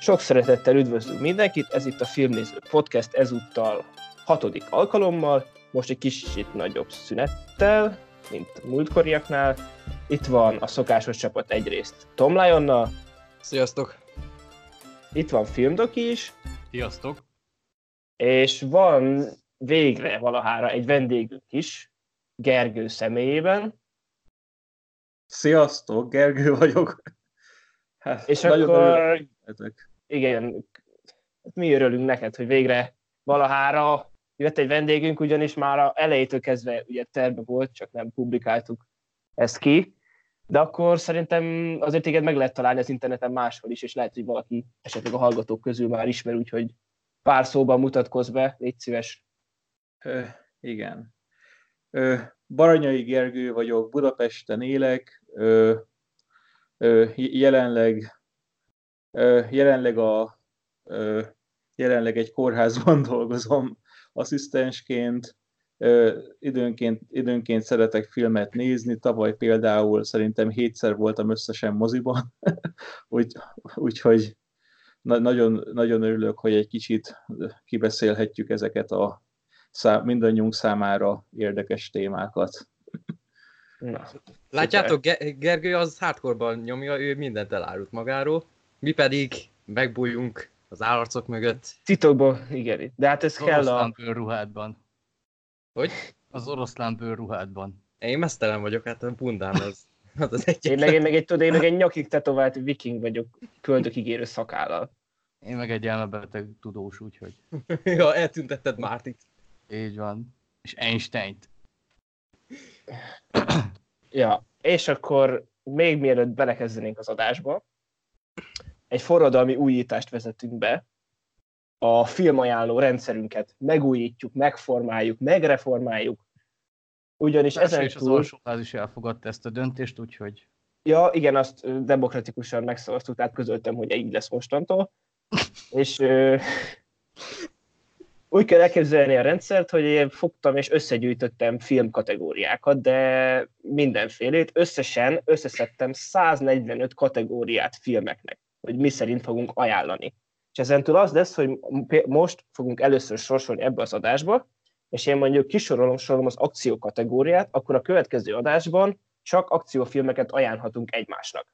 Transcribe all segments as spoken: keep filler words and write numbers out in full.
Sok szeretettel üdvözlünk mindenkit, ez itt a Filmnéző Podcast, ezúttal hatodik alkalommal, most egy kicsit nagyobb szünettel, mint múltkoriaknál. Itt van a szokásos csapat egyrészt Tom Lyonnal. Sziasztok! Itt van Filmdoki is. Sziasztok! És van végre valahára egy vendégünk is, Gergő személyében. Sziasztok, Gergő vagyok. Hát, és akkor, igen, mi örülünk neked, hogy végre valahára jött egy vendégünk, ugyanis már a elejétől kezdve ugye terve volt, csak nem publikáltuk ezt ki, de akkor szerintem azért téged meg lehet találni az interneten máshol is, és lehet, hogy valaki esetleg a hallgatók közül már ismer, úgyhogy pár szóban mutatkozz be, légy szíves. Ö, igen. Ö, Baranyai Gergő vagyok, Budapesten élek, ö, ö, jelenleg ö, jelenleg, a, ö, jelenleg egy kórházban dolgozom asszisztensként, ö, időnként, időnként szeretek filmet nézni, tavaly például szerintem hétszer voltam összesen moziban, úgy, úgyhogy na, nagyon, nagyon örülök, hogy egy kicsit kibeszélhetjük ezeket a szá- mindannyiunk számára érdekes témákat. Na, látjátok, Ge- Gergő az hardcore-ban nyomja, ő mindent elárult magáról, mi pedig megbújjunk az állarcok mögött. Titokban, igen, de hát ez az kell a... oroszlán bőrruhádban. Hogy? Az oroszlán bőrruhádban. Én mesztelen vagyok, hát a bundám az, az, az egyetlen. Én meg, én meg egy, tudod, én meg egy nyakig tetovált viking vagyok, köldökig érő szakállal. Én meg egy elmebeteg tudós, úgyhogy... Ja, eltüntetted Mártit. Így van. És Einsteint. Ja, és akkor még mielőtt belekezdenénk az adásba, egy forradalmi újítást vezetünk be. A filmajánló rendszerünket megújítjuk, megformáljuk, megreformáljuk. Ugyanis ezen és az túl... alsóház is elfogadta ezt a döntést, úgyhogy... Ja, igen, azt demokratikusan megszavaztuk, tehát közöltem, hogy így lesz mostantól. És ö, úgy kell elképzelni a rendszert, hogy én fogtam és összegyűjtöttem filmkategóriákat, de mindenfélét. Összesen összeszedtem száznegyvenöt kategóriát filmeknek, hogy mi szerint fogunk ajánlani. És ezentúl az lesz, hogy most fogunk először sorsolni ebbe az adásba, és én mondjuk kisorolom sorolom az akció kategóriát, akkor a következő adásban csak akciófilmeket ajánlhatunk egymásnak.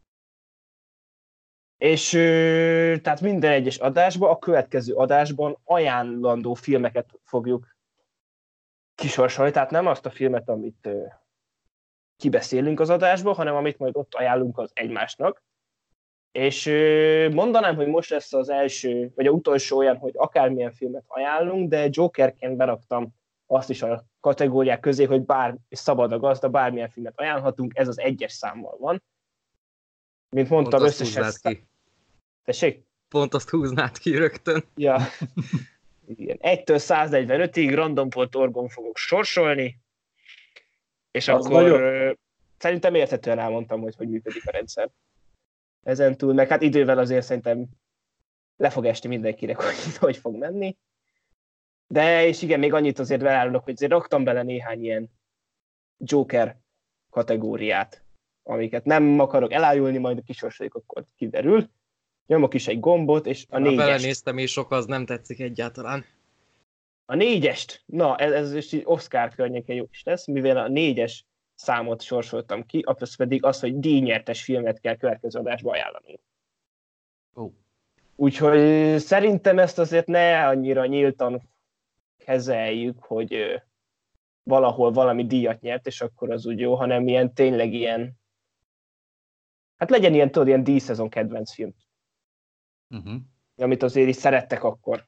És tehát minden egyes adásban, a következő adásban ajánlandó filmeket fogjuk kisorsolni, tehát nem azt a filmet, amit kibeszélünk az adásban, hanem amit majd ott ajánlunk az egymásnak. És mondanám, hogy most lesz az első, vagy az utolsó olyan, hogy akármilyen filmet ajánlunk, de Jokerként beraktam azt is a kategóriák közé, hogy bár szabad a gazda, bármilyen filmet ajánlhatunk, ez az egyes számmal van. Mint mondtam, Pont összesen... azt ki. Tessék? Pont azt húznád ki rögtön. Ja. Igen. egytől száznegyvenötig random pont org-on fogok sorsolni, és az akkor nagyon... szerintem érthetően elmondtam, hogy hogy működik a rendszer. Ezen túl, meg hát idővel azért szerintem le fog esni mindenkinek, hogy hogy fog menni. De, és igen, még annyit azért beárulok, hogy azért raktam bele néhány ilyen Joker kategóriát, amiket nem akarok elárulni, majd a kisorsoljuk, akkor kiderül. Nyomok is egy gombot, és a négyest. Belenéztem, és sok az nem tetszik egyáltalán. A négyest, na ez, ez is Oscar környéken jó is lesz, mivel a négyes számot sorsoltam ki, az pedig az, hogy díjnyertes filmet kell következő adásba ajánlanunk. Oh. Úgyhogy szerintem ezt azért ne annyira nyíltan kezeljük, hogy valahol valami díjat nyert, és akkor az úgy jó, hanem ilyen tényleg ilyen, hát legyen ilyen, tudod, ilyen díjszezon kedvenc film. Uh-huh. Amit azért is szerettek akkor.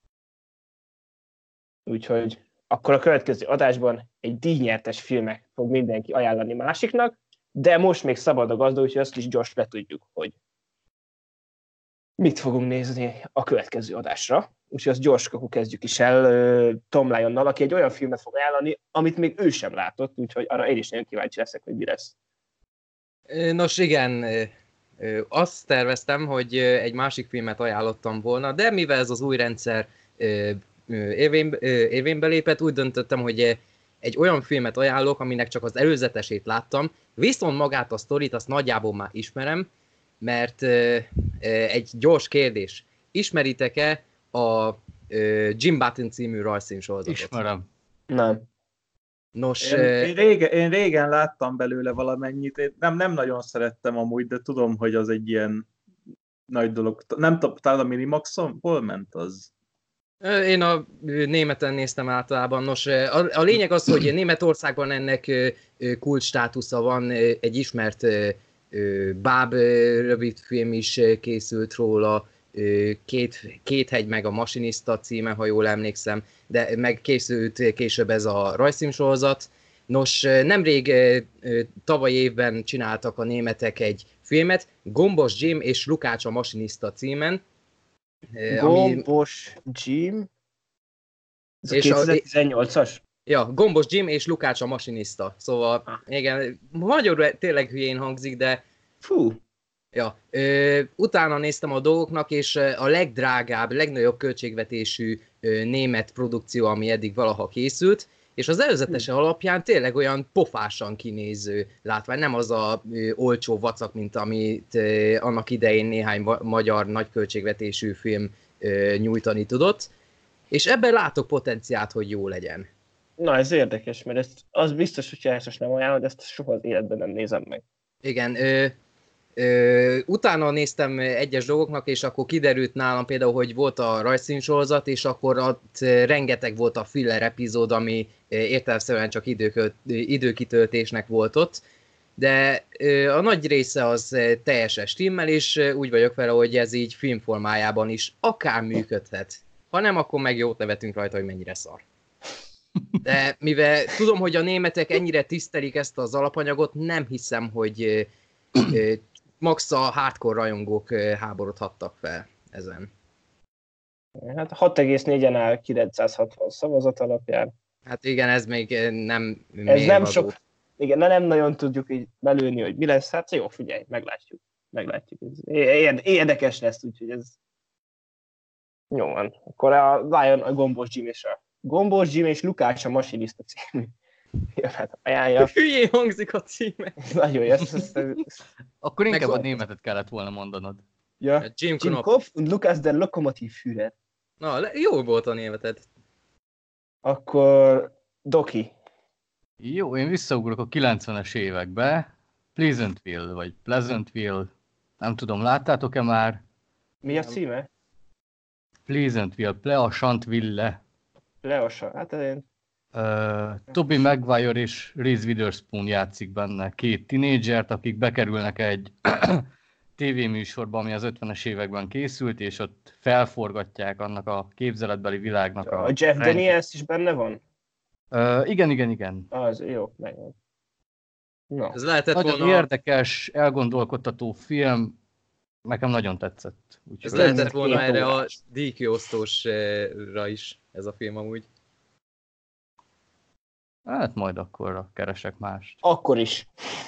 Úgyhogy akkor a következő adásban egy díjnyertes filmek fog mindenki ajánlani másiknak, de most még szabad a gazda, úgyhogy azt is gyors letudjuk, hogy mit fogunk nézni a következő adásra. Úgyhogy azt gyors akkor kezdjük is el Tom Lyonnal, aki egy olyan filmet fog ajánlani, amit még ő sem látott, úgyhogy arra én is nagyon kíváncsi leszek, hogy mi lesz. Nos igen, azt terveztem, hogy egy másik filmet ajánlottam volna, de mivel ez az új rendszer érvénybe lépett, úgy döntöttem, hogy egy olyan filmet ajánlok, aminek csak az előzetesét láttam, viszont magát a sztorit azt nagyjából már ismerem, mert ö, ö, egy gyors kérdés. Ismeritek-e a ö, Jim Button című rajzfilmsorozatot? Ismerem. Nem. Nos, Én, ö, én, régen, én régen láttam belőle valamennyit, én nem, nem nagyon szerettem amúgy, de tudom, hogy az egy ilyen nagy dolog. Nem tudom, talán a Minimaxon hol ment az? Ö, Én a ö, németen néztem általában. Nos, ö, a, a lényeg az, hogy Németországban ennek ö, ö, kult státusza van, ö, egy ismert ö, ö, báb ö, rövidfilm is ö, készült róla, ö, két, két hegy meg a Masinista címe, ha jól emlékszem, de meg készült később ez a rajzfilmsorozat. Nos, ö, nemrég ö, ö, tavaly évben csináltak a németek egy filmet, Gombos Jim és Lukács a Masinista címen, ö, ami Gombos Jim? Ez a És a- kétezer-tizennyolcas? Ja, Gombos Jim és Lukács a Masinista. Szóval, Ah. igen, magyarul tényleg hülyén hangzik, de Fú, ja. Ö, utána néztem a dolgoknak, és ö, a legdrágább, legnagyobb költségvetésű ö, német produkció, ami eddig valaha készült, és az előzetese alapján tényleg olyan pofásan kinéző látvány, nem az a ö, olcsó vacak, mint amit ö, annak idején néhány va- magyar nagyköltségvetésű film ö, nyújtani tudott, és ebben látok potenciált, hogy jó legyen. na ez érdekes, mert ezt, az biztos, hogy jászos nem ajánlod, de ezt soha az életben nem nézem meg. Igen, ö, ö, utána néztem egyes dolgoknak, és akkor kiderült nálam például, hogy volt a rajzfilmsorozat, és akkor ott rengeteg volt a filler epizód, ami értelemszerűen csak időkölt, időkitöltésnek volt ott, de ö, a nagy része az teljesen stimmel, és úgy vagyok vele, hogy ez így filmformájában is akár működhet. Ha nem, akkor meg jót nevetünk rajta, hogy mennyire szar. De mivel tudom, hogy a németek ennyire tisztelik ezt az alapanyagot, nem hiszem, hogy ö, ö, max a hardcore rajongók ö, háborodhattak fel ezen. Hát hat egész négyen áll kilencszázhatvan szavazat alapján. Hát igen, ez még ö, nem Ez mérvadó. nem sok, igen, de nem nagyon tudjuk így belőni, hogy mi lesz. Hát jó, figyelj, meglátjuk. Meglátjuk. Ez érde- érdekes lesz, úgyhogy ez jó van. Akkor a Lion, a Gombos Jim és a Gombos Jim és Lukács a Masinista című. Ja, hát ajánlja. Hülyén hangzik a címe. Nagyon jó. Ezt, ezt, ezt, Akkor inkább a Meg- németet kellett volna mondanod. ja. Jim Jim Knopf. Kopf und Lukas der Lokomotivführer. Na, le- jó volt a németed. Akkor Doki. Jó, én visszaugrok a kilencvenes évekbe. Pleasantville, vagy Pleasantville. Nem tudom, láttátok-e már? Mi a címe? Pleasantville, Pleasantville. Leosa. Hát én... Uh, Tobey Maguire és Reese Witherspoon játszik benne, két tinédzsert, akik bekerülnek egy tévéműsorba, ami az ötvenes években készült, és ott felforgatják annak a képzeletbeli világnak a... A Jeff rend- Daniels is benne van? Uh, igen, igen, igen. Az jó, megvan. Na, Ez lehetett Nagyon volna, érdekes, elgondolkodtató film, nekem nagyon tetszett. ez Úgyhogy lehetett volna két erre a órás. díjkiosztósra is ez a film amúgy. hát majd akkor keresek mást. akkor is.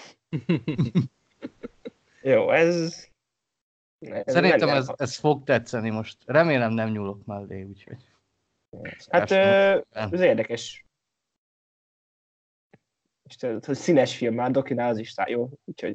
Jó, ez... ez Szerintem nem- ez, ez fog tetszeni most. Remélem nem nyúlok mellé, úgyhogy... Hát ö, ez érdekes. És tudod, hogy színes film már, Dokinál az is száll jó, úgyhogy...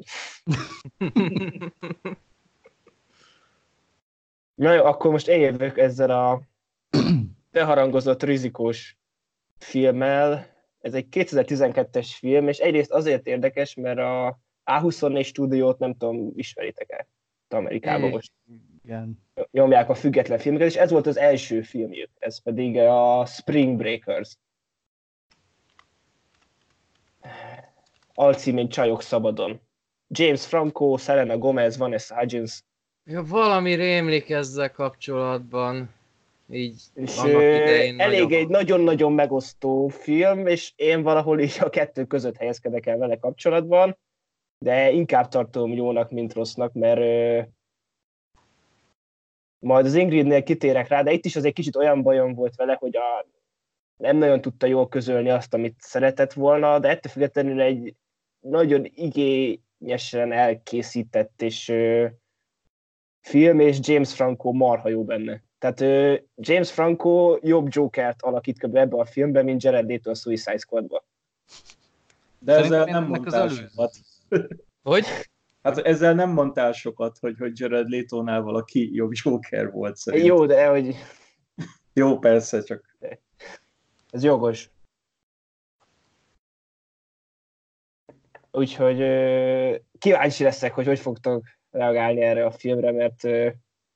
Na jó, akkor most én jövök ezzel a beharangozott rizikós filmmel. Ez egy kétezer-tizenkettes film, és egyrészt azért érdekes, mert a á huszonnégy stúdiót nem tudom, ismeritek-e? Amerikában most Igen. nyomják a független filmeket, és ez volt az első filmjük, ez pedig a Spring Breakers. Alcímén Csajok szabadon. James Franco, Selena Gomez, Vanessa Hudgens, Ja, valami rémlik ezzel kapcsolatban. Így és annak ö, idején elég nagyon- egy nagyon-nagyon megosztó film, és én valahol így a kettő között helyezkedek el vele kapcsolatban, de inkább tartom jónak, mint rossznak, mert ö, majd az Ingridnél kitérek rá, de itt is az egy kicsit olyan bajom volt vele, hogy a, nem nagyon tudta jól közölni azt, amit szeretett volna, de ettől függetlenül egy nagyon igényesen elkészített és ö, film, és James Franco marha jó benne. Tehát ö, James Franco jobb Jokert alakít kb. Ebbe a filmben, mint Jared Leto a Suicide Squadba. De ezzel Szerintem nem ennek az mondtál előző. sokat. Hogy? Hát ezzel nem mondtál sokat, hogy, hogy Jared Leto-nál valaki jobb Joker volt szerintem. Jó, de hogy... Jó, persze, csak... Ez jogos. Úgyhogy uh, kíváncsi leszek, hogy hogy fogtok reagálni erre a filmre, mert uh,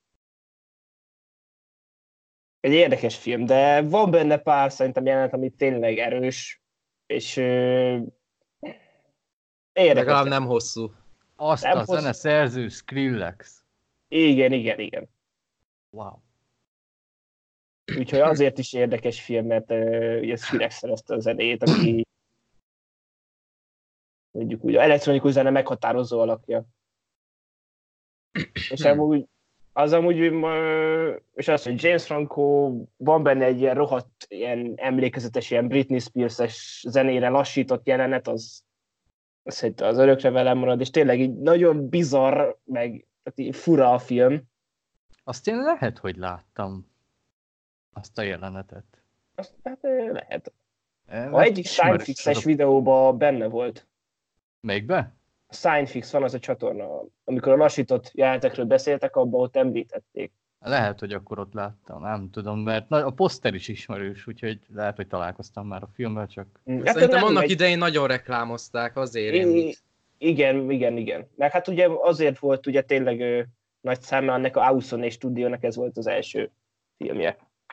egy érdekes film, de van benne pár szerintem jelenet, ami tényleg erős, és uh, érdekes. Legalább nem hosszú. Azt nem a hosszú. zene szerző Skrillex. Igen, igen, igen. Wow. Úgyhogy azért is érdekes film, mert uh, ugye Skrillex szerezte a zenét, aki mondjuk úgy, a elektronikus zene meghatározó alakja. És amúgy, az amúgy, és az, hogy James Franco, van benne egy ilyen rohadt, ilyen emlékezetes, ilyen Britney Spears-es zenére lassított jelenet, az, az, az örökre velem marad, és tényleg így nagyon bizarr, meg így fura a film. Azt én lehet, hogy láttam. Azt a jelenetet. Azt, hát lehet. E, A egyik Seinfix-es videóban benne volt. Melyikbe? A Seinfix van az a csatorna. Amikor a lassított jelenetekről beszéltek, abban ott említették. Lehet, hogy akkor ott láttam, nem tudom, mert a poszter is ismerős, úgyhogy lehet, hogy találkoztam már a filmmel, csak... Hát Szerintem annak egy... idején nagyon reklámozták, azért I- én... Igen, igen, igen. Meg hát ugye azért volt ugye tényleg ö, nagy száma, ennek a Auszon stúdiónak ez volt az első filmje.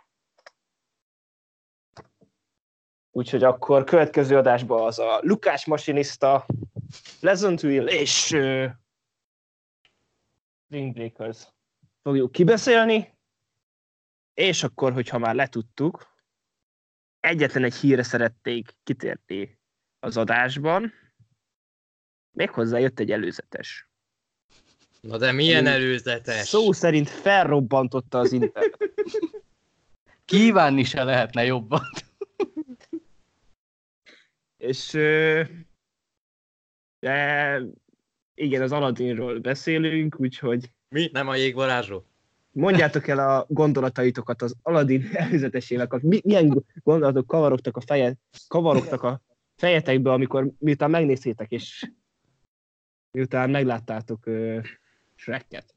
Úgyhogy akkor következő adásban az a Lukács Masinista, Pleasantville és uh, Spring Breakers fogjuk kibeszélni, és akkor, hogyha már letudtuk, egyetlen egy hírre szerették kitérni az adásban, méghozzá jött egy előzetes. Na de milyen előzetes? Szó szerint felrobbantotta az internet. Kívánni se lehetne jobban. És de, igen, az Aladdinról beszélünk, úgyhogy Mi? Nem a jégvarázsról? mondjátok el a gondolataitokat az Aladdin előzetesével. Mi, milyen gondolatok kavarogtak a feje, kavarogtak a fejetekbe, amikor miután megnéztétek, és miután megláttátok uh, Shreket.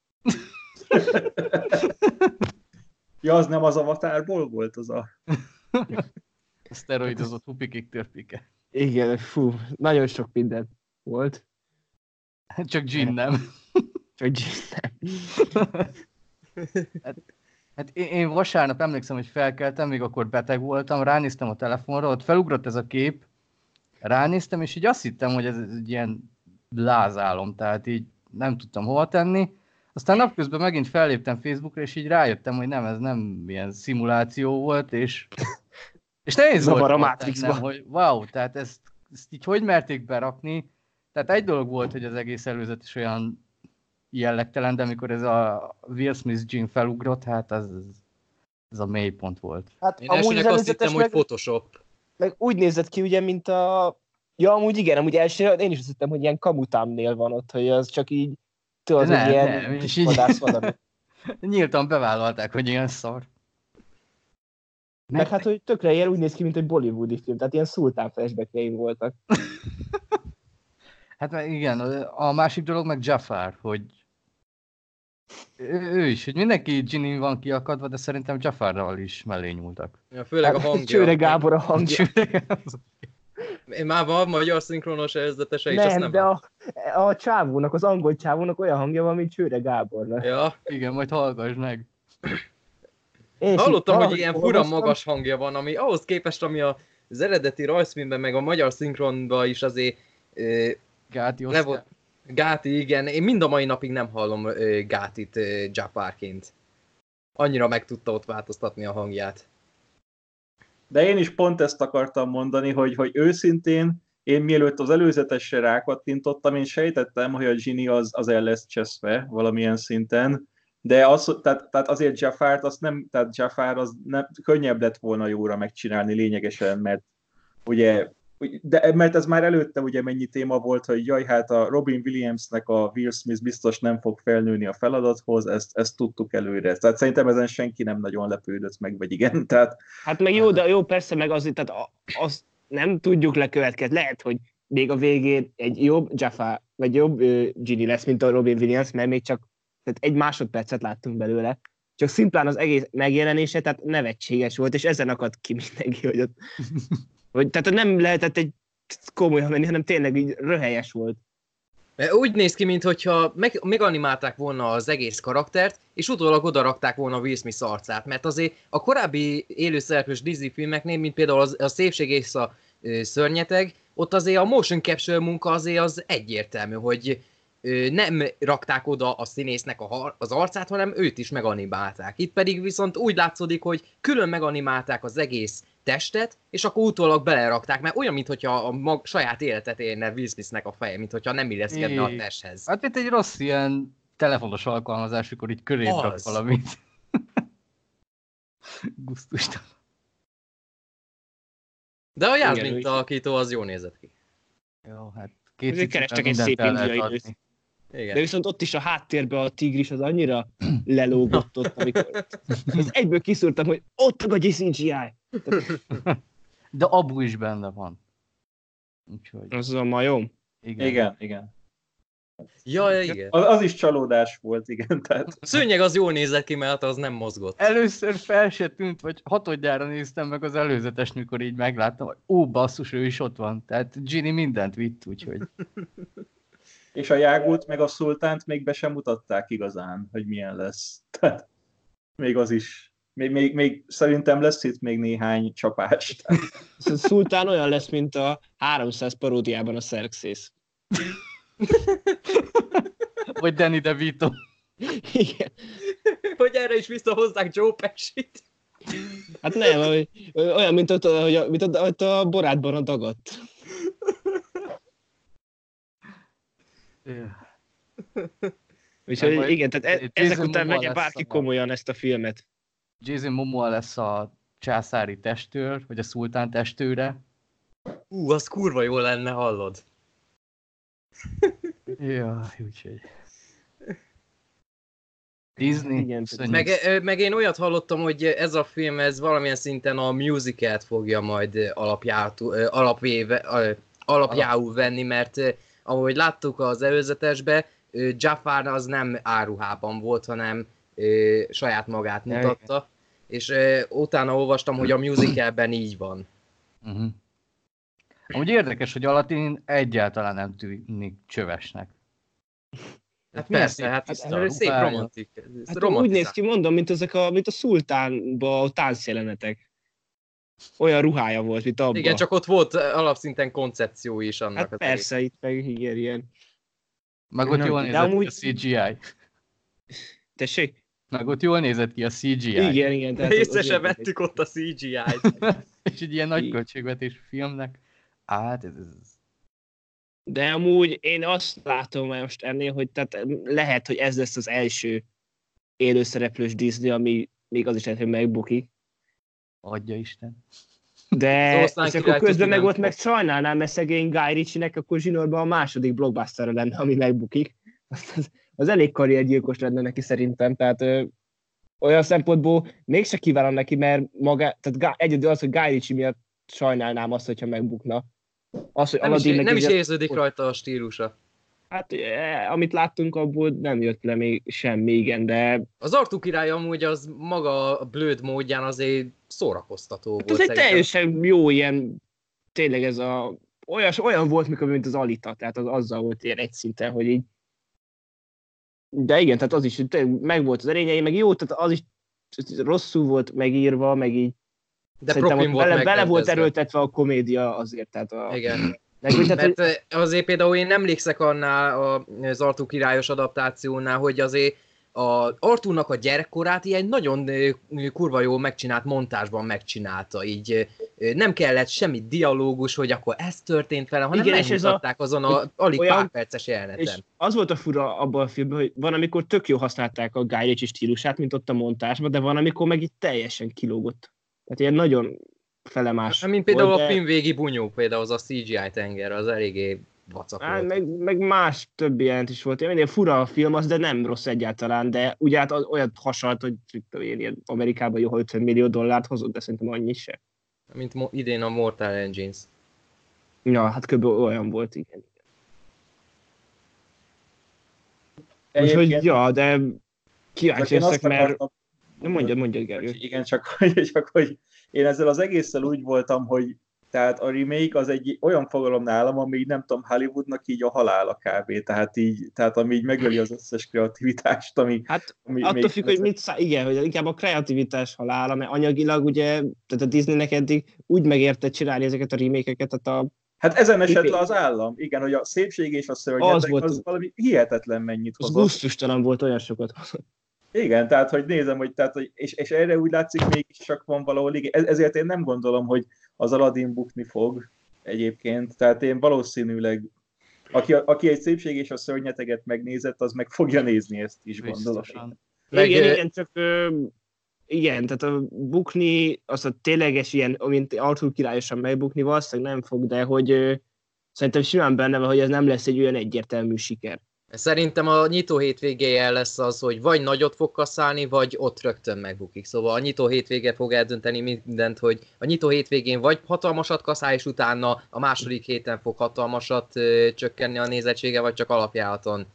Ja, az nem az Avatarból volt az a... A szteroidozott hupikig törpike. Igen, fú, nagyon sok minden volt. Csak Jin nem. Csak Jin nem. Hát, hát én, én vasárnap emlékszem, hogy felkeltem, még akkor beteg voltam, ránéztem a telefonra, ott felugrott ez a kép, ránéztem, és így azt hittem, hogy ez egy ilyen lázálom, tehát így nem tudtam hova tenni. Aztán napközben megint felléptem Facebookra, és így rájöttem, hogy nem, ez nem ilyen szimuláció volt, és, és nehéz volt a Matrixban, hogy wow, tehát ezt, ezt így hogy merték berakni. Tehát egy dolog volt, hogy az egész előzet is olyan jellegtelen, de amikor ez a Will Smith Jim felugrott, hát az, ez a mélypont volt. Hát, én elsőnek azt hittem, meg, hogy Photoshop. Meg úgy nézett ki, ugye, mint a... Ja, amúgy igen, amúgy elsőre én is azt hittem, hogy ilyen kamutámnél van ott, hogy az csak így tudod, hogy ilyen kis vadász valami. Nyíltan bevállalták, hogy ilyen szar. Meg, meg hát, hogy tökre ilyen úgy néz ki, mint egy bollywoodi film, tehát ilyen szultán flashbackjeim voltak. Hát igen, a másik dolog meg Jafar, hogy ő, ő is, hogy mindenki Ginin van kiakadva, de szerintem Jafarral is mellé nyúltak. Ja, főleg hát, a hangja. Csőre Gábor a hangja. Én már van magyar szinkronos előzetese is, azt nem. de a, a csávónak, az angol csávónak olyan hangja van, mint Csőre Gábornak. Ja. Igen, majd hallgass meg. Én hallottam, hogy ilyen fura magas hangja van, ami ahhoz képest, ami az eredeti rajzfilmben, meg a magyar szinkronban is azért... Uh, Gáti Oscar. Gáti, igen. Én mind a mai napig nem hallom uh, Gátit uh, Jafarként. Annyira meg tudta ott változtatni a hangját. De én is pont ezt akartam mondani, hogy, hogy őszintén én mielőtt az előzetesre rákattintottam, én sejtettem, hogy a Ginny az, az el lesz cseszve valamilyen szinten, de az, tehát, tehát azért Jafart, az nem, tehát Jafar az nem, könnyebb lett volna jóra megcsinálni lényegesen, mert ugye, de, mert ez már előtte ugye mennyi téma volt, hogy jaj, hát a Robin Williamsnek a Will Smith biztos nem fog felnőni a feladathoz, ezt, ezt tudtuk előre. Tehát szerintem ezen senki nem nagyon lepődött meg, vagy igen. Tehát... Hát meg jó, de jó, persze, meg azért, tehát azt nem tudjuk lekövetkezni. Lehet, hogy még a végén egy jobb Jafar vagy jobb Ginny lesz, mint a Robin Williams, mert még csak tehát egy másodpercet láttunk belőle. Csak szimplán az egész megjelenése, tehát nevetséges volt, és ezen akadt ki mindenki, hogy ott... hogy, tehát nem lehetett egy komolyan menni, hanem tényleg így röhelyes volt. Úgy néz ki, mintha meg, meganimálták volna az egész karaktert, és utólag odarakták volna Will Smith arcát, mert azért a korábbi élőszereplős Disney filmeknél, mint például az, a Szépség és a ö, Szörnyeteg, ott azért a motion capture munka azért az egyértelmű, hogy ö, nem rakták oda a színésznek a, az arcát, hanem őt is meganimálták. Itt pedig viszont úgy látszódik, hogy külön meganimálták az egész testet, és akkor utólag belerakták, mert olyan, mintha a mag, saját életet élne Will Smithnek a feje, mintha nem illeszkedne a testhez. Hát itt egy rossz ilyen telefonos alkalmazás, amikor így köréd rak valamit. Gusztustalan. De a Jászmin alakító az jól nézett ki. Jó, hát két Ezért kerestek egy szép indiai nőt. De viszont ott is a háttérben a tigris az annyira lelógott ott, amikor... Az egyből kiszúrtam, hogy ott a gagyi cé gé i. De Abu is benne van. Úgyhogy... Az a majom? Igen, igen. igen. Ja, igen. Az, az is csalódás volt, igen. Tehát... A szőnyeg az jól nézett ki, mert az nem mozgott. Először fel se tűnt, vagy hatodjára néztem meg az előzetes, mikor így megláttam, hogy ó, basszus, ő is ott van. Tehát Ginny mindent vitt, úgyhogy... És a Jágót meg a Szultánt még be sem mutatták igazán, hogy milyen lesz. Tehát még az is. Még, még, még szerintem lesz itt még néhány csapás. A Szultán olyan lesz, mint a háromszáz paródiában a Xerxes. Vagy Danny DeVito. Igen. Hogy erre is visszahozzák Joe Pesci-t. Hát nem, olyan, mint ott, hogy mint ott a Borátban a dagadt. Úgyhogy igen, tehát e- ezek után vegye bárki komolyan ezt a filmet. Jason Momoa lesz a császári testőr, vagy a szultán testőre. Ú, az kurva jó lenne, hallod? Ja, úgyhogy... Disney. Igen, meg, meg én olyat hallottam, hogy ez a film ez valamilyen szinten a musicalt fogja majd alapjául, alapvéve, alapjául venni, mert ahogy láttuk az előzetesbe, Jafar az nem áruhában volt, hanem ö, saját magát mutatta, ja, és ö, utána olvastam, hogy a musicalben így van. Uh-huh. Amúgy érdekes, hogy Aladdin egyáltalán nem tűnik csövesnek. Hát persze, hát ez szép romantik. Hát úgy néz ki, mondom, mint, ezek a, mint a Szultánban a táncjelenetek. Olyan ruhája volt, mint abban. Igen, csak ott volt alapszinten koncepció is annak. Hát persze, itt meg igen, ilyen. Meg ott jól nézett amúgy... ki a cé gé i. Tessék? Meg ott jól nézett ki a cé gé i. Igen, igen. Észre se vettük ott a cé gé i-t. És egy ilyen nagy költségvetés filmnek. Hát ez... ez... De amúgy én azt látom most ennél, hogy tehát lehet, hogy ez lesz az első élőszereplős Disney, ami még az is lehet, hogy megbukik. Adja Isten. De és akkor közben meg ott meg sajnálnám, mert szegény Guy Ritchie-nek akkor zsinórban a második blockbuster lenne, ami megbukik. Az, az elég karriergyilkos lenne neki szerintem, tehát ö, olyan szempontból mégse kívánom neki, mert maga, tehát egyedül az, hogy Guy Ritchie miatt sajnálnám azt, hogyha megbukna. Az, hogy nem is, nem is érződik ott... rajta a stílusa. Hát amit láttunk, abból nem jött le még semmi, igen, de... Az Artú király amúgy az maga a blöd módján azért szórakoztató hát volt. Ez egy teljesen jó ilyen, tényleg ez a... Olyan, olyan volt, mikor, mint az Alita, tehát az azzal volt ilyen egy szinten, hogy így... De igen, tehát az is, meg volt az erényei, meg jó, tehát az is rosszul volt megírva, meg így... De profin volt bele, bele volt erőltetve a komédia azért, tehát a... Igen. Meg, tehát, mert azért például én emlékszek annál az Artú királyos adaptációnál, hogy azért a Artúrnak a gyerekkorát ilyen nagyon kurva jól megcsinált montázsban megcsinálta, így nem kellett semmi dialógus, hogy akkor ez történt vele, hanem igen, megmutatták a, azon a alig olyan, pár perces jeleneten. És az volt a fura abban a filmben, hogy van, amikor tök jó használták a Guy Ritchie stílusát, mint ott a montázsban, de van, amikor meg itt teljesen kilógott. Tehát ilyen nagyon felemás. Hát, mint például volt, a de... film végi bunyó, például az a cé gé i tenger, az eléggé vacak hát, volt. Meg, meg más több jelent is volt. Ilyen fura a film az, de nem rossz egyáltalán, de ugye hát olyat hasonlít, hogy én, ilyen Amerikában jó, ha ötven millió dollárt hozott, de szerintem annyi se. Mint mo- idén a Mortal Engines. Ja, hát kb. Olyan volt, igen. Úgyhogy, ja, de kíváncsi leszek, mert... Akartam... Mondjad, mondjad, Gergő. Igen, csak hogy, csak hogy én ezzel az egésszel úgy voltam, hogy tehát a remake az egy olyan fogalom nálam, ami így nem tudom, Hollywoodnak így a halála kb. Tehát így, tehát ami így megöli az összes kreativitást, ami... Hát ami attól függ, hogy mit szá... igen, hogy inkább a kreativitás halála, mert anyagilag ugye, tehát a Disneynek eddig úgy megérte csinálni ezeket a remake-eket, tehát a... Hát ezen esett le az állam, igen, hogy a szépség és a szörnyetek az, volt, az valami hihetetlen mennyit hozott. Az gusztustalan volt, olyan sokat hozott. Igen, tehát hogy nézem, hogy, tehát, hogy és, és erre úgy látszik mégis csak van valahol, ez, ezért én nem gondolom, hogy az Aladdin bukni fog egyébként, tehát én valószínűleg, aki, aki egy szépség és a szörnyeteget megnézett, az meg fogja nézni ezt is, gondolom. Meg, igen, igen, csak ö, igen, tehát a bukni, az a tényleges ilyen, mint Arthur királyosan megbukni, valószínűleg nem fog, de hogy ö, szerintem simán benne van, hogy ez nem lesz egy olyan egyértelmű siker. Szerintem a nyitó hétvégéje lesz az, hogy vagy nagyot fog kasszálni, vagy ott rögtön megbukik. Szóval a nyitó hétvége fog eldönteni mindent, hogy a nyitó hétvégén vagy hatalmasat kaszál, és utána a második héten fog hatalmasat ö, csökkenni a nézettsége, vagy csak alapjáraton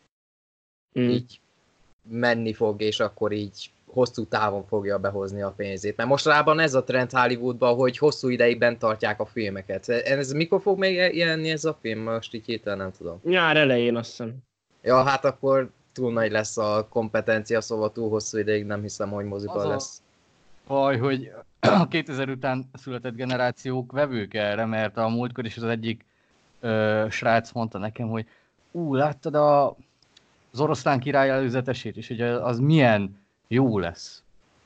mm. így menni fog, és akkor így hosszú távon fogja behozni a pénzét. Mert mostanában ez a trend Hollywoodban, hogy hosszú ideig bent tartják a filmeket. Ez mikor fog még jelenni ez a film? Most így héten nem tudom. Nyár elején, azt hiszem. Ja, hát akkor túl nagy lesz a kompetencia, szóval túl hosszú ideig nem hiszem, hogy moziban lesz. Baj, hogy a kétezer után született generációk vevők erre, mert a múltkor is az egyik ö, srác mondta nekem, hogy ú, láttad a, az Oroszlán király előzetesét, és hogy az milyen jó lesz.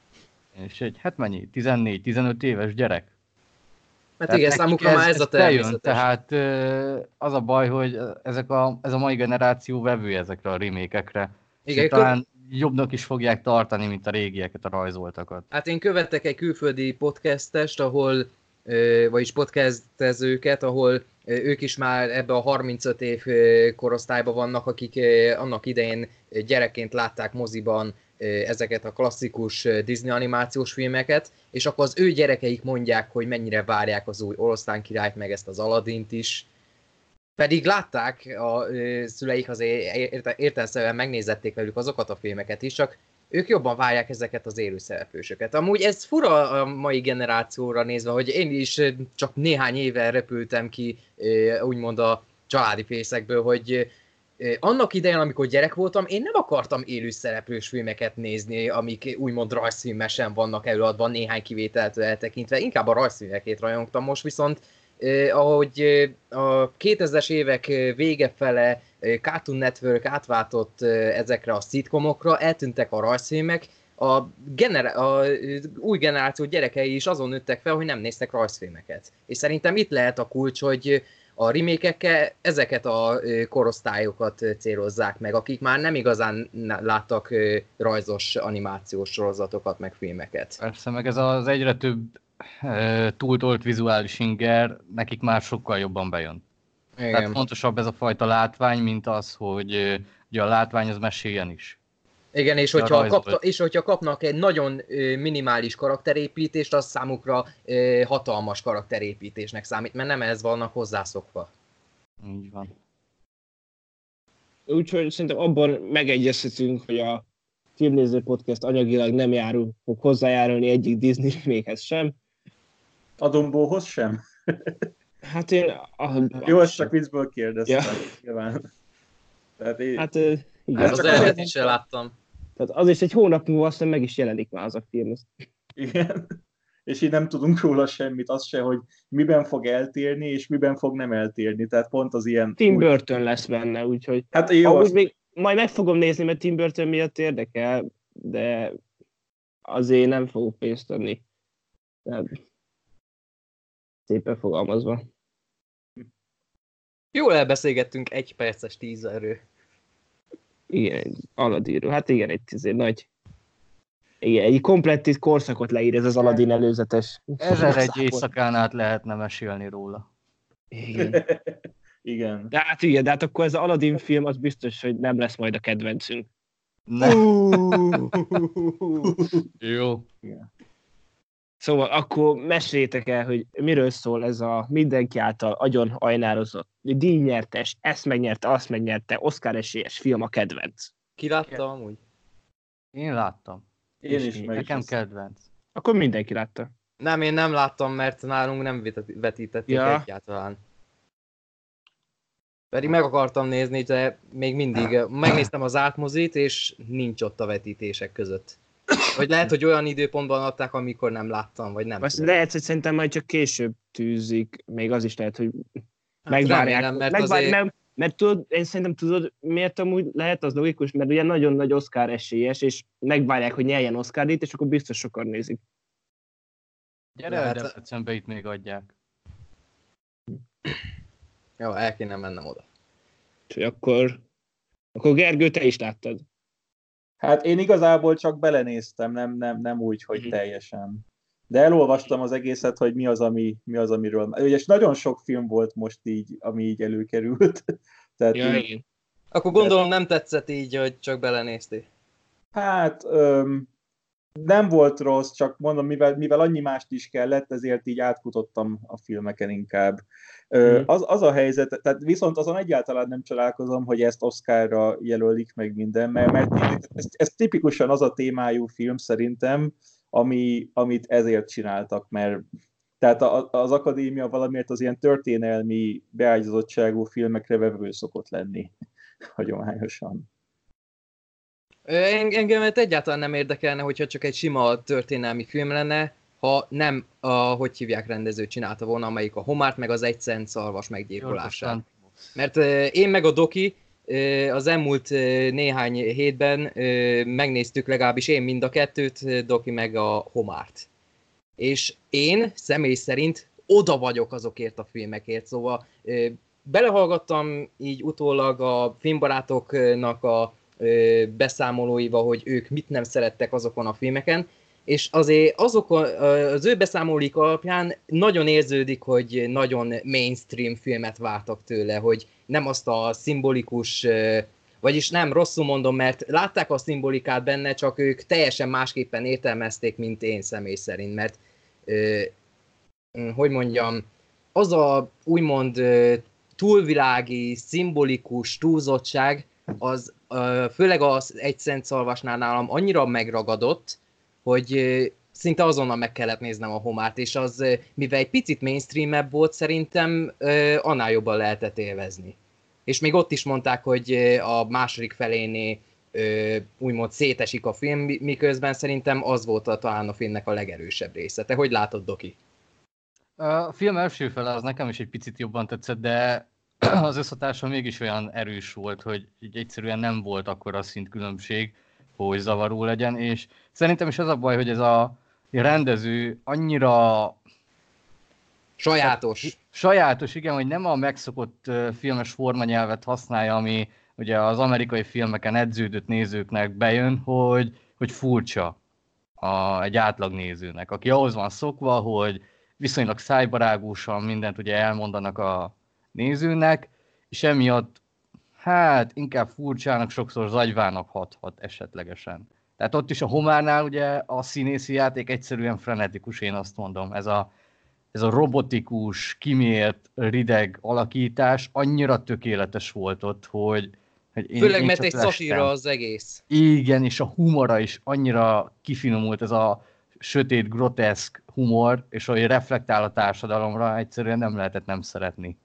És egy, hát mennyi, tizennégy-tizenöt éves gyerek. Hát tehát igen, számukra ez, már ez a természetes. Tehát az a baj, hogy ezek a, ez a mai generáció vevő ezekre a remake-ekre. Igen, talán kö... jobbnak is fogják tartani, mint a régieket, a rajzoltakat. Hát én követek egy külföldi podcastest, ahol, vagyis podcastezőket, ahol ők is már ebbe a harmincöt év korosztályban vannak, akik annak idején gyerekként látták moziban ezeket a klasszikus Disney animációs filmeket, és akkor az ő gyerekeik mondják, hogy mennyire várják az új Oroszlán királyt, meg ezt az Aladdint is. Pedig látták, a szüleik azért értelemszerűen megnézették velük azokat a filmeket is, csak ők jobban várják ezeket az élő szereplősöket. Amúgy ez fura a mai generációra nézve, hogy én is csak néhány éve repültem ki úgymond a családi fészekből, hogy annak idején, amikor gyerek voltam, én nem akartam élő szereplős filmeket nézni, amik úgymond rajzfilmesen vannak előadva, néhány kivételtől eltekintve. Inkább a rajzfilmekét rajongtam, most viszont eh, ahogy a kétezres évek vége fele Cartoon Network átváltott eh, ezekre a szitkomokra, eltűntek a rajzfilmek, a, gener- a új generáció gyerekei is azon nőttek fel, hogy nem néztek rajzfilmeket. És szerintem itt lehet a kulcs, hogy a remake-ekkel ezeket a korosztályokat célozzák meg, akik már nem igazán láttak rajzos animációs sorozatokat, meg filmeket. Persze, meg ez az egyre több túltolt vizuális inger, nekik már sokkal jobban bejön. Igen. Tehát fontosabb ez a fajta látvány, mint az, hogy ugye a látvány az meséljen is. Igen, és hogyha, kapta, és hogyha kapnak egy nagyon minimális karakterépítést, az számukra hatalmas karakterépítésnek számít, mert nem ez vannak hozzászokva. Így van. Úgyhogy szerintem abban megegyezhetünk, hogy a Filmnéző Podcast anyagilag nem járul, fog hozzájárulni egyik Disney remake-hez sem. A Dumbóhoz sem? Hát én... A, Jó, ezt csak viccből kérdeztem. Ja. Tehát én... Hát igen. Az eredetit sem láttam. Tehát az is egy hónap múlva aztán meg is jelenik már az a film. Igen. És így nem tudunk róla semmit, az se, hogy miben fog eltérni, és miben fog nem eltérni. Tehát pont az ilyen... Tim Burton úgy... lesz benne, úgyhogy... Hát jó, az... még majd meg fogom nézni, mert Tim Burton miatt érdekel, de azért nem fogok pénzt adni. Tehát... Szépen fogalmazva. Jól elbeszélgettünk egy perces tízerről. Igen, egy Aladdinról. Hát igen, egy tízér nagy... Igen, egy komplett korszakot leír ez az Aladdin előzetes. Ezer egy éjszakán át lehetne mesélni róla. Igen. Igen. De hát igen, de hát akkor ez az Aladdin film, az biztos, hogy nem lesz majd a kedvencünk. Nem. Jó. Igen. Szóval akkor meséljétek el, hogy miről szól ez a mindenki által agyon ajnározott, díjnyertes, ezt megnyerte, azt megnyerte, Oscar esélyes film a kedvenc. Ki látta amúgy? Én láttam. Én is, meg Nekem is. kedvenc. Akkor mindenki látta. Nem, én nem láttam, mert nálunk nem vet- vetítették Ja. egyáltalán. Pedig meg akartam nézni, de még mindig megnéztem az átmozit, és nincs ott a vetítések között. Vagy lehet, hogy olyan időpontban adták, amikor nem láttam, vagy nem Azt tudom. lehet, hogy szerintem majd csak később tűzik, még az is lehet, hogy Hát megvárják. remélem, mert megvárják azért- mert, mert tudod, én szerintem tudod, miért amúgy lehet az logikus, mert ugye nagyon nagy Oscar esélyes, és megvárják, hogy nyeljen Oscar-díjat, és akkor biztos sokan nézik. Gyere, Lehet- hát... Debrecenbe itt még adják. Jó, el kéne mennem oda. Úgyhogy akkor, akkor Gergő, te is láttad. Hát én igazából csak belenéztem, nem, nem, nem úgy, hogy Mhm. teljesen. De elolvastam az egészet, hogy mi az, ami, mi az amiről... Ugye nagyon sok film volt most így, ami így előkerült. Tehát Ja, így, igen. Akkor gondolom nem tetszett így, hogy csak belenéztél. hát öm, nem volt rossz, csak mondom, mivel, mivel annyi mást is kellett, ezért így átfutottam a filmeken inkább. Ö, Mhm. az, az a helyzet, tehát viszont azon egyáltalán nem csodálkozom, hogy ezt Oscarra jelölik meg minden, mert, mert ez, ez tipikusan az a témájú film szerintem, ami, amit ezért csináltak, mert tehát a, az akadémia valamiért az ilyen történelmi beágyazottságú filmekre vevő szokott lenni, hagyományosan. Ö, en- Engemet egyáltalán nem érdekelne, hogyha csak egy sima történelmi film lenne, ha nem a, hogy hívják, rendező csinálta volna, amelyik a Homárt meg az egy cent szarvas meggyilkolását. Yorgos Mert ö, én meg a Doki ö, az elmúlt ö, néhány hétben ö, megnéztük, legalábbis én mind a kettőt, ö, Doki meg a Homárt. És én személy szerint oda vagyok azokért a filmekért, szóval ö, belehallgattam így utólag a filmbarátoknak a ö, beszámolóiba, hogy ők mit nem szerettek azokon a filmeken, és azért azok a, az ő beszámolóik alapján nagyon érződik, hogy nagyon mainstream filmet vártak tőle, hogy nem azt a szimbolikus, ö, vagyis nem, rosszul mondom, mert látták a szimbolikát benne, csak ők teljesen másképpen értelmezték, mint én személy szerint, mert ö, hogy mondjam, az a úgymond ö, túlvilági, szimbolikus túlzottság, az ö, főleg az egy cent szarvasnál nálam annyira megragadott, hogy ö, szinte azonnal meg kellett néznem a Homárt, és az, ö, mivel egy picit mainstreamebb volt, szerintem ö, annál jobban lehetett élvezni. És még ott is mondták, hogy ö, a második felénél ö, úgymond szétesik a film, miközben szerintem az volt a, talán a filmnek a legerősebb része. Te hogy látod, Doki? A film első fele az nekem is egy picit jobban tetszett, de az összhatása mégis olyan erős volt, hogy így egyszerűen nem volt akkora szintkülönbség, hogy zavaró legyen, és szerintem is az a baj, hogy ez a rendező annyira Sajátos. sajátos, igen, hogy nem a megszokott ö, filmes formanyelvet használja, ami ugye az amerikai filmeken edződött nézőknek bejön, hogy, hogy furcsa a, egy átlagnézőnek, aki ahhoz van szokva, hogy viszonylag szájbarágúsan mindent ugye elmondanak a nézőnek, és emiatt hát inkább furcsának, sokszor zagyvának hathat esetlegesen. Tehát ott is a Homárnál ugye a színészi játék egyszerűen frenetikus, én azt mondom. Ez a, ez a robotikus, kimért, rideg alakítás annyira tökéletes volt ott, hogy, hogy én, Főleg, én mert csak egy lestem. szatíra az egész. Igen, és a humora is annyira kifinomult, ez a sötét, groteszk humor, és ahogy reflektál a társadalomra, egyszerűen nem lehetett nem szeretni.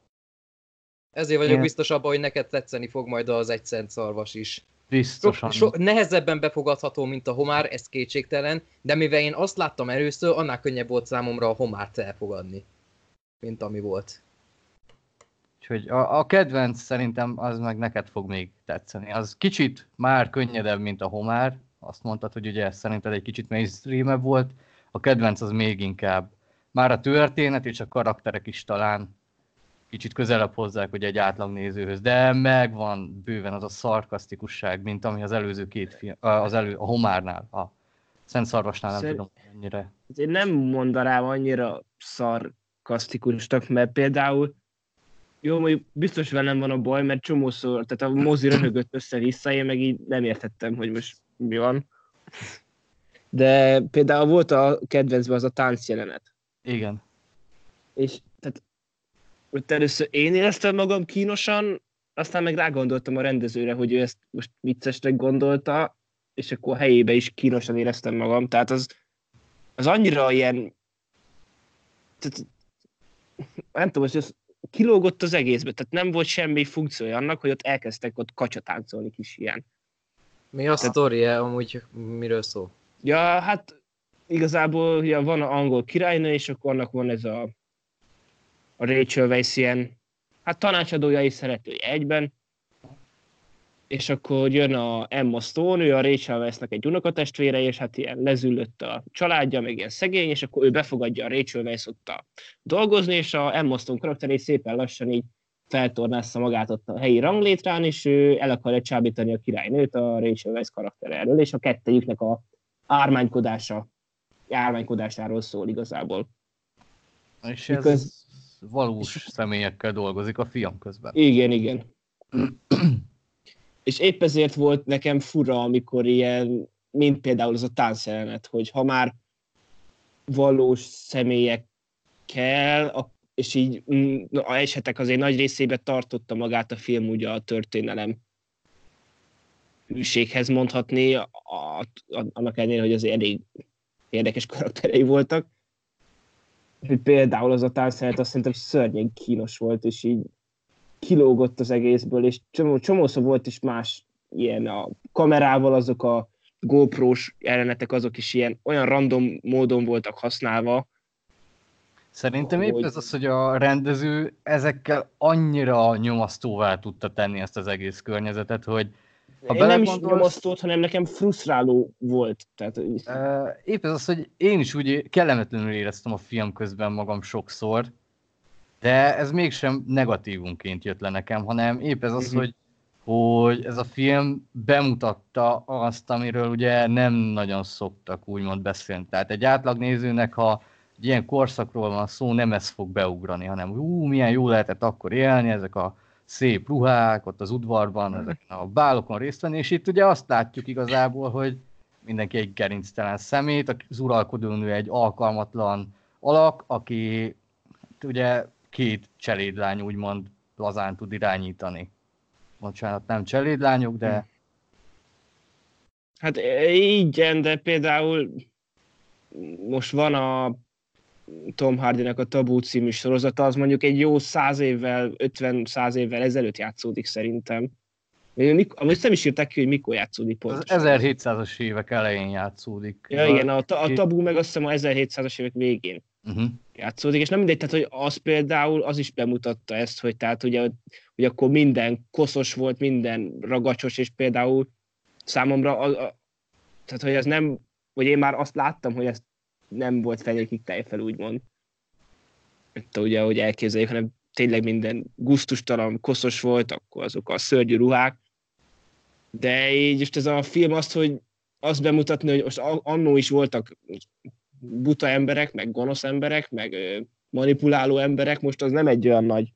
Ezért vagyok Én- biztos abban, hogy neked tetszeni fog majd az egy cent szarvas is. Biztosan. So, so, nehezebben befogadható, mint a Homár, ez kétségtelen, de mivel én azt láttam először, annál könnyebb volt számomra a Homárt elfogadni, mint ami volt. Úgyhogy a, a kedvenc szerintem az meg neked fog még tetszeni. Az kicsit már könnyedebb, mint a Homár. Azt mondtad, hogy ugye szerinted egy kicsit mainstreamebb volt. A kedvenc az még inkább. Már a történet és a karakterek is talán kicsit közelebb hozzák ugye egy átlagnézőhöz. De megvan bőven az a szarkasztikusság, mint ami az előző két film, az elő, a Homárnál, a Szent Szarvasnál nem Szer- tudom ennyire. Én nem mondanám annyira szarkasztikusnak, mert például jó, mondjuk biztos velem van a baj, mert csomószor, tehát a mozi röhögött össze-vissza, én meg így nem értettem, hogy most mi van. De például volt a kedvencben az a tánc jelenet. Igen. És tehát ott először én éreztem magam kínosan, aztán meg rágondoltam a rendezőre, hogy ő ezt most viccesre gondolta, és akkor helyébe is kínosan éreztem magam. Tehát az, az annyira ilyen... Tehát, nem tudom, hogy ez kilógott az egészbe, tehát nem volt semmi funkciója annak, hogy ott elkezdtek ott kacsatáncolni kis ilyen. Mi a sztoria, amúgy miről szól? Ja, hát igazából ja, van a angol királynő, és akkor annak van ez a, a Rachel Weisz ilyen, hát tanácsadója és szeretője egyben, és akkor jön a Emma Stone, ő a Rachel Weisznek egy unokatestvére, és hát ilyen lezüllött a családja, meg ilyen szegény, és akkor ő befogadja a Rachel Weisz ott a dolgozni, és a Emma Stone karakterét szépen lassan így feltornázza magát ott a helyi ranglétrán, és ő el akarja csábítani a királynőt a Rachel Weisz karaktere erről, és a kettejüknek a ármánykodása, ármánykodásáról szól igazából. És ez Miköz... valós személyekkel dolgozik a film közben. Igen, igen. És épp ezért volt nekem fura, amikor ilyen, mint például az a táncjelenet, hogy ha már valós személyekkel, és így a esetek azért nagy részében tartotta magát a film ugye a történelem hűséghez mondhatni, a, a, annak ellenére, hogy azért elég érdekes karakterei voltak. Hogy például az a táncjelenet azt szerintem szörnyen kínos volt, és így kilógott az egészből, és csomó, csomószor volt is más ilyen a kamerával, azok a GoPro-s jelenetek, azok is ilyen olyan random módon voltak használva. Szerintem épp hogy... ez az, hogy a rendező ezekkel annyira nyomasztóvá tudta tenni ezt az egész környezetet, hogy ha én nem is nyomasztót, hanem nekem frusztráló volt. Tehát... Uh, épp ez az, hogy én is úgy kellemetlenül éreztem a film közben magam sokszor, de ez mégsem negatívunként jött le nekem, hanem épp ez az, uh-huh. hogy, hogy ez a film bemutatta azt, amiről ugye nem nagyon szoktak úgymond beszélni. Tehát egy átlagnézőnek, ha egy ilyen korszakról van szó, nem ez fog beugrani, hanem ú, milyen jó lehetett akkor élni, ezek a szép ruhák, ott az udvarban, ezeken a bálokon részt venni, és itt ugye azt látjuk igazából, hogy mindenki egy gerinctelen szemét, az uralkodónő egy alkalmatlan alak, aki ugye két cselédlány úgymond lazán tud irányítani. Bocsánat, nem cselédlányok, de... Hát igen, de például most van a Tom Hardynek a Tabú című sorozata, az mondjuk egy jó száz évvel, ötven-száz évvel ezelőtt játszódik szerintem. Amúgy nem is írták ki, hogy mikor játszódik pontosan. Az ezerhétszázas évek elején játszódik. Ja, igen, a, a Tabú meg azt hiszem a ezerhétszázas évek végén uh-huh. játszódik, és nem mindegy, tehát hogy az például, az is bemutatta ezt, hogy tehát ugye, hogy akkor minden koszos volt, minden ragacsos, és például számomra, a, a, tehát hogy ez nem, vagy én már azt láttam, hogy ez nem volt fenékig tejfel, úgymond. Itt ugye, hogy elképzeljük, hanem tényleg minden gusztustalan, koszos volt, akkor azok a szörnyű ruhák. De így most ez a film azt, hogy azt bemutatni, hogy most annó is voltak buta emberek, meg gonosz emberek, meg manipuláló emberek, most az nem egy olyan nagy...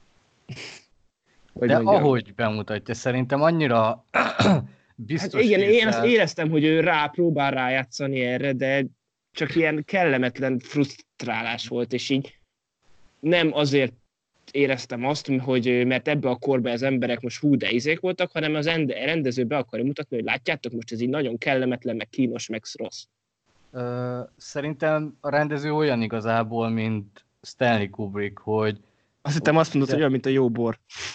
De mondjam. Ahogy bemutatja, szerintem annyira biztos... Hát igen, én azt éreztem, hogy ő rá próbál rájátszani erre, de csak ilyen kellemetlen frusztrálás volt, és így nem azért éreztem azt, hogy mert ebbe a korban az emberek most hú de izék voltak, hanem az rendező be akarja mutatni, hogy látjátok, most ez így nagyon kellemetlen, meg kínos, meg rossz. Ö, szerintem a rendező olyan igazából, mint Stanley Kubrick, hogy... Azt hittem azt mondod, de... hogy olyan, mint a jó bor.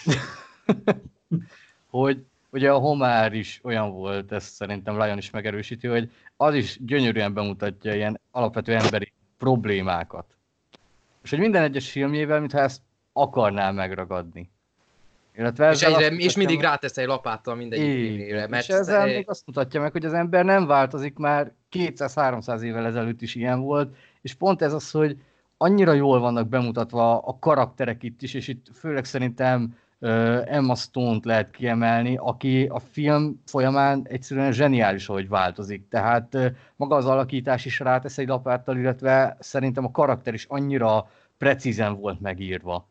hogy ugye a homár is olyan volt, ezt szerintem Ryan is megerősíti, hogy az is gyönyörűen bemutatja ilyen alapvető emberi problémákat. És hogy minden egyes filmjével, mintha ezt akarná megragadni. Illetve és, egyre, és mindig rátesz egy lapáttal mindegyik filmjére. És ezzel e... még azt mutatja meg, hogy az ember nem változik, már kétszáz-háromszáz évvel ezelőtt is ilyen volt, és pont ez az, hogy annyira jól vannak bemutatva a karakterek itt is, és itt főleg szerintem uh, Emma Stone-t lehet kiemelni, aki a film folyamán egyszerűen zseniális, ahogy változik. Tehát uh, maga az alakítás is rátesz egy lapáttal, illetve szerintem a karakter is annyira precízen volt megírva.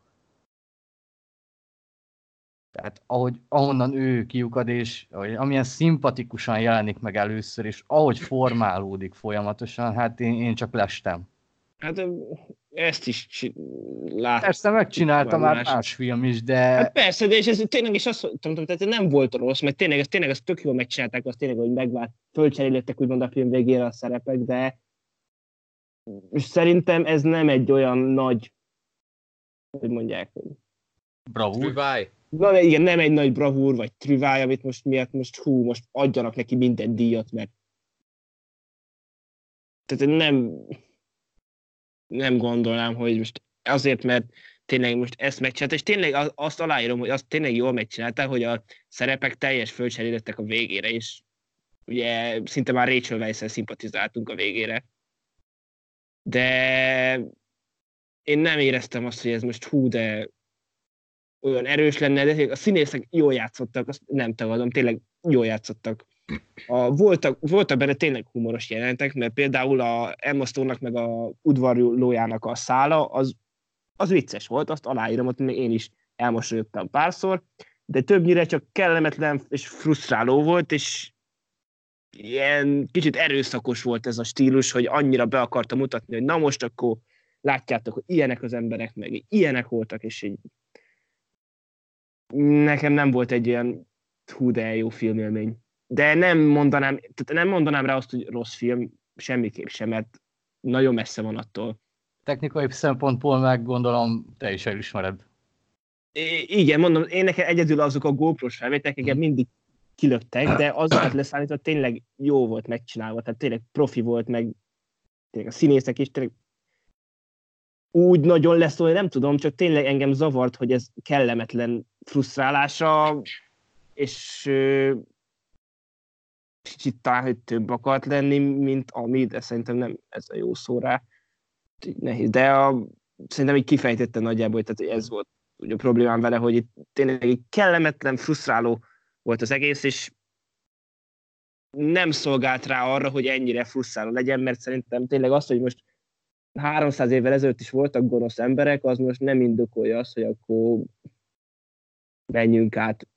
Tehát ahogy, ahonnan ő kiukad, és ahogy, amilyen szimpatikusan jelenik meg először, és ahogy formálódik folyamatosan, hát én, én csak lestem. Hát ezt is láttam. Persze megcsinálta már más. más film is, de... Hát persze, de és ez tényleg is azt mondtam, tehát nem volt rossz, mert tényleg, ez, tényleg ezt tök jól megcsinálták, azt tényleg, hogy megvált, fölcserélődtek úgymond a film végére a szerepek, de szerintem ez nem egy olyan nagy, hogy mondják, hogy... Bravúr? Trüváj? Na, igen, nem egy nagy bravúr, vagy trüváj, amit most miatt most hú, most adjanak neki minden díjat, mert tehát nem nem gondolnám, hogy most azért, mert tényleg most ezt megcsinálta, és tényleg azt aláírom, hogy azt tényleg jól megcsinálta, hogy a szerepek teljes fölcserélődtek a végére, és ugye szinte már Rachel Weisz-szel szimpatizáltunk a végére. De én nem éreztem azt, hogy ez most hú, de olyan erős lenne, de a színészek jól játszottak, azt nem tagadom, tényleg jól játszottak. A, voltak, voltak benne tényleg humoros jelenetek, mert például a Emma Stone-nak meg a udvarlójának a szála, az, az vicces volt, azt aláírom, ott még én is elmosolyodtam párszor, de többnyire csak kellemetlen és frusztráló volt, és ilyen kicsit erőszakos volt ez a stílus, hogy annyira be akarta mutatni, hogy na most akkor látjátok, hogy ilyenek az emberek, meg ilyenek voltak, és így nekem nem volt egy ilyen hú, de jó filmélmény. De nem mondanám, tehát nem mondanám rá azt, hogy rossz film, semmiképp sem, mert nagyon messze van attól. Technikai szempontból meg gondolom, te is elismered. I- igen, mondom, én nekem egyedül azok a GoPro-s felvételek, engem mindig kilöktek, de azokat leszállítva tényleg jó volt megcsinálva, tehát tényleg profi volt, meg tényleg a színészek is tényleg úgy nagyon leszólni, nem tudom, csak tényleg engem zavart, hogy ez kellemetlen frusztrálása, és kicsit talán, hogy több akart lenni, mint ami, de szerintem nem ez a jó szó rá. Nehéz. De a, szerintem így kifejtette nagyjából, hogy ez volt ugye a problémám vele, hogy itt tényleg egy kellemetlen, frusztráló volt az egész, és nem szolgált rá arra, hogy ennyire frusztráló legyen, mert szerintem tényleg az, hogy most háromszáz évvel ezelőtt is voltak gonosz emberek, az most nem indokolja azt, hogy akkor menjünk át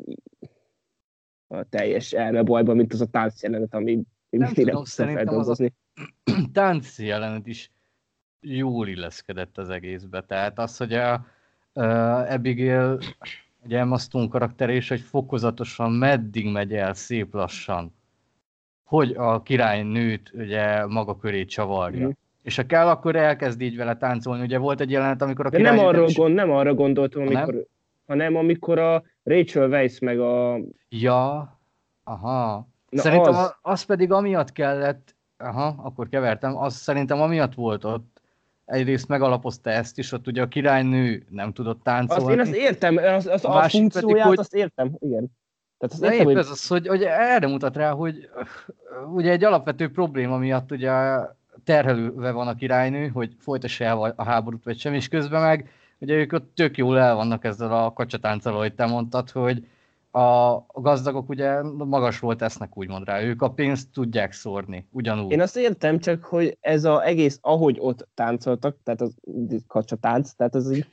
a teljes elmebajba, mint az a táncjelenet, ami nem tudom, szerintem az a táncjelenet is jól illeszkedett az egészbe. Tehát az, hogy a uh, Abigail, ugye Emma Stone karakter, és hogy fokozatosan meddig megy el szép lassan, hogy a királynőt ugye maga köré csavarja. Mm. És ha kell, akkor elkezd így vele táncolni. Ugye volt egy jelenet, amikor a királynő... Nem, arra is... gond, nem arra gondoltam, amikor... Nem? hanem amikor a Rachel Weisz meg a... Ja, aha. Na szerintem az... az pedig amiatt kellett, aha, akkor kevertem, az szerintem amiatt volt ott, egyrészt megalapozta ezt is, ott ugye a királynő nem tudott táncolni. Azt én azt értem, az, az a, a funkcióját pedig, hogy... azt értem, igen. Tehát az értem, hogy... ez az, hogy, hogy erre mutat rá, hogy ugye egy alapvető probléma miatt ugye terhelőve van a királynő, hogy folytassa el a háborút vagy sem, és közben meg ugye ők ott tök jól el vannak ezzel a kacsatánccal, ahogy te mondtad, hogy a gazdagok ugye magas volt esznek úgymond rá, ők a pénzt tudják szórni, ugyanúgy. Én azt értem, csak hogy ez az egész, ahogy ott táncoltak, tehát az kacsatánc, tehát az így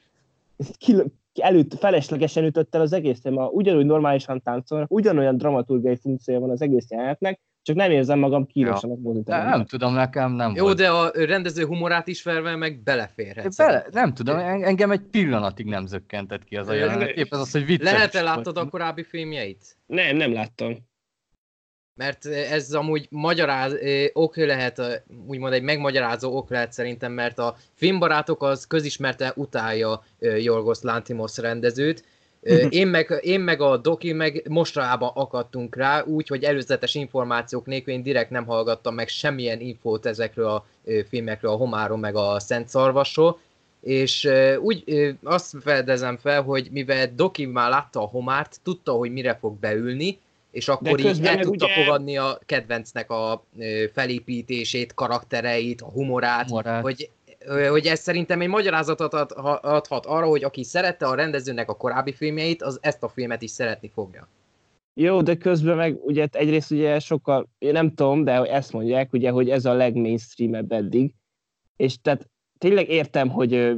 előtt feleslegesen ütött el az egész, ma ugyanúgy normálisan táncolnak, ugyanolyan dramaturgiai funkciója van az egész jelenetnek, csak nem érzem magam kínosan ja. a moziteremben. Nem tudom, nekem nem Jó, volt. de a rendező humorát ismerve meg beleférhet. Bele, nem tudom, engem egy pillanatig nem zökkentett ki az a jelenet. Épp ez az, hogy vicces. Lehet-e láttad a korábbi filmjeit? Nem, nem láttam. Mert ez amúgy magyaráz, ok lehet, úgymond egy megmagyarázó ok lehet szerintem, mert a Filmbarátok az közismerte utálja Yorgos Lanthimos rendezőt. Én meg, én meg a Doki meg mostanában akadtunk rá, úgy, hogy előzetes információk nélkül én direkt nem hallgattam meg semmilyen infót ezekről a filmekről, a Homáról meg a Szent Szarvasról, és úgy azt fedezem fel, hogy mivel Doki már látta a Homárt, tudta, hogy mire fog beülni, és akkor így el tudta ugye... fogadni a kedvencnek a felépítését, karaktereit, a humorát, humorát. Hogy, hogy ez szerintem egy magyarázatot ad, adhat arra, hogy aki szerette a rendezőnek a korábbi filmjeit, az ezt a filmet is szeretni fogja. Jó, de közben meg ugye egyrészt ugye sokkal, én nem tudom, de ezt mondják, ugye, hogy ez a legmainstreamebb eddig, és tehát tényleg értem, hogy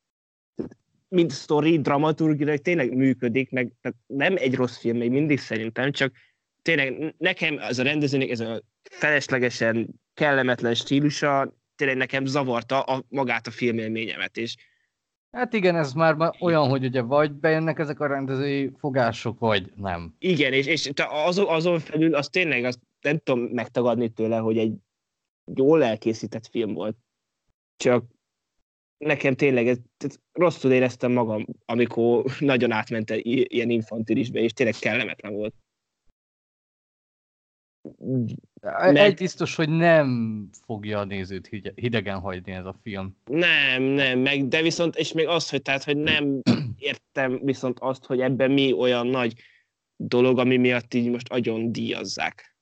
mint sztori, dramaturgilag tényleg működik, meg tehát nem egy rossz film, még mindig szerintem, csak tényleg nekem az a rendezőnek ez a feleslegesen kellemetlen stílusa tényleg nekem zavarta a, magát a filmélményemet, és Hát igen, ez már, már olyan, hogy ugye vagy bejönnek ezek a rendezői fogások, vagy nem. igen, és, és azon, azon felül az tényleg, azt nem tudom megtagadni tőle, hogy egy jól elkészített film volt. Csak nekem tényleg ez, rosszul éreztem magam, amikor nagyon átment ilyen infantilisbe, és tényleg kellemetlen volt. Mert... Egy biztos, hogy nem fogja a nézőt hidegen hagyni ez a film. Nem, nem, meg, de viszont, és még az, hogy, tehát, hogy nem értem viszont azt, hogy ebben mi olyan nagy dolog, ami miatt így most agyon díjazzák.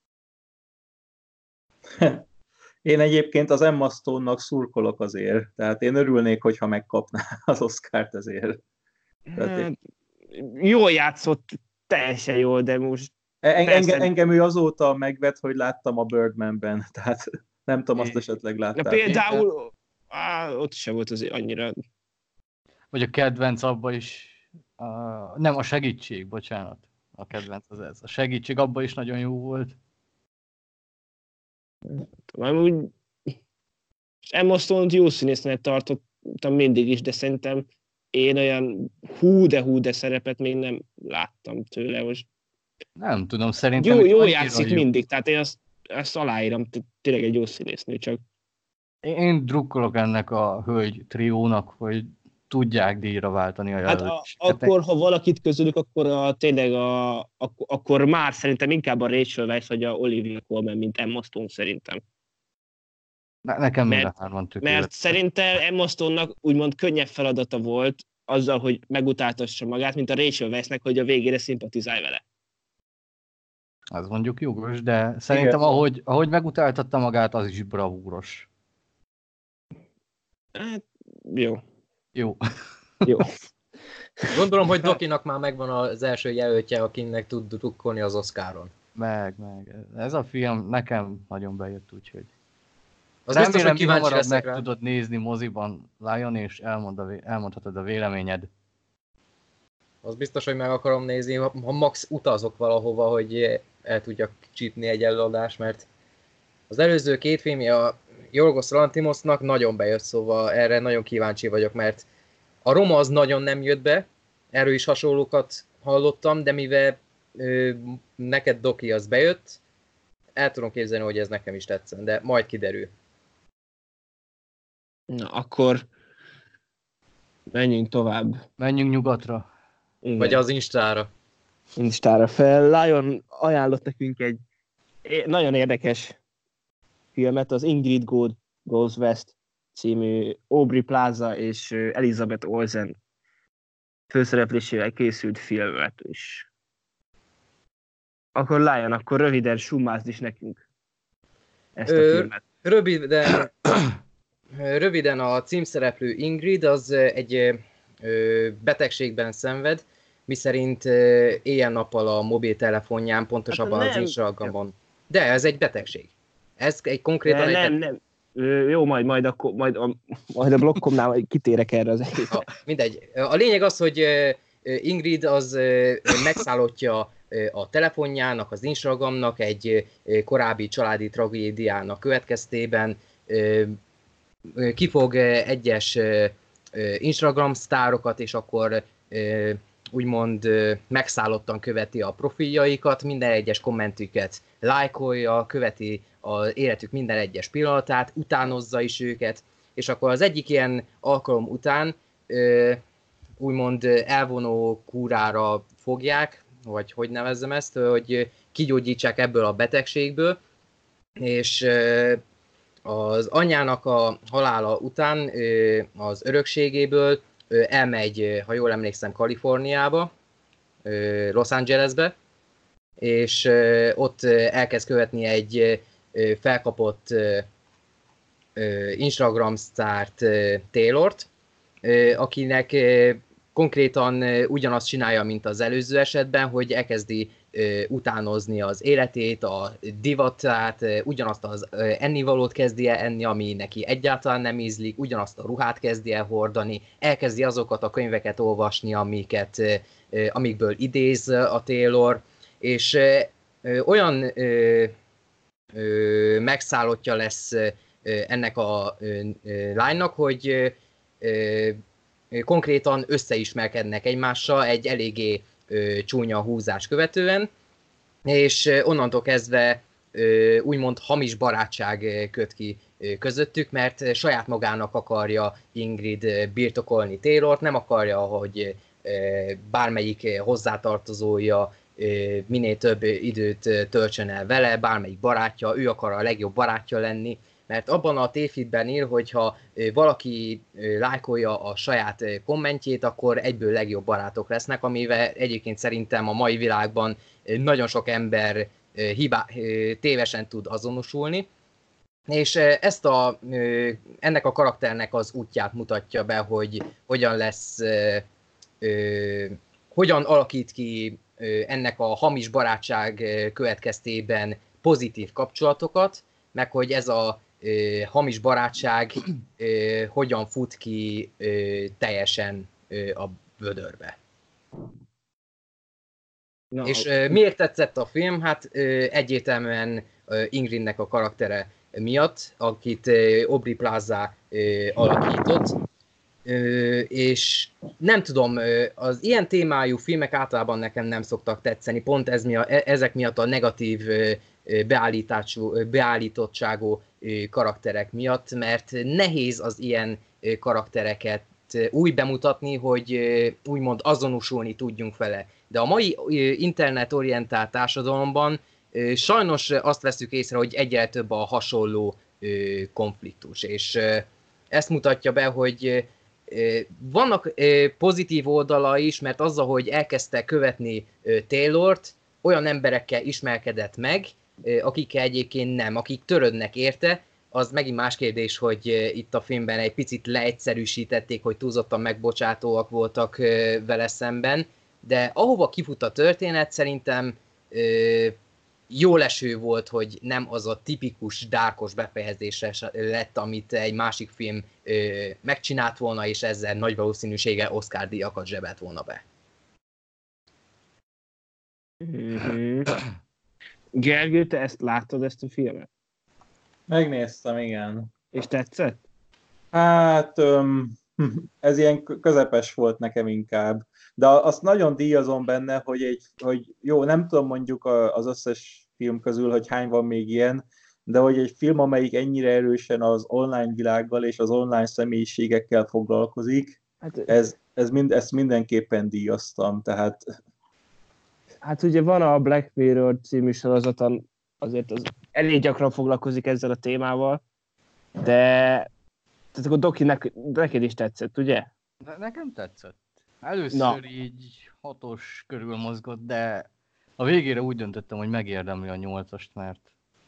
Én egyébként az Emma Stone-nak szurkolok azért, tehát én örülnék, hogyha megkapná az Oscart ezért. Tehát én... Jól játszott, teljesen jól, de most... En, engem, engem ő azóta megvet, hogy láttam a Birdman-ben, tehát nem tudom, azt esetleg látták. Na például, á, ott sem volt azért annyira... Vagy a kedvenc abba is, uh, nem, a segítség, bocsánat, a kedvenc az ez. A segítség abba is nagyon jó volt. Úgy, Emma Stone-t jó színésznek tartottam mindig is, de szerintem én olyan hú de hú de szerepet még nem láttam tőle most. Nem tudom, szerintem... Jó, jó játszik jó. Mindig, tehát én azt, azt aláírom, tényleg egy jó színésznő, csak... Én drukkolok ennek a hölgy triónak, hogy tudják díjra váltani a jelölést. Hát a, akkor, ha valakit közülük, akkor a, tényleg a, akkor, akkor már szerintem inkább a Rachel Weisz vagy a Olivia Colman, mint Emma Stone szerintem. Ne, nekem mind a hárman tökéletes. Mert szerintem Emma Stone-nak úgymond könnyebb feladata volt azzal, hogy megutáltassa magát, mint a Rachel Weisznek, hogy a végére szimpatizálj vele. Az mondjuk jogos, de szerintem ahogy, ahogy megutáltatta magát, az is bravúros. Hát, jó. Jó. Jó. Gondolom, hogy Dokinak már megvan az első jelöltje, akinek tud drukkolni az Oscaron. Meg, meg. Ez a film nekem nagyon bejött, úgyhogy... Az remélem, biztos, hogy kíváncsi leszek meg rá. Tudod nézni moziban, Lion, és elmond a, elmondhatod a véleményed. Az biztos, hogy meg akarom nézni, ha max utazok valahova, hogy el tudjak csípni egy előadást, mert az előző két filmje a Yorgos Lanthimosnak nagyon bejött, szóval erre nagyon kíváncsi vagyok, mert a Roma az nagyon nem jött be, erről is hasonlókat hallottam, de mivel ö, neked Doki az bejött, el tudom képzelni, hogy ez nekem is tetszen, de majd kiderül. Na, akkor menjünk tovább. Menjünk nyugatra. Igen. Vagy az Instára. Instára fel. Lion ajánlott nekünk egy nagyon érdekes filmet, az Ingrid Goes West című Aubrey Plaza és Elizabeth Olsen főszereplésével készült filmet is. Akkor Lion, akkor röviden summázd is nekünk ezt a Ö, filmet. Röviden, röviden a címszereplő Ingrid az egy betegségben szenved, miszerint éjjel-nappal a mobiltelefonján, pontosabban hát az Instagramon. De ez egy betegség. Ez egy konkrétan... Nem, egy... nem. Jó, majd, majd, akkor, majd, a, majd a blokkomnál majd kitérek erre az egészre. Mindegy. A lényeg az, hogy Ingrid az megszállottja a telefonjának, az Instagramnak egy korábbi családi tragédiának következtében, kifog egyes Instagram sztárokat, és akkor úgymond megszállottan követi a profiljaikat, minden egyes kommentüket lájkolja, követi az életük minden egyes pillanatát, utánozza is őket, és akkor az egyik ilyen alkalom után úgymond elvonó kúrára fogják, vagy hogy nevezzem ezt, hogy kigyógyítsák ebből a betegségből, és az anyjának a halála után az örökségéből elmegy, ha jól emlékszem, Kaliforniába, Los Angelesbe, és ott elkezd követni egy felkapott Instagram sztárt, Taylort, akinek konkrétan ugyanazt csinálja, mint az előző esetben, hogy elkezdi utánozni az életét, a divatát, ugyanazt az ennivalót kezdi el enni, ami neki egyáltalán nem ízlik, ugyanazt a ruhát kezdi el hordani, elkezdi azokat a könyveket olvasni, amiket, amikből idéz a Taylor, és olyan megszállottja lesz ennek a lánynak, hogy konkrétan összeismerkednek egymással egy eléggé csúnya húzás követően, és onnantól kezdve úgymond hamis barátság köt ki közöttük, mert saját magának akarja Ingrid birtokolni Taylort, nem akarja, hogy bármelyik hozzátartozója minél több időt töltsön el vele, bármelyik barátja, ő akar a legjobb barátja lenni, mert abban a tévfeedben ír, hogyha valaki lájkolja a saját kommentjét, akkor egyből legjobb barátok lesznek, amivel egyébként szerintem a mai világban nagyon sok ember hibá, tévesen tud azonosulni, és ezt a, ennek a karakternek az útját mutatja be, hogy hogyan lesz, hogyan alakít ki ennek a hamis barátság következtében pozitív kapcsolatokat, meg hogy ez a hamis barátság hogyan fut ki teljesen a vödörbe. No. És miért tetszett a film? Hát egyértelműen Ingridnek a karaktere miatt, akit Aubrey Plaza alakított, és nem tudom, az ilyen témájú filmek általában nekem nem szoktak tetszeni, pont ez miatt, ezek miatt a negatív beállítottságú karakterek miatt, mert nehéz az ilyen karaktereket úgy bemutatni, hogy úgymond azonosulni tudjunk vele. De a mai internetorientált társadalomban sajnos azt veszük észre, hogy egyre több a hasonló konfliktus, és ezt mutatja be, hogy vannak pozitív oldala is, mert azzal, hogy elkezdte követni Taylort, olyan emberekkel ismerkedett meg, akikkel egyébként nem, akik törődnek érte, az megint más kérdés, hogy itt a filmben egy picit leegyszerűsítették, hogy túlzottan megbocsátóak voltak vele szemben, de ahova kifut a történet, szerintem jó leső volt, hogy nem az a tipikus dárkos befejezésre lett, amit egy másik film megcsinált volna, és ezzel nagy valószínűséggel Oscar-díjakat zsebelt volna be. Mm-hmm. Gergő, te ezt láttad, ezt a filmet? Megnéztem, igen. És tetszett? Hát öm, ez ilyen közepes volt nekem inkább. De azt nagyon díjazom benne, hogy, egy, hogy jó, nem tudom mondjuk az összes film közül, hogy hány van még ilyen, de hogy egy film, amelyik ennyire erősen az online világgal és az online személyiségekkel foglalkozik, hát, ez, ez mind, ezt mindenképpen díjaztam, tehát... Hát ugye van a Black Mirror című sorozaton, azért az elég gyakran foglalkozik ezzel a témával, de tehát akkor Doki, neked is tetszett, ugye? De nekem tetszett. Először Na. így hatos körül mozgott, de a végére úgy döntöttem, hogy megérdemli a nyolcast, mert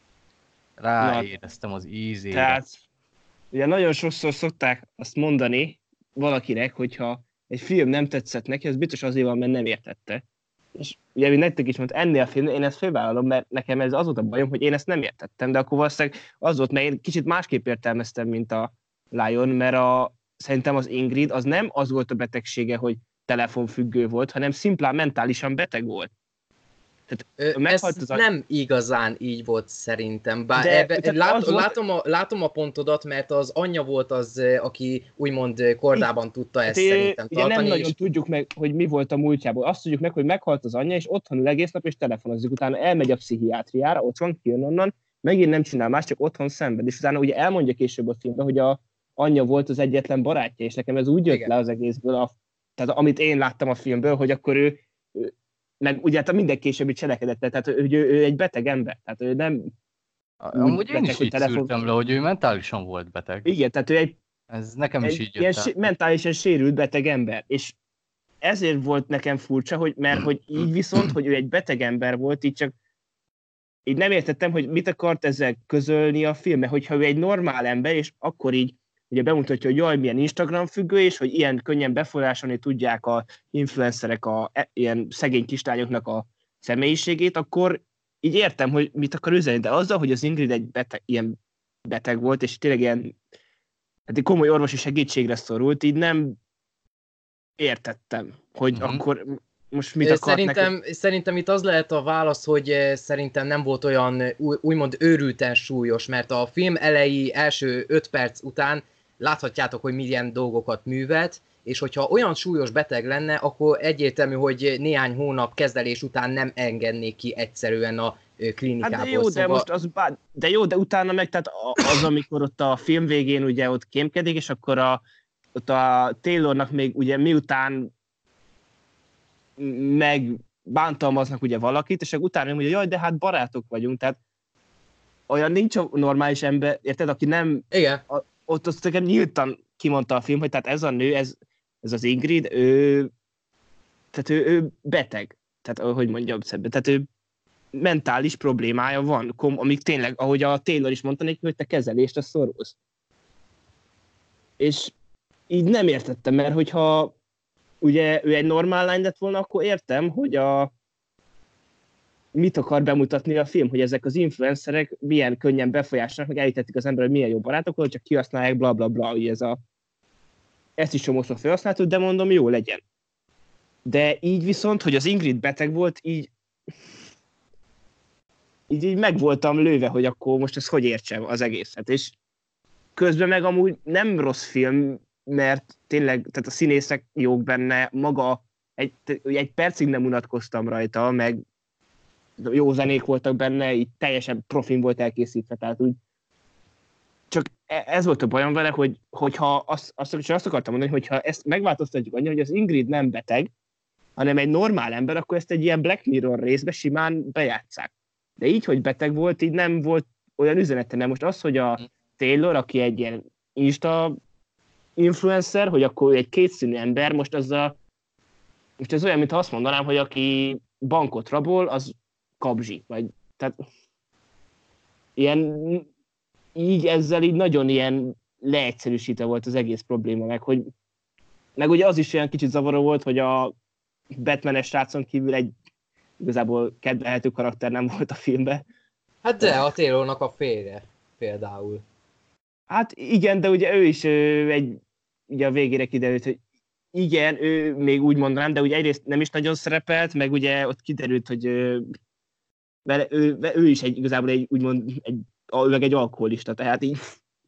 ráéreztem az ízére. Tehát ugye nagyon sokszor szokták azt mondani valakinek, hogyha egy film nem tetszett neki, az biztos azért van, mert nem értette. És ugye nektek is mondta, ennél a filmnél én ezt fölvállalom, mert nekem ez az volt a bajom, hogy én ezt nem értettem, de akkor valószínűleg az volt, mert én kicsit másképp értelmeztem, mint a Lion, mert a, szerintem az Ingrid az nem az volt a betegsége, hogy telefonfüggő volt, hanem szimplán mentálisan beteg volt. Tehát, Ö, ez az nem igazán így volt szerintem, bár de, ebbe, lát, látom, volt... a, látom a pontodat, mert az anyja volt az, aki úgymond kordában így, tudta ezt szerintem ugye tartani. Nem nagyon és... tudjuk meg, hogy mi volt a múltjából. Azt tudjuk meg, hogy meghalt az anyja, és otthon ül egész nap, és telefonozik. Utána elmegy a pszichiátriára, ott van, kijön onnan, megint nem csinál más, csak otthon szenved. És utána ugye elmondja később a filmben, hogy a anyja volt az egyetlen barátja, és nekem ez úgy jött Igen. le az egészből, a, tehát amit én láttam a filmből, hogy akkor ő, ő meg ugye hát a minden későbbi cselekedette, tehát hogy ő, ő egy beteg ember, tehát ő nem... Amúgy beteg, én is így telefon... szűrtem le, hogy ő mentálisan volt beteg. Igen, tehát ő egy... Ez nekem egy is így ilyen jött sé- mentálisan sérült beteg ember, és ezért volt nekem furcsa, hogy, mert hogy így viszont, hogy ő egy beteg ember volt, így csak így nem értettem, hogy mit akart ezzel közölni a film, mert hogyha ő egy normál ember, és akkor így ugye bemutatja, hogy jaj, milyen Instagram függő, és hogy ilyen könnyen befolyásolni tudják a influencerek a e, ilyen szegény kislányoknak a személyiségét, akkor így értem, hogy mit akar üzenni, de azzal, hogy az Ingrid egy beteg, ilyen beteg volt, és tényleg ilyen hát egy komoly orvosi segítségre szorult, így nem értettem, hogy uh-huh. akkor most mit akart szerintem, neked? szerintem itt az lehet a válasz, hogy szerintem nem volt olyan új, úgymond őrülten súlyos, mert a film elejé első öt perc után láthatjátok, hogy milyen dolgokat művelt, és hogyha olyan súlyos beteg lenne, akkor egyértelmű, hogy néhány hónap kezelés után nem engednék ki egyszerűen a klinikából. Hát de jó, szóval... de most az bár, de jó, de utána meg, tehát az, amikor ott a film végén ugye ott kémkedik, és akkor a, ott a Taylornak még ugye miután meg bántalmaznak ugye valakit, és utána mondja, jaj, de hát barátok vagyunk, tehát olyan nincs a normális ember, érted, aki nem... Igen. A, ott azt nekem nyíltan kimondta a film, hogy tehát ez a nő, ez, ez az Ingrid, ő, tehát ő, ő beteg, tehát hogy mondjam szebben, tehát ő mentális problémája van, amíg tényleg, ahogy a Taylor is mondta neki, hogy te kezelést a szorulsz. És így nem értettem, mert hogyha ugye ő egy normál lány lett volna, akkor értem, hogy a mit akar bemutatni a film, hogy ezek az influencerek milyen könnyen befolyásolnak, meg elítették az ember, hogy milyen jó barátok, hogy csak kihasználják, bla bla bla, hogy ez a ezt is csomószor felhasználtuk, de mondom, jó legyen. De így viszont, hogy az Ingrid beteg volt, így így, így meg voltam lőve, hogy akkor most ezt hogy értsem az egészet. És közben meg amúgy nem rossz film, mert tényleg, tehát a színészek jók benne, maga egy, egy percig nem unatkoztam rajta, meg jó zenék voltak benne, így teljesen profin volt elkészítve, tehát úgy csak ez volt a bajom vele, hogy, hogyha azt, azt, azt akartam mondani, hogyha ezt megváltoztatjuk annyira, hogy az Ingrid nem beteg, hanem egy normál ember, akkor ezt egy ilyen Black Mirror részbe simán bejátsszák. De így, hogy beteg volt, így nem volt olyan üzenete. Nem most az, hogy a Taylor, aki egy ilyen Insta influencer, hogy akkor egy kétszínű ember, most az a, most ez olyan, mintha azt mondanám, hogy aki bankot rabol, az kabzsi. Vagy, tehát ilyen, így ezzel így nagyon ilyen leegyszerűsítve volt az egész probléma, meg hogy meg ugye az is olyan kicsit zavaró volt, hogy a Batman-es srácon kívül egy igazából kedvelhető karakter nem volt a filmben. Hát de a Taylornak a férje például. Hát igen, de ugye ő is ő, egy, ugye a végére kiderült, hogy igen, ő még úgy mondanám, de ugye egyrészt nem is nagyon szerepelt, meg ugye ott kiderült, hogy ő, ő, ő, ő is egy, igazából egy, úgymond egy, meg egy alkoholista, tehát így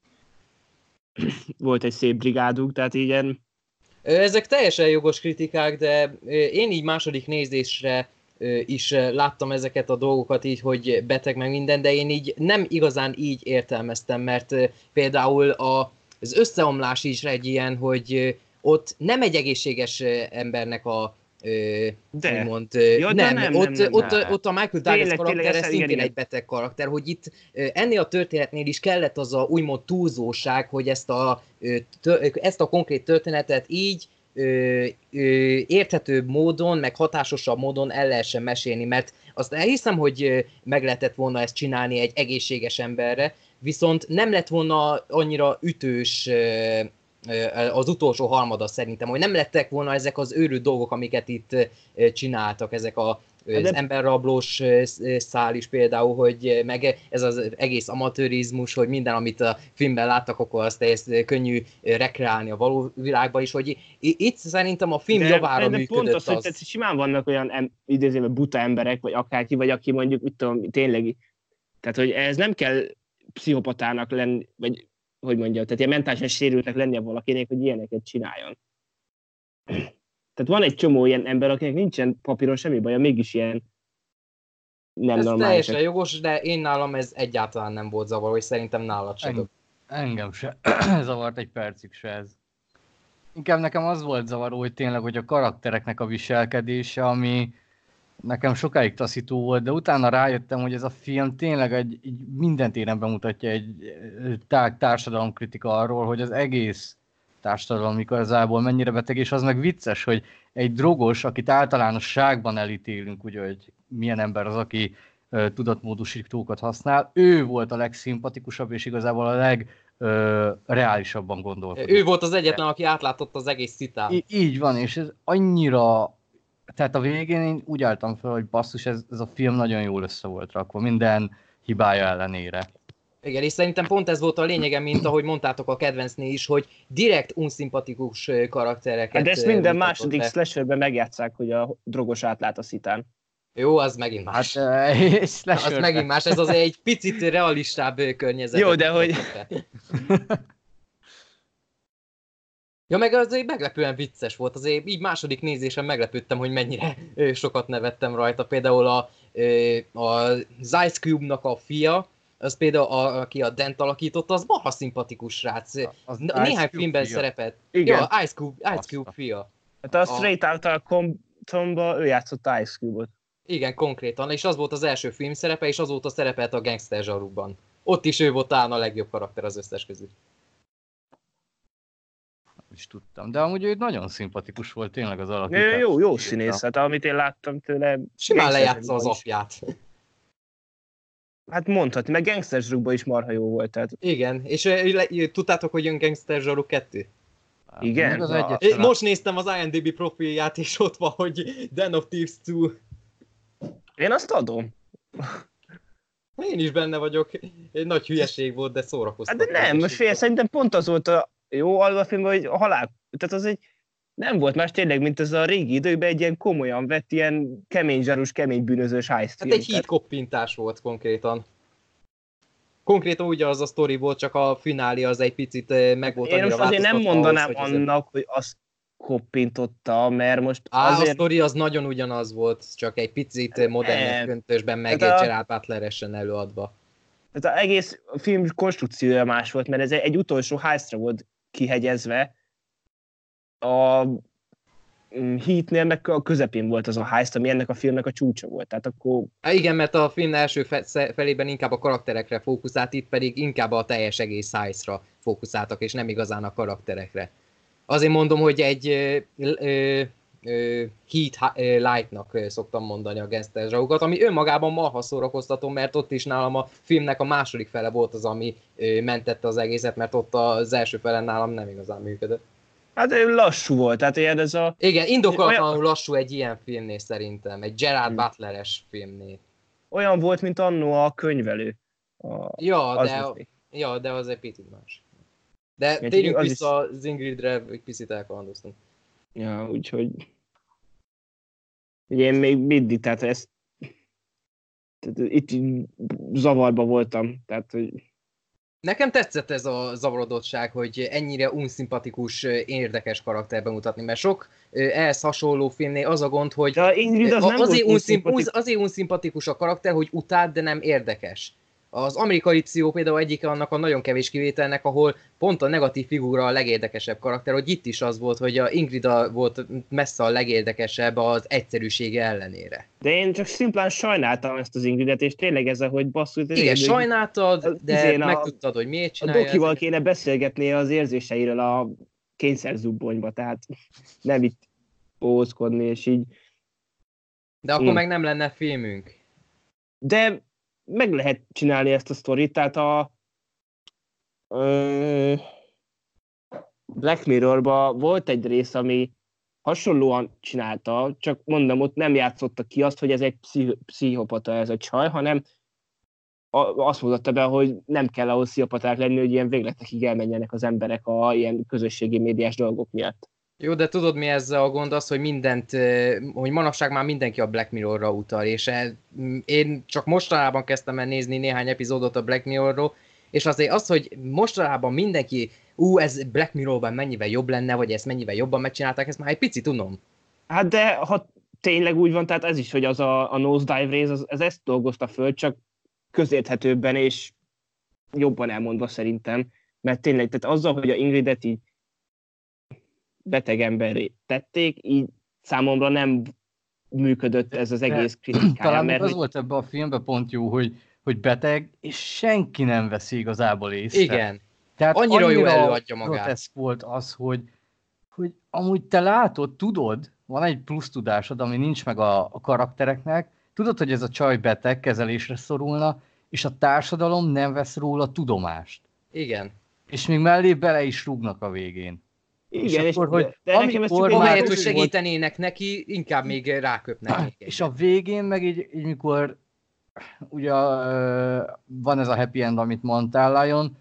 volt egy szép brigáduk, tehát ilyen. Ezek teljesen jogos kritikák, de én így második nézésre is láttam ezeket a dolgokat így, hogy beteg meg minden, de én így nem igazán így értelmeztem, mert például a, az összeomlás is egy ilyen, hogy ott nem egy egészséges embernek a de. úgymond, ja, nem, nem, ott, nem, nem, ott, nem. ott a Michael Douglas karakter szintén igen, egy beteg karakter, hogy itt ennél a történetnél is kellett az a úgymond túlzóság, hogy ezt a, ezt a konkrét történetet így Ö, ö, érthetőbb módon, meg hatásosabb módon el lehessen mesélni, mert azt elhiszem, hogy meg lehetett volna ezt csinálni egy egészséges emberre, viszont nem lett volna annyira ütős ö, ö, az utolsó harmada szerintem, hogy nem lettek volna ezek az őrült dolgok, amiket itt ö, csináltak, ezek a az de... emberrablós szál is például, hogy meg ez az egész amatőrizmus, hogy minden, amit a filmben láttak, akkor azt ezt könnyű rekreálni a való világban is, hogy itt szerintem a film de, javára de működött pont az. az... Hogy simán vannak olyan em, idézőben buta emberek, vagy akárki, vagy aki mondjuk, mit tudom, tényleg, tehát hogy ez nem kell pszichopatának lenni, vagy hogy mondja, tehát ilyen mentálisan sérültnek lennie valakinek, hogy ilyeneket csináljon. Tehát van egy csomó ilyen ember, akinek nincsen papíron semmi baja, mégis ilyen nem ez normális. Ez teljesen jogos, de én nálam ez egyáltalán nem volt zavaró, és szerintem nálad se. Eng- engem se zavart egy percig se ez. Inkább nekem az volt zavaró, hogy tényleg, hogy a karaktereknek a viselkedése, ami nekem sokáig taszító volt, de utána rájöttem, hogy ez a film tényleg egy, egy minden téren bemutatja egy tá- társadalomkritika arról, hogy az egész társadalom igazából mennyire beteg, és az meg vicces, hogy egy drogos, akit általánosságban elítélünk, ugye, hogy milyen ember az, aki uh, tudatmódosítókat használ, ő volt a legszimpatikusabb, és igazából a legreálisabban uh, gondolkodott. Ő volt az egyetlen, aki átlátott az egész szitát. Í- így van, és ez annyira... Tehát a végén én úgy álltam fel, hogy basszus, ez, ez a film nagyon jól össze volt rakva, minden hibája ellenére. Igen, és szerintem pont ez volt a lényege, mint ahogy mondtátok a kedvencnél is, hogy direkt unszimpatikus karaktereket hát de ezt minden mutatott második be. slasherben megjátszák, hogy a drogos átlát a szitán. Jó, az megint más. Hát, az megint más, ez azért egy picit realistább környezet. Jó, de hogy... Ja, meg azért meglepően vicces volt, azért így második nézésen meglepődtem, hogy mennyire sokat nevettem rajta. Például a, a Ice Cube-nak a fia, az például, a, aki a Dent alakította, az marha szimpatikus srác. Az Néhány filmben fia. szerepelt. Igen. Ja, Ice Cube, Ice Cube fia. Hát a Straight Outta Compton-ba ő játszott Ice Cube-ot. Igen, konkrétan, és az volt az első film szerepe, és azóta szerepelt a Gangster zsarukban. Ott is ő volt talán a legjobb karakter az összes közül. Is tudtam, de amúgy ő nagyon szimpatikus volt tényleg az alakítás. Jó, jó, jó színész, hát amit én láttam tőle... Simán lejátsza az apját. Hát mondhatni, meg Gangster zsarukban is marha jó volt. Tehát... Igen, és le, tudtátok, hogy jön Gangster zsaruk kettő? Igen? Az Na, egyet most néztem az I M D B profilját, és ott van, hogy Den of Thieves kettő. Én azt adom. Én is benne vagyok. Egy nagy hülyeség volt, de szórakoztam. Hát de nem, most fél, szerintem pont az volt a jó alvafilm, hogy a halál... Tehát az egy... Nem volt más tényleg, mint ez a régi időkben egy ilyen komolyan vett, ilyen kemény zsarus, kemény bűnözős heist film. Hát egy híd koppintás volt konkrétan. Konkrétan ugyanaz a sztori volt, csak a finálé az egy picit meg volt. Én most azért nem mondanám ahhoz, annak, hogy azt koppintotta, mert most Á, azért... a sztori az nagyon ugyanaz volt, csak egy picit modern köntösben, meg egy a... Gerard Butler-esen előadva. Tehát az egész film konstrukciója más volt, mert ez egy utolsó heistra volt kihegyezve. A Heatnél meg a közepén volt az a heist, ami ennek a filmnek a csúcsa volt. Tehát akkor... Há, igen, mert a film első fe- felében inkább a karakterekre fókuszált, itt pedig inkább a teljes egész heistra fókuszáltak, és nem igazán a karakterekre. Azért mondom, hogy egy ö, ö, ö, Heat Light-nak szoktam mondani a Gangster zsarukat, ami önmagában marha szórakoztató, mert ott is nálam a filmnek a második fele volt az, ami ö, mentette az egészet, mert ott az első fele nálam nem igazán működött. Hát lassú volt, tehát ilyen ez a... Igen, indokolatlanul olyan... lassú egy ilyen filmnél szerintem, egy Gerard hmm. Butler-es filmnél. Olyan volt, mint annó a könyvelő. A... Ja, de, ja, de az egy picit más. De ja, térjünk az vissza is... az Ingridre, egy picit elkalandoztunk. Ja, úgyhogy... Ugye én még mindig, tehát ezt... Tehát itt zavarba voltam, tehát hogy... Nekem tetszett ez a zavarodottság, hogy ennyire unszimpatikus, érdekes karakterben mutatni, mert sok ehhez hasonló filmnél az a gond, hogy de Ingrid az nem azért, unszimpatikus. azért unszimpatikus a karakter, hogy utáld, de nem érdekes. Az Amerikai Pszichó például egyike annak a nagyon kevés kivételnek, ahol pont a negatív figura a legérdekesebb karakter, hogy itt is az volt, hogy a Ingrid volt messze a legérdekesebb az egyszerűsége ellenére. De én csak szimplán sajnáltam ezt az Ingridet, és tényleg ez, hogy basszus... Igen, én, sajnáltad, de megtudtad, hogy miért csinálja. A Dokival ezeket. Kéne beszélgetni az érzéseiről a kényszerzubbonyba, tehát nem itt ózkodni, és így... De akkor hmm. meg nem lenne filmünk. De... meg lehet csinálni ezt a sztorit, tehát a ö, Black Mirrorban volt egy rész, ami hasonlóan csinálta, csak mondom, ott nem játszotta ki azt, hogy ez egy pszich- pszichopata ez a csaj, hanem a, azt mutatta be, hogy nem kell ahhoz pszichopaták lenni, hogy ilyen végletekig elmenjenek az emberek a ilyen közösségi médiás dolgok miatt. Jó, de tudod mi ezzel a gond az, hogy mindent, hogy manapság már mindenki a Black Mirrorra utal, és én csak mostanában kezdtem el nézni néhány epizódot a Black Mirrorról, és azért az, hogy mostanában mindenki, ú, ez Black Mirrorban mennyivel jobb lenne, vagy ezt mennyivel jobban megcsinálták, ezt már egy picit tudom. Hát de ha tényleg úgy van, tehát ez is, hogy az a, a Nosedive rész, az, ez ezt dolgozta föl, csak közérthetőbben és jobban elmondva szerintem, mert tényleg, tehát azzal, hogy a Ingridet így beteg emberré tették, így számomra nem működött ez az egész kritikája. Talán mert az hogy... volt ebben a filmben pont jó, hogy, hogy beteg, és senki nem veszi igazából észre. Igen. Tehát annyira, annyira jó előadja magát. Ez volt az, hogy, hogy amúgy te látod, tudod, van egy plusz tudásod, ami nincs meg a, a karaktereknek, tudod, hogy ez a csaj beteg, kezelésre szorulna, és a társadalom nem vesz róla tudomást. Igen. És még mellé bele is rúgnak a végén. Igen, és, akkor, hogy de, de nekem ez csak ahelyett, hogy segítenének neki, inkább még ráköpnek. És a végén meg így, így mikor ugye van ez a happy end, amit mondtál, Lion,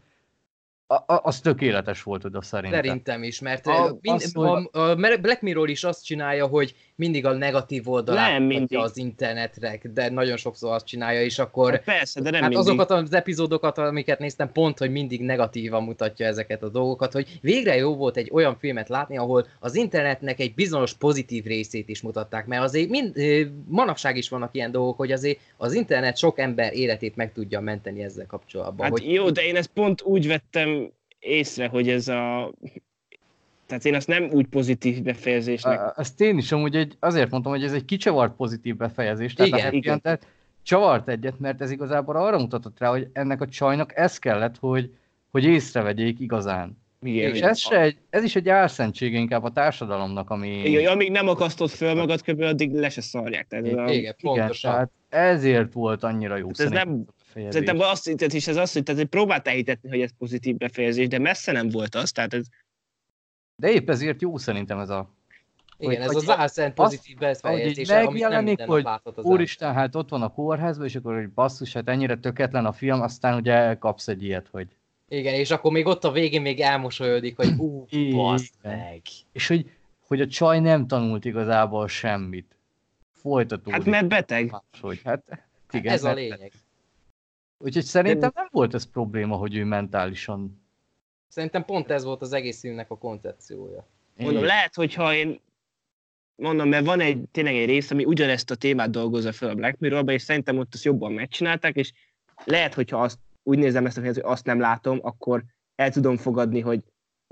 az tökéletes volt oda szerintem. Szerintem is, mert a, mind, az, a, a Black Mirror is azt csinálja, hogy mindig a negatív oldalát mutatja az internetre, de nagyon sokszor azt csinálja, és akkor hát persze, de nem hát mindig. Azokat az epizódokat, amiket néztem, pont, hogy mindig negatívan mutatja ezeket a dolgokat, hogy végre jó volt egy olyan filmet látni, ahol az internetnek egy bizonyos pozitív részét is mutatták, mert azért mind, manapság is vannak ilyen dolgok, hogy azért az internet sok ember életét meg tudja menteni ezzel kapcsolatban. Hát hogy... jó, de én ezt pont úgy vettem észre, hogy ez a... Tehát én azt nem úgy pozitív befejezésnek... Ezt én is amúgy egy, azért mondtam, hogy ez egy kicsavart pozitív befejezés. Tehát igen, igen. Tehát csavart egyet, mert ez igazából arra mutatott rá, hogy ennek a csajnak ez kellett, hogy, hogy észrevegyék igazán. Igen, és ez, se egy, ez is egy álszentsége inkább a társadalomnak, ami... Igen, amíg nem akasztott föl magad kb. Addig le se szarják. Tehát igen, a... igen, pontosan. Igen, tehát ezért volt annyira jó. Hát ez nem... Szerintem azt hitted, és ez azt hitted, hogy próbált elhitetni, hogy ez pozitív befejezés, de messze nem volt az, tehát ez... De épp ezért jó szerintem ez a... Igen, hogy, ez az álszent pozitív befejezés, megjelenik, hogy úristen, hát ott van a kórházban, és akkor, hogy basszus, hát ennyire tökéletlen a film, aztán ugye kapsz egy ilyet, hogy... Igen, és akkor még ott a végén még elmosolyodik, hogy ú, baszd meg. És hogy, hogy a csaj nem tanult igazából semmit. Folytatódik. Hát mert beteg. Máshogy. Hát, igen, ez a lényeg. Úgyhogy szerintem nem volt ez probléma, hogy ő mentálisan... Szerintem pont ez volt az egész filmnek a koncepciója. Mondom, lehet, hogyha én... Mondom, mert van egy, tényleg egy rész, ami ugyanezt a témát dolgozza fel a Black Mirrorba, és szerintem ott azt jobban megcsinálták, és lehet, hogyha azt úgy nézem ezt a filmet, hogy azt nem látom, akkor el tudom fogadni, hogy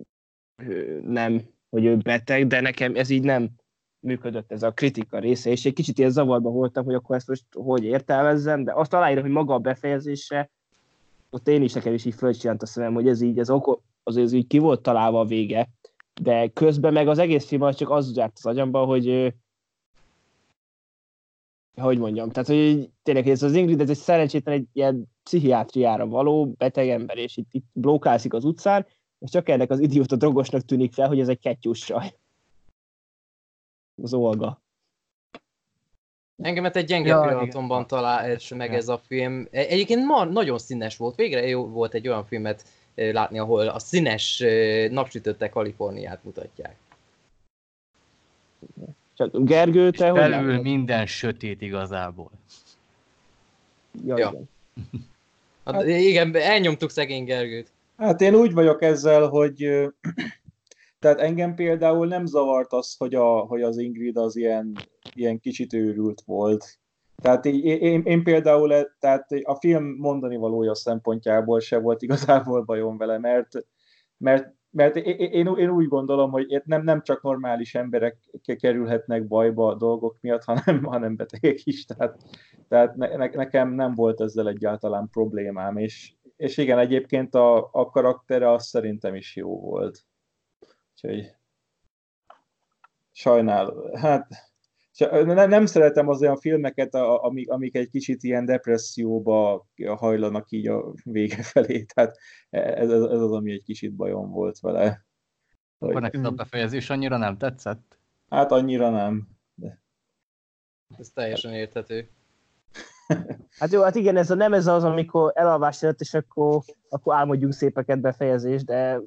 nem, hogy ő beteg, de nekem ez így nem működött, ez a kritika része, és egy kicsit ilyen zavarban voltam, hogy akkor ezt most hogy értelmezzem, de azt aláírom, hogy maga a befejezése, ott én is nekem is így fölcsinált a szemem, hogy ez így, ez okol, azért így ki volt találva a vége, de közben meg az egész film az csak az zárt az agyamba, hogy hogy mondjam, tehát hogy tényleg ez az Ingrid, ez egy szerencsétlen egy ilyen pszichiátriára való beteg ember, és itt, itt blókálszik az utcán, és csak ennek az idióta drogosnak tűnik fel, hogy ez egy kettyús saj. Az Olga. Engemet egy gyenge ja, pillanatomban talált meg ez a film. Egyébként ma nagyon színes volt. Végre jó volt egy olyan filmet látni, ahol a színes napsütötte Kaliforniát mutatják. Csak Gergő, te hogy belül nem? Minden sötét igazából. Ja, ja. Igen. Hát, igen, elnyomtuk szegény Gergőt. Hát én úgy vagyok ezzel, hogy tehát engem például nem zavart az, hogy, a, hogy az Ingrid az ilyen, ilyen kicsit őrült volt. Tehát én, én például, tehát a film mondani valója szempontjából se volt igazából bajom vele, mert, mert, mert én, én úgy gondolom, hogy nem, nem csak normális emberek kerülhetnek bajba a dolgok miatt, hanem, hanem betegek is. Tehát, tehát ne, nekem nem volt ezzel egyáltalán problémám, és, és igen, egyébként a, a karaktere az szerintem is jó volt. Úgyhogy sajnálom. Hát nem, nem szeretem az olyan filmeket, amik, amik egy kicsit ilyen depresszióba hajlanak így a vége felé. Tehát ez, ez az, ami egy kicsit bajom volt vele. Akkor neked a befejezés annyira nem tetszett? Hát annyira nem. De... Ez teljesen érthető. Hát jó, hát igen, ez a, nem ez az, amikor elalvás előtt, és akkor, akkor álmodjunk szépeket befejezés, de...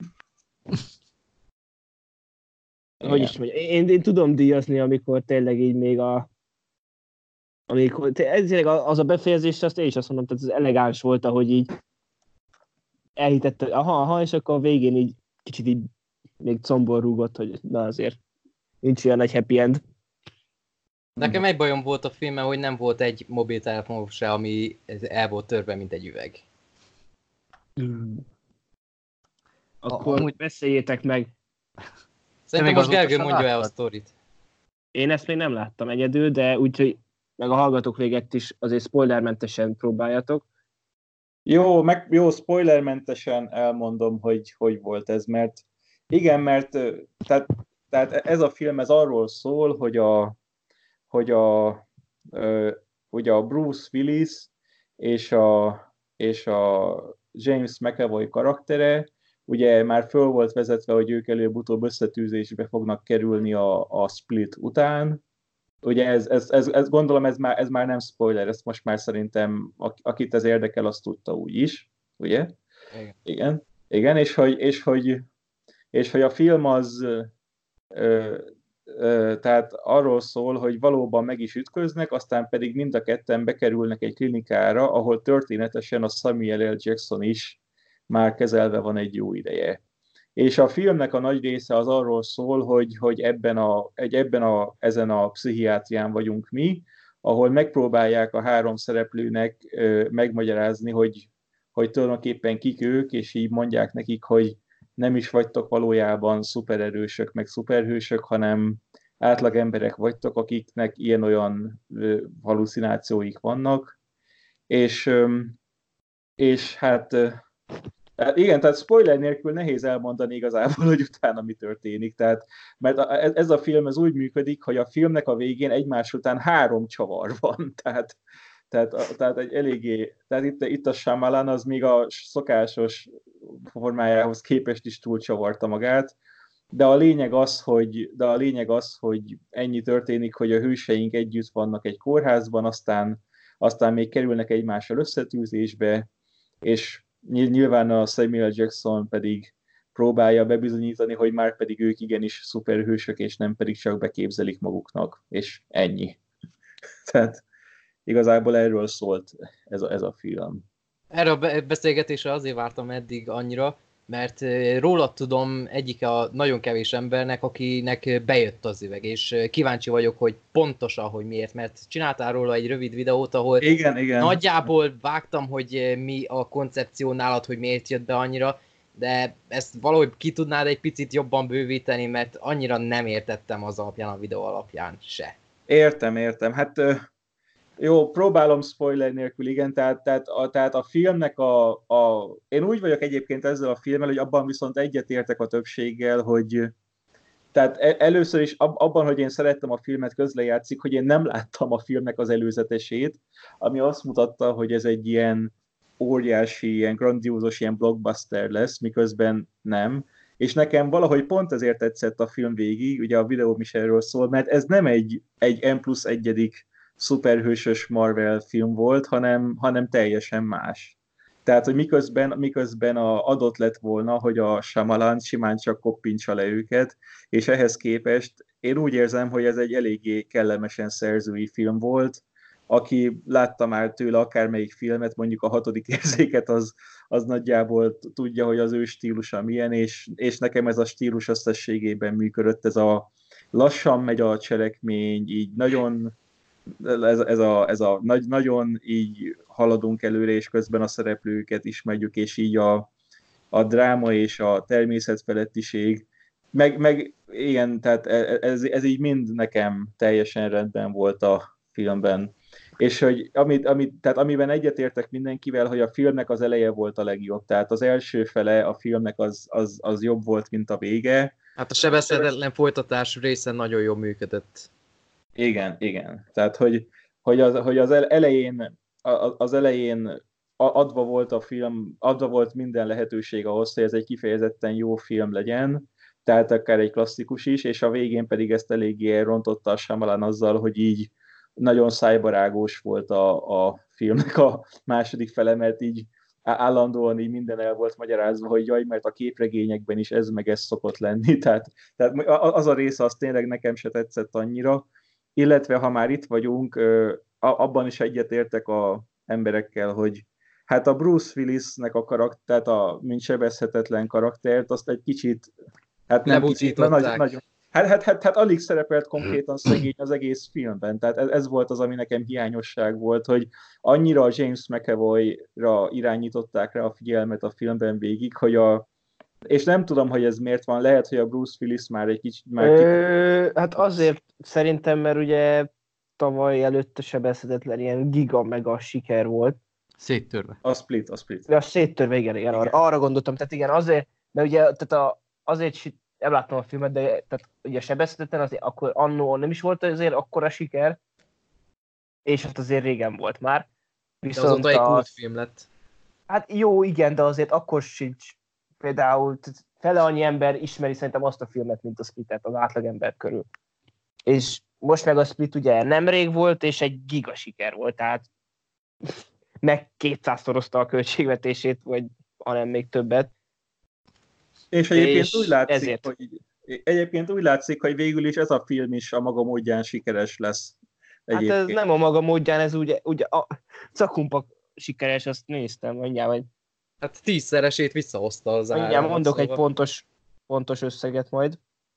Hogy is mondjam, én, én tudom díjazni, amikor tényleg így még a... Amikor, tényleg az a befejezés, azt én is azt mondom, tehát ez elegáns volt, ahogy így elhitette, hogy aha, aha, és akkor a végén így kicsit így még combol rúgott, hogy na azért nincs olyan egy happy end. Nekem egy bajom volt a filmben, hogy nem volt egy mobiltelefon se, ami el volt törve, mint egy üveg. Mm. Akkor amúgy beszéljétek meg. Szerintem most Gergő mondja el a sztorit. Én ezt még nem láttam egyedül, de úgyhogy meg a hallgatók véget is azért spoilermentesen próbáljatok. Jó, meg, jó, spoilermentesen elmondom, hogy hogy volt ez, mert igen, mert tehát, tehát ez a film ez arról szól, hogy a hogy a, hogy a Bruce Willis és a, és a James McAvoy karaktere ugye már föl volt vezetve, hogy ők előbb-utóbb összetűzésbe fognak kerülni a, a Split után, ugye ez, ez, ez, ez gondolom ez már, ez már nem spoiler, ezt most már szerintem akit ez érdekel, azt tudta úgy is, ugye? Igen. Igen, igen, és hogy, és hogy, és hogy a film az ö, ö, tehát arról szól, hogy valóban meg is ütköznek, aztán pedig mind a ketten bekerülnek egy klinikára, ahol történetesen a Samuel L. Jackson is már kezelve van egy jó ideje. És a filmnek a nagy része az arról szól, hogy, hogy ebben, a, egy, ebben a, ezen a pszichiátrián vagyunk mi, ahol megpróbálják a három szereplőnek ö, megmagyarázni, hogy, hogy tulajdonképpen kik ők, és így mondják nekik, hogy nem is vagytok valójában szupererősök, meg szuperhősök, hanem átlag emberek vagytok, akiknek ilyen-olyan ö, hallucinációik vannak. És, ö, és hát... Ö, Hát igen, tehát spoiler nélkül nehéz elmondani igazából, hogy utána mi történik. Tehát, mert ez a film ez úgy működik, hogy a filmnek a végén egymás után három csavar van. Tehát, tehát, tehát egy eléggé, tehát itt, itt a Shyamalan az még a szokásos formájához képest is túlcsavarta magát. De a lényeg az, hogy, de a lényeg az, hogy ennyi történik, hogy a hőseink együtt vannak egy kórházban, aztán, aztán még kerülnek egymással összetűzésbe, és nyilván a Samuel Jackson pedig próbálja bebizonyítani, hogy már pedig ők igenis szuperhősök, és nem pedig csak beképzelik maguknak, és ennyi. Tehát igazából erről szólt ez a, ez a film. Erre a beszélgetésre azért vártam eddig annyira, mert rólad tudom egyik a nagyon kevés embernek, akinek bejött az üveg, és kíváncsi vagyok, hogy pontosan, hogy miért, mert csináltál róla egy rövid videót, ahol igen, igen. nagyjából vágtam, hogy mi a koncepció nálad, hogy miért jött be annyira, de ezt valahogy ki tudnád egy picit jobban bővíteni, mert annyira nem értettem az alapján, a videó alapján se. Értem, értem. Hát jó, próbálom spoiler nélkül, igen, tehát, tehát, a, tehát a filmnek a, a... Én úgy vagyok egyébként ezzel a filmmel, hogy abban viszont egyetértek a többséggel, hogy tehát először is abban, hogy én szerettem a filmet, közrejátszik, hogy én nem láttam a filmnek az előzetesét, ami azt mutatta, hogy ez egy ilyen óriási, ilyen grandiózos, ilyen blockbuster lesz, miközben nem. És nekem valahogy pont ezért tetszett a film végig, ugye a videóm is erről szól, mert ez nem egy, egy M plusz egyedik szuperhősös Marvel film volt, hanem, hanem teljesen más. Tehát, hogy miközben, miközben a adott lett volna, hogy a Shyamalan simán csak koppintsa le őket, és ehhez képest én úgy érzem, hogy ez egy eléggé kellemesen szerzői film volt. Aki látta már tőle akármelyik filmet, mondjuk a hatodik érzéket, az, az nagyjából tudja, hogy az ő stílusa milyen, és, és nekem ez a stílus összességében működött, ez a lassan megy a cselekmény, így nagyon ez, ez, a, ez a nagy, nagyon így haladunk előre, és közben a szereplőket ismerjük, és így a, a dráma és a természetfelettiség, meg, meg igen, tehát ez, ez így mind nekem teljesen rendben volt a filmben. És hogy amit, amit, tehát amiben egyetértek mindenkivel, hogy a filmnek az eleje volt a legjobb. Tehát az első fele a filmnek az, az, az jobb volt, mint a vége. Hát a sebezhetetlen folytatás része nagyon jól működött. Igen, igen. Tehát, hogy, hogy, az, hogy az elején, az elején adva volt a film, adva volt minden lehetőség ahhoz, hogy ez egy kifejezetten jó film legyen, tehát akár egy klasszikus is, és a végén pedig ezt eléggé elrontotta a Shyamalan azzal, hogy így nagyon szájbarágos volt a, a filmnek a második fele, mert így állandóan így minden el volt magyarázva, hogy jaj, mert a képregényekben is ez meg ez szokott lenni, tehát, tehát az a része az tényleg nekem se tetszett annyira, illetve ha már itt vagyunk, abban is egyetértek a emberekkel, hogy hát a Bruce Willisnek a karaktert, a mint sebezhetetlen karaktert, azt egy kicsit, hát nem kicsit, nagyon, nagyon, hát, hát, hát, hát alig szerepelt konkrétan szegény az egész filmben, tehát ez, ez volt az, ami nekem hiányosság volt, hogy annyira a James McAvoy-ra irányították rá a figyelmet a filmben végig, hogy a és nem tudom, hogy ez miért van, lehet, hogy a Bruce Willis már egy kicsit... Már Ö, hát azért szerintem, mert ugye tavaly előtte sebezhetetlen ilyen giga-mega siker volt. Széttörve. A Split, a Split. De a széttörve, igen, igen, igen. Arra, arra gondoltam, tehát igen, azért, mert ugye tehát a, azért nem láttam a filmet, de tehát ugye sebezhetetlen, azért akkor annó nem is volt azért akkora siker, és hát azért régen volt már. Viszont de azóta egy kultfilm lett. Hát jó, igen, de azért akkor sincs például fele annyi ember ismeri szerintem azt a filmet, mint a Splitet az átlagember körül. És most meg a Split ugye nemrég volt, és egy giga siker volt, tehát meg kétszázszorozta a költségvetését, vagy hanem még többet. És egyébként és úgy látszik, ezért. hogy egyébként úgy látszik, hogy végül is ez a film is a maga módján sikeres lesz. Egyébként. Hát ez nem a maga módján, ez ugye, ugye a Cakumpa sikeres, azt néztem, mondjam, hogy... Hát tízszeresét visszahozta az ára. Mondjam, mondok szóval. egy pontos, pontos összeget majd.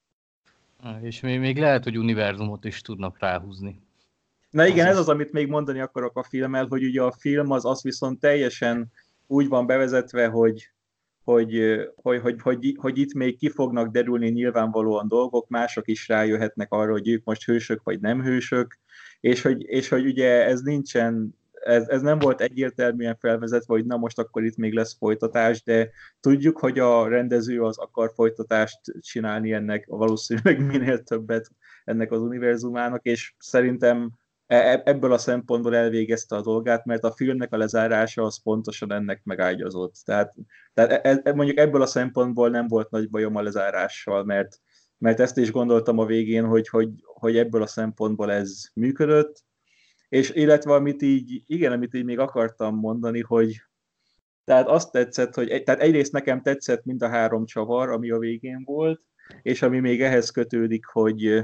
És még, még lehet, hogy univerzumot is tudnak ráhúzni. Na igen, ez az, amit még mondani akarok a filmmel, hogy ugye a film az, az viszont teljesen úgy van bevezetve, hogy, hogy, hogy, hogy, hogy, hogy itt még ki fognak derülni nyilvánvalóan dolgok, mások is rájöhetnek arra, hogy ők most hősök vagy nem hősök, és hogy, és hogy ugye ez nincsen, ez, ez nem volt egyértelműen felvezetve, hogy na most akkor itt még lesz folytatás, de tudjuk, hogy a rendező az akar folytatást csinálni ennek, valószínűleg minél többet ennek az univerzumának, és szerintem ebből a szempontból elvégezte a dolgát, mert a filmnek a lezárása az pontosan ennek megágyazott. Tehát, tehát e, mondjuk ebből a szempontból nem volt nagy bajom a lezárással, mert, mert ezt is gondoltam a végén, hogy, hogy, hogy ebből a szempontból ez működött, és illetve amit így, igen, amit így még akartam mondani, hogy tehát azt tetszett, hogy tehát egyrészt nekem tetszett mind a három csavar, ami a végén volt, és ami még ehhez kötődik, hogy,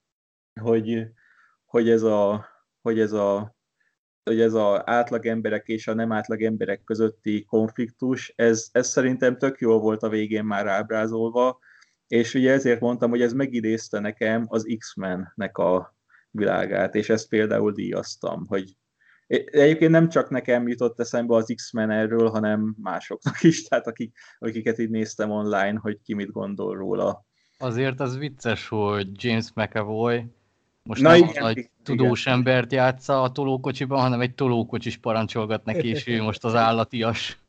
hogy hogy ez a, hogy ez a, hogy ez a átlag emberek és a nem átlag emberek közötti konfliktus, ez, ez szerintem tök jól volt a végén már ábrázolva, és ugye ezért mondtam, hogy ez megidézte nekem az X-mennek a világát, és ezt például díjaztam, hogy egyébként nem csak nekem jutott eszembe az X-men erről, hanem másoknak is, tehát akik, akiket így néztem online, hogy ki mit gondol róla. Azért az vicces, hogy James McAvoy most Na nem igen, a nagy igen. tudós embert játsza a tolókocsiban, hanem egy tolókocsis parancsolgat neki, és ő most az állatias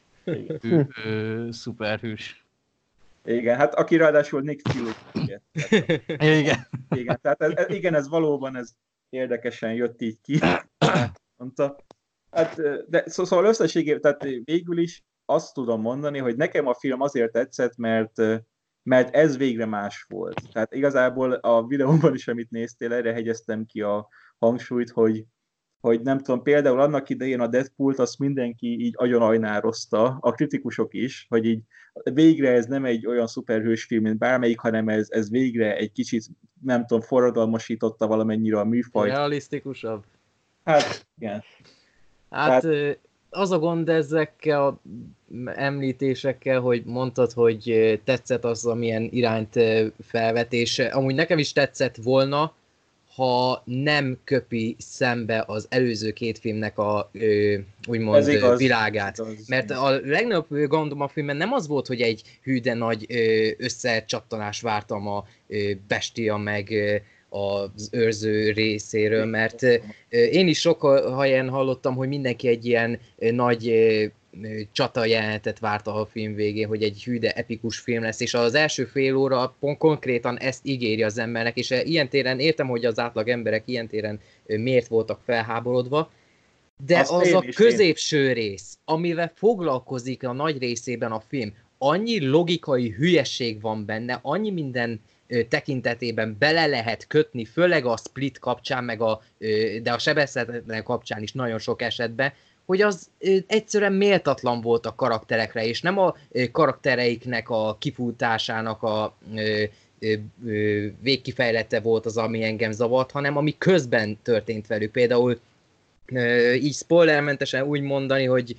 ő, ő, szuperhős. Igen, hát aki ráadásul Nick Fury. Igen. Igen, tehát ez, igen, ez valóban ez érdekesen jött így ki. Mondta. Hát, de szóval összességében, tehát végül is azt tudom mondani, hogy nekem a film azért tetszett, mert mert ez végre más volt. Tehát igazából a videóban is, amit néztél, erre hegyeztem ki a hangsúlyt, hogy, hogy nem tudom, például annak idején a Deadpool-t azt mindenki így agyon ajnározta, a kritikusok is, hogy így végre ez nem egy olyan szuperhős film, mint bármelyik, hanem ez, ez végre egy kicsit, nem tudom, forradalmasította valamennyire a műfajt. Realisztikusabb. Hát, igen. Hát... Tehát... az a gond ezekkel a említésekkel, hogy mondtad, hogy tetszett az, amilyen irányt felvetés. Amúgy nekem is tetszett volna, ha nem köpi szembe az előző két filmnek a ö, úgymond igaz, világát. Igaz. Mert a legnagyobb gondom a filmben nem az volt, hogy egy hű de nagy ö, összecsattanás vártam a ö, bestia meg ö, az őrző részéről, mert én is sok helyen hallottam, hogy mindenki egy ilyen nagy csata jelenetet várt a film végén, hogy egy hű de epikus film lesz, és az első fél óra pont konkrétan ezt ígéri az embernek, és ilyen téren értem, hogy az átlag emberek ilyen téren miért voltak felháborodva, de azt az a középső én. rész, amivel foglalkozik a nagy részében a film, annyi logikai hülyeség van benne, annyi minden tekintetében bele lehet kötni, főleg a Split kapcsán, meg a, de a sebezhetetlen kapcsán is nagyon sok esetben, hogy az egyszerűen méltatlan volt a karakterekre, és nem a karaktereiknek a kifutásának a végkifejlete volt az, ami engem zavart, hanem ami közben történt velük. Például így spoilermentesen úgy mondani, hogy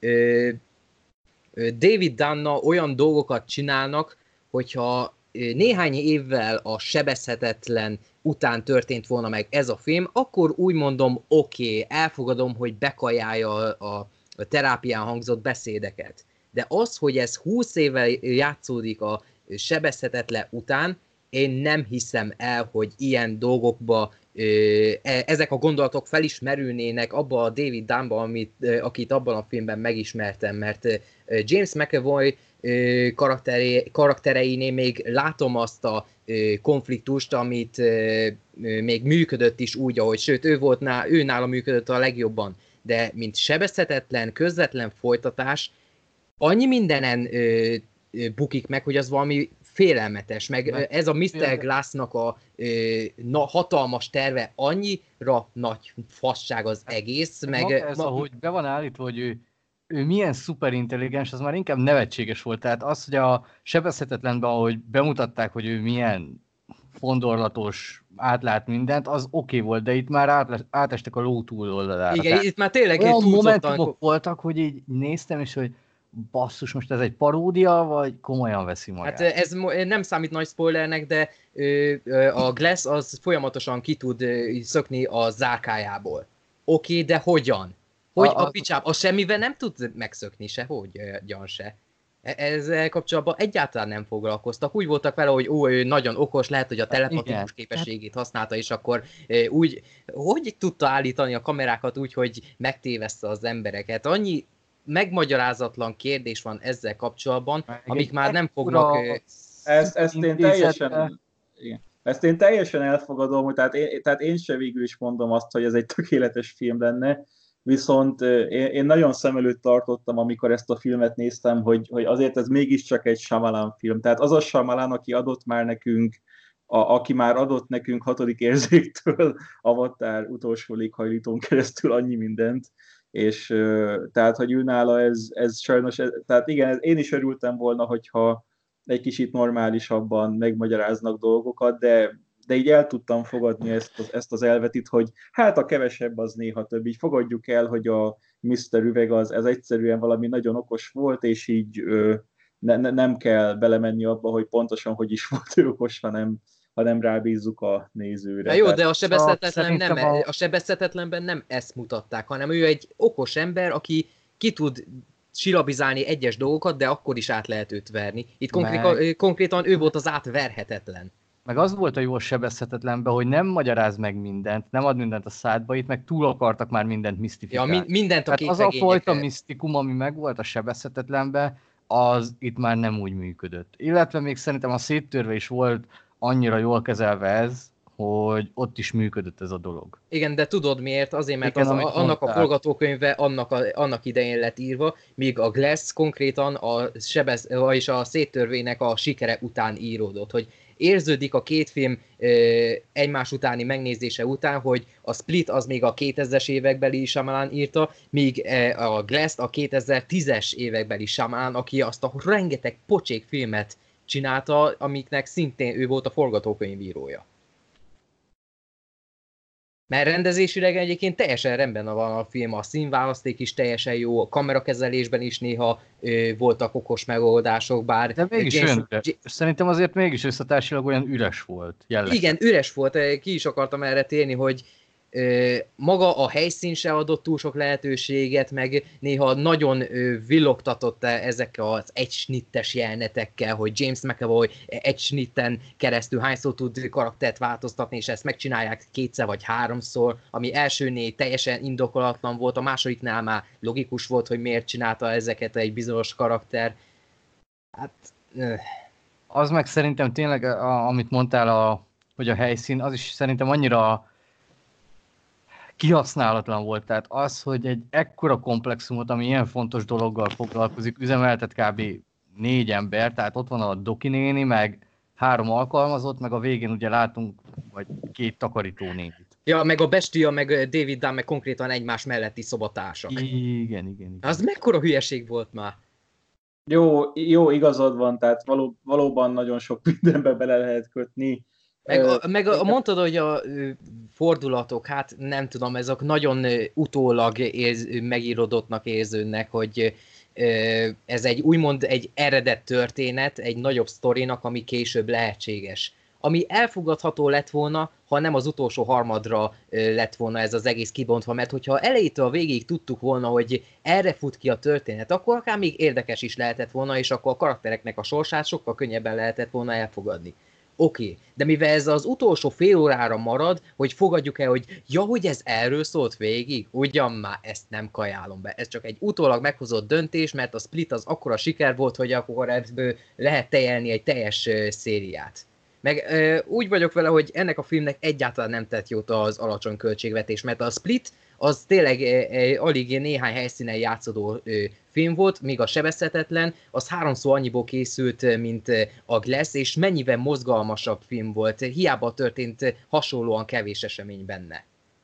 David Dunn olyan dolgokat csinálnak, hogyha néhány évvel a sebezhetetlen után történt volna meg ez a film, akkor úgy mondom, oké, okay, elfogadom, hogy bekajálja a, a terápián hangzott beszédeket. De az, hogy ez húsz éve játszódik a sebezhetetlen után, én nem hiszem el, hogy ilyen dolgokba ezek a gondolatok felismerülnének abba a David Dunnba, amit, akit abban a filmben megismertem, mert James McAvoy karakteré, karaktereinél még látom azt a konfliktust, amit még működött is úgy, ahogy, sőt, ő, volt ná, ő nála működött a legjobban, de mint sebezhetetlen, közvetlen folytatás, annyi mindenen bukik meg, hogy az valami félelmetes, meg, meg ez a miszter Glassnak a ö, na, hatalmas terve, annyira nagy fasság az egész, meg... Maga ez, ma... ahogy be van állítva, hogy ő, ő milyen szuperintelligens, az már inkább nevetséges volt. Tehát az, hogy a sebezhetetlenben, ahogy bemutatták, hogy ő milyen fondorlatos, átlát mindent, az oké okay volt, de itt már át, átestek a ló túloldalára. Igen, tehát itt már tényleg olyan momentumok voltak, hogy így néztem, és hogy basszus, most ez egy paródia, vagy komolyan veszi magát? Hát ez nem számít nagy spoilernek, de ö, ö, a Glass az folyamatosan ki tud ö, szökni a zárkájából. Oké, okay, de hogyan? Hogy a, a, a picsám, a semmivel nem tud megszökni se, hogy gyan se. Ezzel kapcsolatban egyáltalán nem foglalkoztak. Úgy voltak vele, hogy ó, ő nagyon okos, lehet, hogy a telepatikus képességét használta, és akkor úgy, hogy tudta állítani a kamerákat úgy, hogy megtéveszte az embereket. Annyi megmagyarázatlan kérdés van ezzel kapcsolatban, meg amik már nem fognak... Ezt, ezt én teljesen... Igen. Ezt én teljesen elfogadom, hogy tehát én, tehát én se végül is mondom azt, hogy ez egy tökéletes film lenne, viszont én, én nagyon szem előtt tartottam, amikor ezt a filmet néztem, hogy, hogy azért ez mégiscsak egy Shyamalan film. Tehát az a Shyamalan, aki adott már nekünk, a, aki már adott nekünk hatodik érzéktől, Avatar utolsó léghajlítón keresztül annyi mindent, és tehát, hogy ő nála ez, ez sajnos, ez, tehát igen, ez, én is örültem volna, hogyha egy kicsit normálisabban megmagyaráznak dolgokat, de, de így el tudtam fogadni ezt az, ezt az elvetit, hogy hát a kevesebb az néha több. Így fogadjuk el, hogy a miszter Üveg az ez egyszerűen valami nagyon okos volt, és így ö, ne, ne, nem kell belemenni abba, hogy pontosan hogy is volt ő okos, hanem, hanem rábízzuk a nézőre. Na jó, de a sebezhetetlen nem, a... a sebezhetetlenben nem ezt mutatták, hanem ő egy okos ember, aki ki tud silabizálni egyes dolgokat, de akkor is át lehet őt verni. Itt konkrétan, meg... konkrétan ő volt az átverhetetlen. Meg az volt a jó sebezhetetlenben, hogy nem magyaráz meg mindent, nem ad mindent a szádba, itt meg túl akartak már mindent misztifikálni. Ja, mi, mindent a két az a fajta misztikum, ami megvolt a sebezhetetlenben, az itt már nem úgy működött. Illetve még szerintem a széttörve is volt annyira jól kezelve ez, hogy ott is működött ez a dolog. Igen, de tudod miért? Azért, mert Igen, az, a, annak mondtál. A forgatókönyve annak, a, annak idején lett írva, míg a Glass konkrétan a, sebez, vagyis a széttörvének a sikere után íródott, hogy érződik a két film ö, egymás utáni megnézése után, hogy a Split az még a kétezres évekbeli Shyamalan írta, míg ö, a Glass a kétezer-tízes évekbeli Shyamalan, aki azt a rengeteg pocsék filmet csinálta, amiknek szintén ő volt a forgatókönyvírója. Mert rendezésileg egyébként teljesen rendben van a film, a színválaszték is teljesen jó, a kamerakezelésben is néha ö, voltak okos megoldások, bár... De mégis James, olyan üres. J- Szerintem azért mégis összetársilag olyan üres volt. Jelleg. Igen, üres volt, ki is akartam erre térni, hogy ö, maga a helyszín se adott túl sok lehetőséget, meg néha nagyon ö, villogtatott ezekkel az egysnittes jelenetekkel, hogy James McAvoy egysnitten keresztül hányszor tud karaktert változtatni, és ezt megcsinálják kétszer vagy háromszor, ami elsőnél teljesen indokolatlan volt, a másodiknál már logikus volt, hogy miért csinálta ezeket egy bizonyos karakter. Hát... Ö. Az meg szerintem tényleg, a, amit mondtál, a, hogy a helyszín, az is szerintem annyira kihasználatlan volt. Tehát az, hogy egy ekkora komplexumot, ami ilyen fontos dologgal foglalkozik, üzemeltet kb. Négy ember, tehát ott van a Doki néni, meg három alkalmazott, meg a végén ugye látunk vagy két takarítónénit. Ja, meg a Bestia, meg David Dunn, meg konkrétan egymás melletti szobatársak. Igen, igen, igen. Az mekkora hülyeség volt már? Jó, jó igazad van, tehát való, valóban nagyon sok mindenbe bele lehet kötni. Meg, a, meg a, mondtad, hogy a fordulatok, hát nem tudom, ezek nagyon utólag érz, megírodottnak érződnek, hogy ez egy úgymond egy eredet történet, egy nagyobb sztorinak, ami később lehetséges. Ami elfogadható lett volna, ha nem az utolsó harmadra lett volna ez az egész kibontva, mert hogyha elejétől a végéig tudtuk volna, hogy erre fut ki a történet, akkor akár még érdekes is lehetett volna, és akkor a karaktereknek a sorsát sokkal könnyebben lehetett volna elfogadni. Oké, okay, de mivel ez az utolsó fél órára marad, hogy fogadjuk el, hogy ja, hogy ez erről szólt végig, ugyan már ezt nem kajálom be. Ez csak egy utólag meghozott döntés, mert a Split az akkora siker volt, hogy akkor ebből lehet tejelni egy teljes szériát. Meg ö, úgy vagyok vele, hogy ennek a filmnek egyáltalán nem tett jót az alacsony költségvetés, mert a Split az tényleg ö, ö, alig néhány helyszínen játszódó ö, film volt, míg a Sebezhetetlen az háromszor annyiból készült, mint a Glass, és mennyivel mozgalmasabb film volt, hiába történt hasonlóan kevés esemény benne.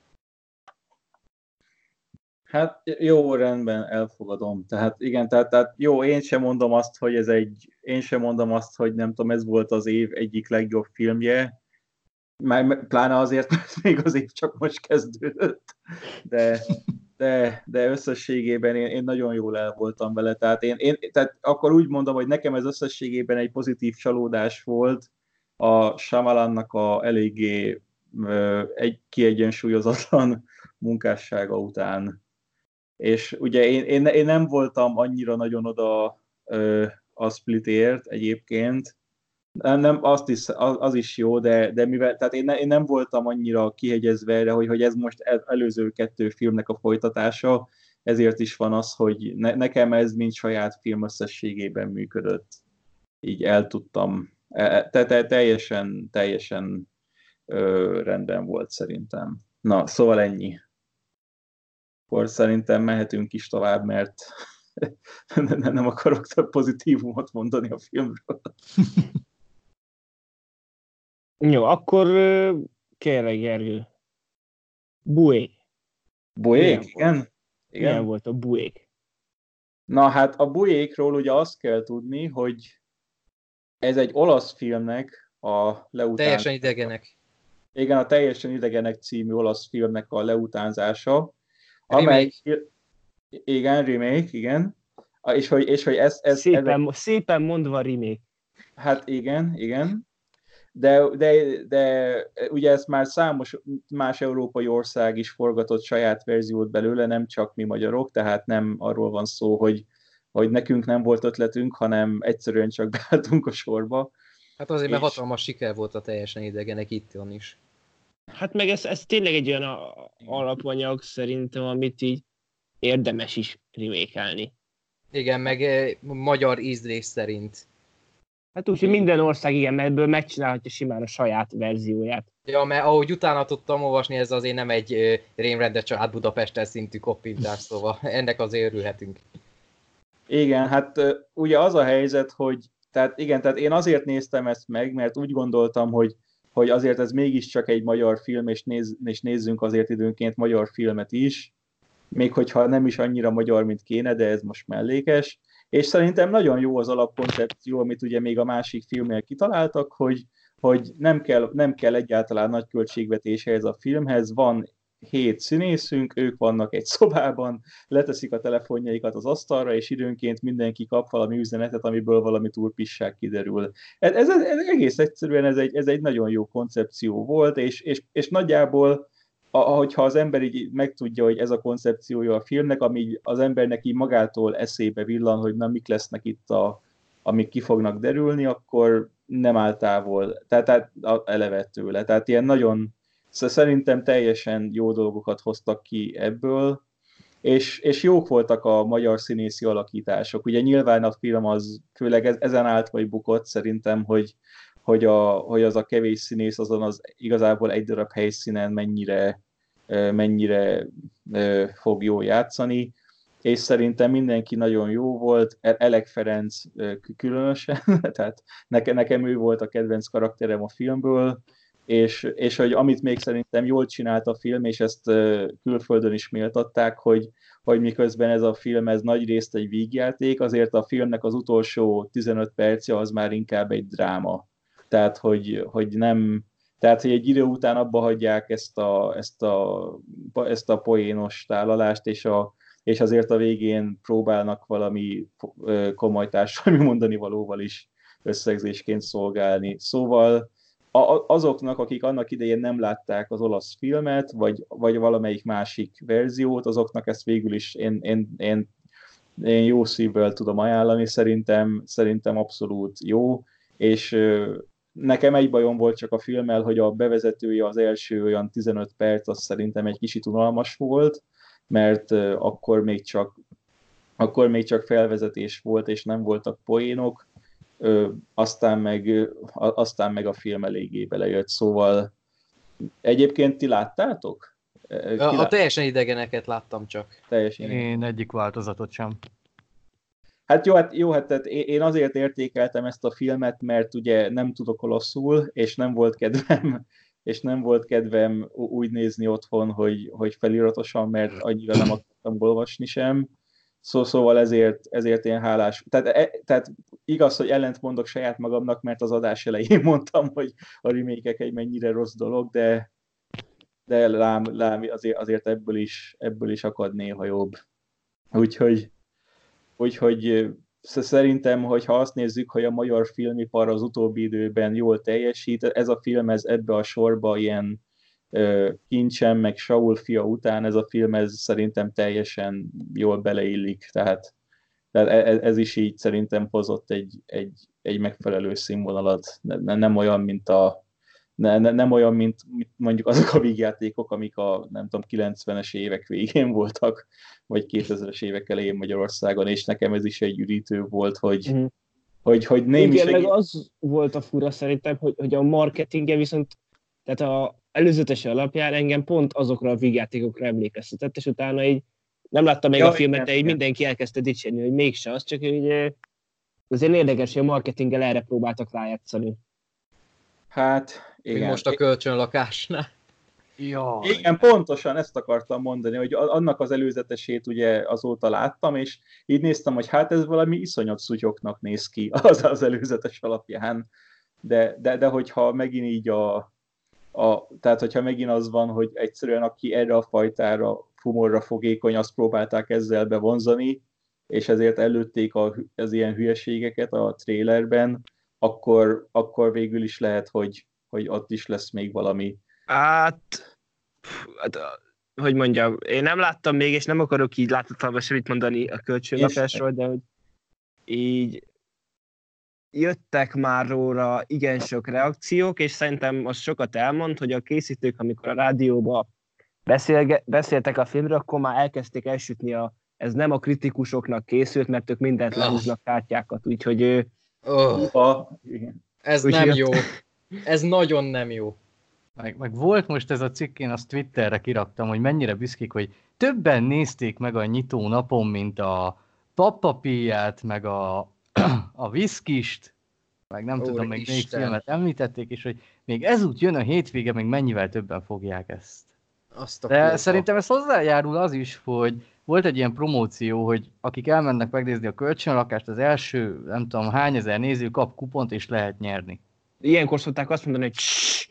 Hát jó, rendben, elfogadom. Tehát igen, tehát, tehát jó, én sem mondom azt, hogy ez egy, én sem mondom azt, hogy nem tudom, ez volt az év egyik legjobb filmje, már pláne azért, mert még az év csak most kezdődött, de, de, de összességében én, én nagyon jól el voltam vele, tehát, én, én, tehát akkor úgy mondom, hogy nekem ez összességében egy pozitív csalódás volt a Shyamalannak a eléggé egy kiegyensúlyozatlan munkássága után. És ugye én, én, én nem voltam annyira nagyon oda ö, a Splitért egyébként, nem, nem azt is, az, az is jó, de, de mivel, tehát én, ne, én nem voltam annyira kihegyezve erre, hogy, hogy ez most el, előző kettő filmnek a folytatása, ezért is van az, hogy ne, nekem ez mint saját film összességében működött. Így el tudtam, te, te, teljesen, teljesen ö, rendben volt szerintem. Na, szóval ennyi. Akkor szerintem mehetünk is tovább, mert nem akarok több pozitívumot mondani a filmről. Jó, akkor kérlek, Gergő. Buék. Buék, igen? igen? Milyen volt a Buék? Na hát a Buékról ugye azt kell tudni, hogy ez egy olasz filmnek a leutánzása. Teljesen idegenek. Igen, a Teljesen idegenek című olasz filmnek a leutánzása. Amely, igen, remake, igen. És hogy, és hogy ez, ez, szépen, ez... szépen mondva remake. Hát igen, igen. De, de, de ugye ezt már számos más európai ország is forgatott saját verziót belőle, nem csak mi magyarok, tehát nem arról van szó, hogy, hogy nekünk nem volt ötletünk, hanem egyszerűen csak beálltunk a sorba. Hát azért, mert és... hatalmas siker volt a Teljesen idegenek itthon is. Hát meg ez, ez tényleg egy olyan alapanyag szerintem, amit így érdemes is remékelni. Igen, meg eh, magyar ízlés szerint. Hát úgy, hogy minden ország igen, mert ebből megcsinálhatja simán a saját verzióját. Ja, mert ahogy utána tudtam olvasni, ez azért nem egy uh, rémrendes család Budapesten szintű koppintás, szóval ennek azért örülhetünk. Igen, hát uh, ugye az a helyzet, hogy tehát igen, tehát én azért néztem ezt meg, mert úgy gondoltam, hogy, hogy azért ez mégiscsak egy magyar film, és, néz, és nézzünk azért időnként magyar filmet is, még hogyha nem is annyira magyar, mint kéne, de ez most mellékes. És szerintem nagyon jó az alapkoncepció, amit ugye még a másik filmnél kitaláltak, hogy, hogy nem, kell, nem kell egyáltalán nagy költségvetése ez a filmhez, van hét színészünk, ők vannak egy szobában, leteszik a telefonjaikat az asztalra, és időnként mindenki kap valami üzenetet, amiből valami turpisság kiderül. Ez, ez, ez egész egyszerűen ez egy, ez egy nagyon jó koncepció volt, és, és, és nagyjából ahogyha az ember így megtudja, hogy ez a koncepciója a filmnek, ami az embernek így magától eszébe villan, hogy na mik lesznek itt, a, amik ki fognak derülni, akkor nem áll távol, tehát, tehát eleve tőle. Tehát ilyen nagyon, szerintem teljesen jó dolgokat hoztak ki ebből, és, és jók voltak a magyar színészi alakítások. Ugye nyilván a film az főleg ezen állt vagy bukott szerintem, hogy Hogy, a, hogy az a kevés színész azon az igazából egy darab helyszínen mennyire, mennyire fog jól játszani, és szerintem mindenki nagyon jó volt, Elek Ferenc különösen, tehát nekem, nekem ő volt a kedvenc karakterem a filmből, és, és hogy amit még szerintem jól csinált a film, és ezt külföldön is méltatták, hogy, hogy miközben ez a film ez nagyrészt egy vígjáték, azért a filmnek az utolsó tizenöt perce az már inkább egy dráma. Tehát, hogy, hogy nem, tehát, hogy egy idő után abba hagyják ezt a, ezt a, ezt a poénos tálalást, és, a, és azért a végén próbálnak valami komoly társadalmi mondani valóval is összegzésként szolgálni. Szóval azoknak, akik annak idején nem látták az olasz filmet, vagy, vagy valamelyik másik verziót, azoknak ezt végül is én, én, én, én jó szívvel tudom ajánlani, szerintem, szerintem abszolút jó, és nekem egy bajom volt csak a filmmel, hogy a bevezetője az első olyan tizenöt perc, az szerintem egy kicsit unalmas volt, mert akkor még csak, akkor még csak felvezetés volt, és nem voltak poénok. ö, aztán, meg, ö, aztán meg a film eléggé belejött, szóval egyébként ti láttátok? Ki a, a teljesen idegeneket láttam csak. Teljesen Én egyik változatot sem. Hát jó, hát, jó, hát tehát én azért értékeltem ezt a filmet, mert ugye nem tudok olaszul, és nem volt kedvem, és nem volt kedvem úgy nézni otthon, hogy, hogy feliratosan, mert annyira nem akartam olvasni sem. Szó, szóval ezért, ezért én hálás. Tehát, e, tehát igaz, hogy ellent mondok saját magamnak, mert az adás elején mondtam, hogy a remake-ek egy mennyire rossz dolog, de, de lám, lám azért, azért ebből is, ebből is akad néha jobb. Úgyhogy Úgyhogy szerintem, hogyha azt nézzük, hogy a magyar filmipar az utóbbi időben jól teljesít, ez a film ez ebbe a sorba ilyen uh, Kincsen, meg Saul fia után, ez a film ez szerintem teljesen jól beleillik, tehát, tehát ez, ez is így szerintem hozott egy, egy, egy megfelelő színvonalat, ne, nem olyan, mint a Ne, ne, nem olyan, mint, mint mondjuk azok a vígjátékok, amik a nem tudom, kilencvenes évek végén voltak, vagy kétezres évek elején Magyarországon, és nekem ez is egy üdítő volt, hogy, mm. hogy, hogy némi Igen, segít... meg az volt a fura szerintem, hogy, hogy a marketingje viszont, tehát a előzetes alapján engem pont azokra a vígjátékokra emlékeztetett, és utána így nem láttam még ja, a filmet, igen, de így igen. Mindenki elkezdte dicsérni, hogy mégse az, csak hogy azért érdekes, hogy a marketinggel erre próbáltak rájátszani. Hát, igen. Most a kölcsönlakásnál. Jaj. Igen, pontosan ezt akartam mondani, hogy annak az előzetesét ugye azóta láttam, és így néztem, hogy hát ez valami iszonyat szutyoknak néz ki az az előzetes alapján, de, de, de hogyha megint így a, a, tehát hogyha megint az van, hogy egyszerűen aki erre a fajtára, humorra fogékony, azt próbálták ezzel bevonzani, és ezért előtték a, az ilyen hülyeségeket a trélerben, akkor, akkor végül is lehet, hogy, hogy ott is lesz még valami. Hát, hát, hogy mondjam, én nem láttam még, és nem akarok így láthatatlanban semmit mondani a kölcsönlakásról, de hogy így jöttek már róla igen sok reakciók, és szerintem az sokat elmond, hogy a készítők, amikor a rádióban beszélge, beszéltek a filmről, akkor már elkezdték elsütni a ez nem a kritikusoknak készült, mert ők mindent lehúznak kártyákat, úgyhogy ő... Oh. A, ez úgy nem jött. jó. Ez nagyon nem jó. Meg, meg volt most ez a cikk, én azt Twitterre kiraktam, hogy mennyire büszkék, hogy többen nézték meg a nyitó napon, mint a Pappapíját, meg a, a Viszkist, meg nem Úr tudom, meg még filmet említették, és hogy még ezút jön a hétvége, meg mennyivel többen fogják ezt. Azt a De pillanat. Szerintem ez hozzájárul az is, hogy volt egy ilyen promóció, hogy akik elmennek megnézni a kölcsönlakást, az első, nem tudom, hány ezer néző kap kupont, és lehet nyerni. Ilyenkor szokták azt mondani, hogy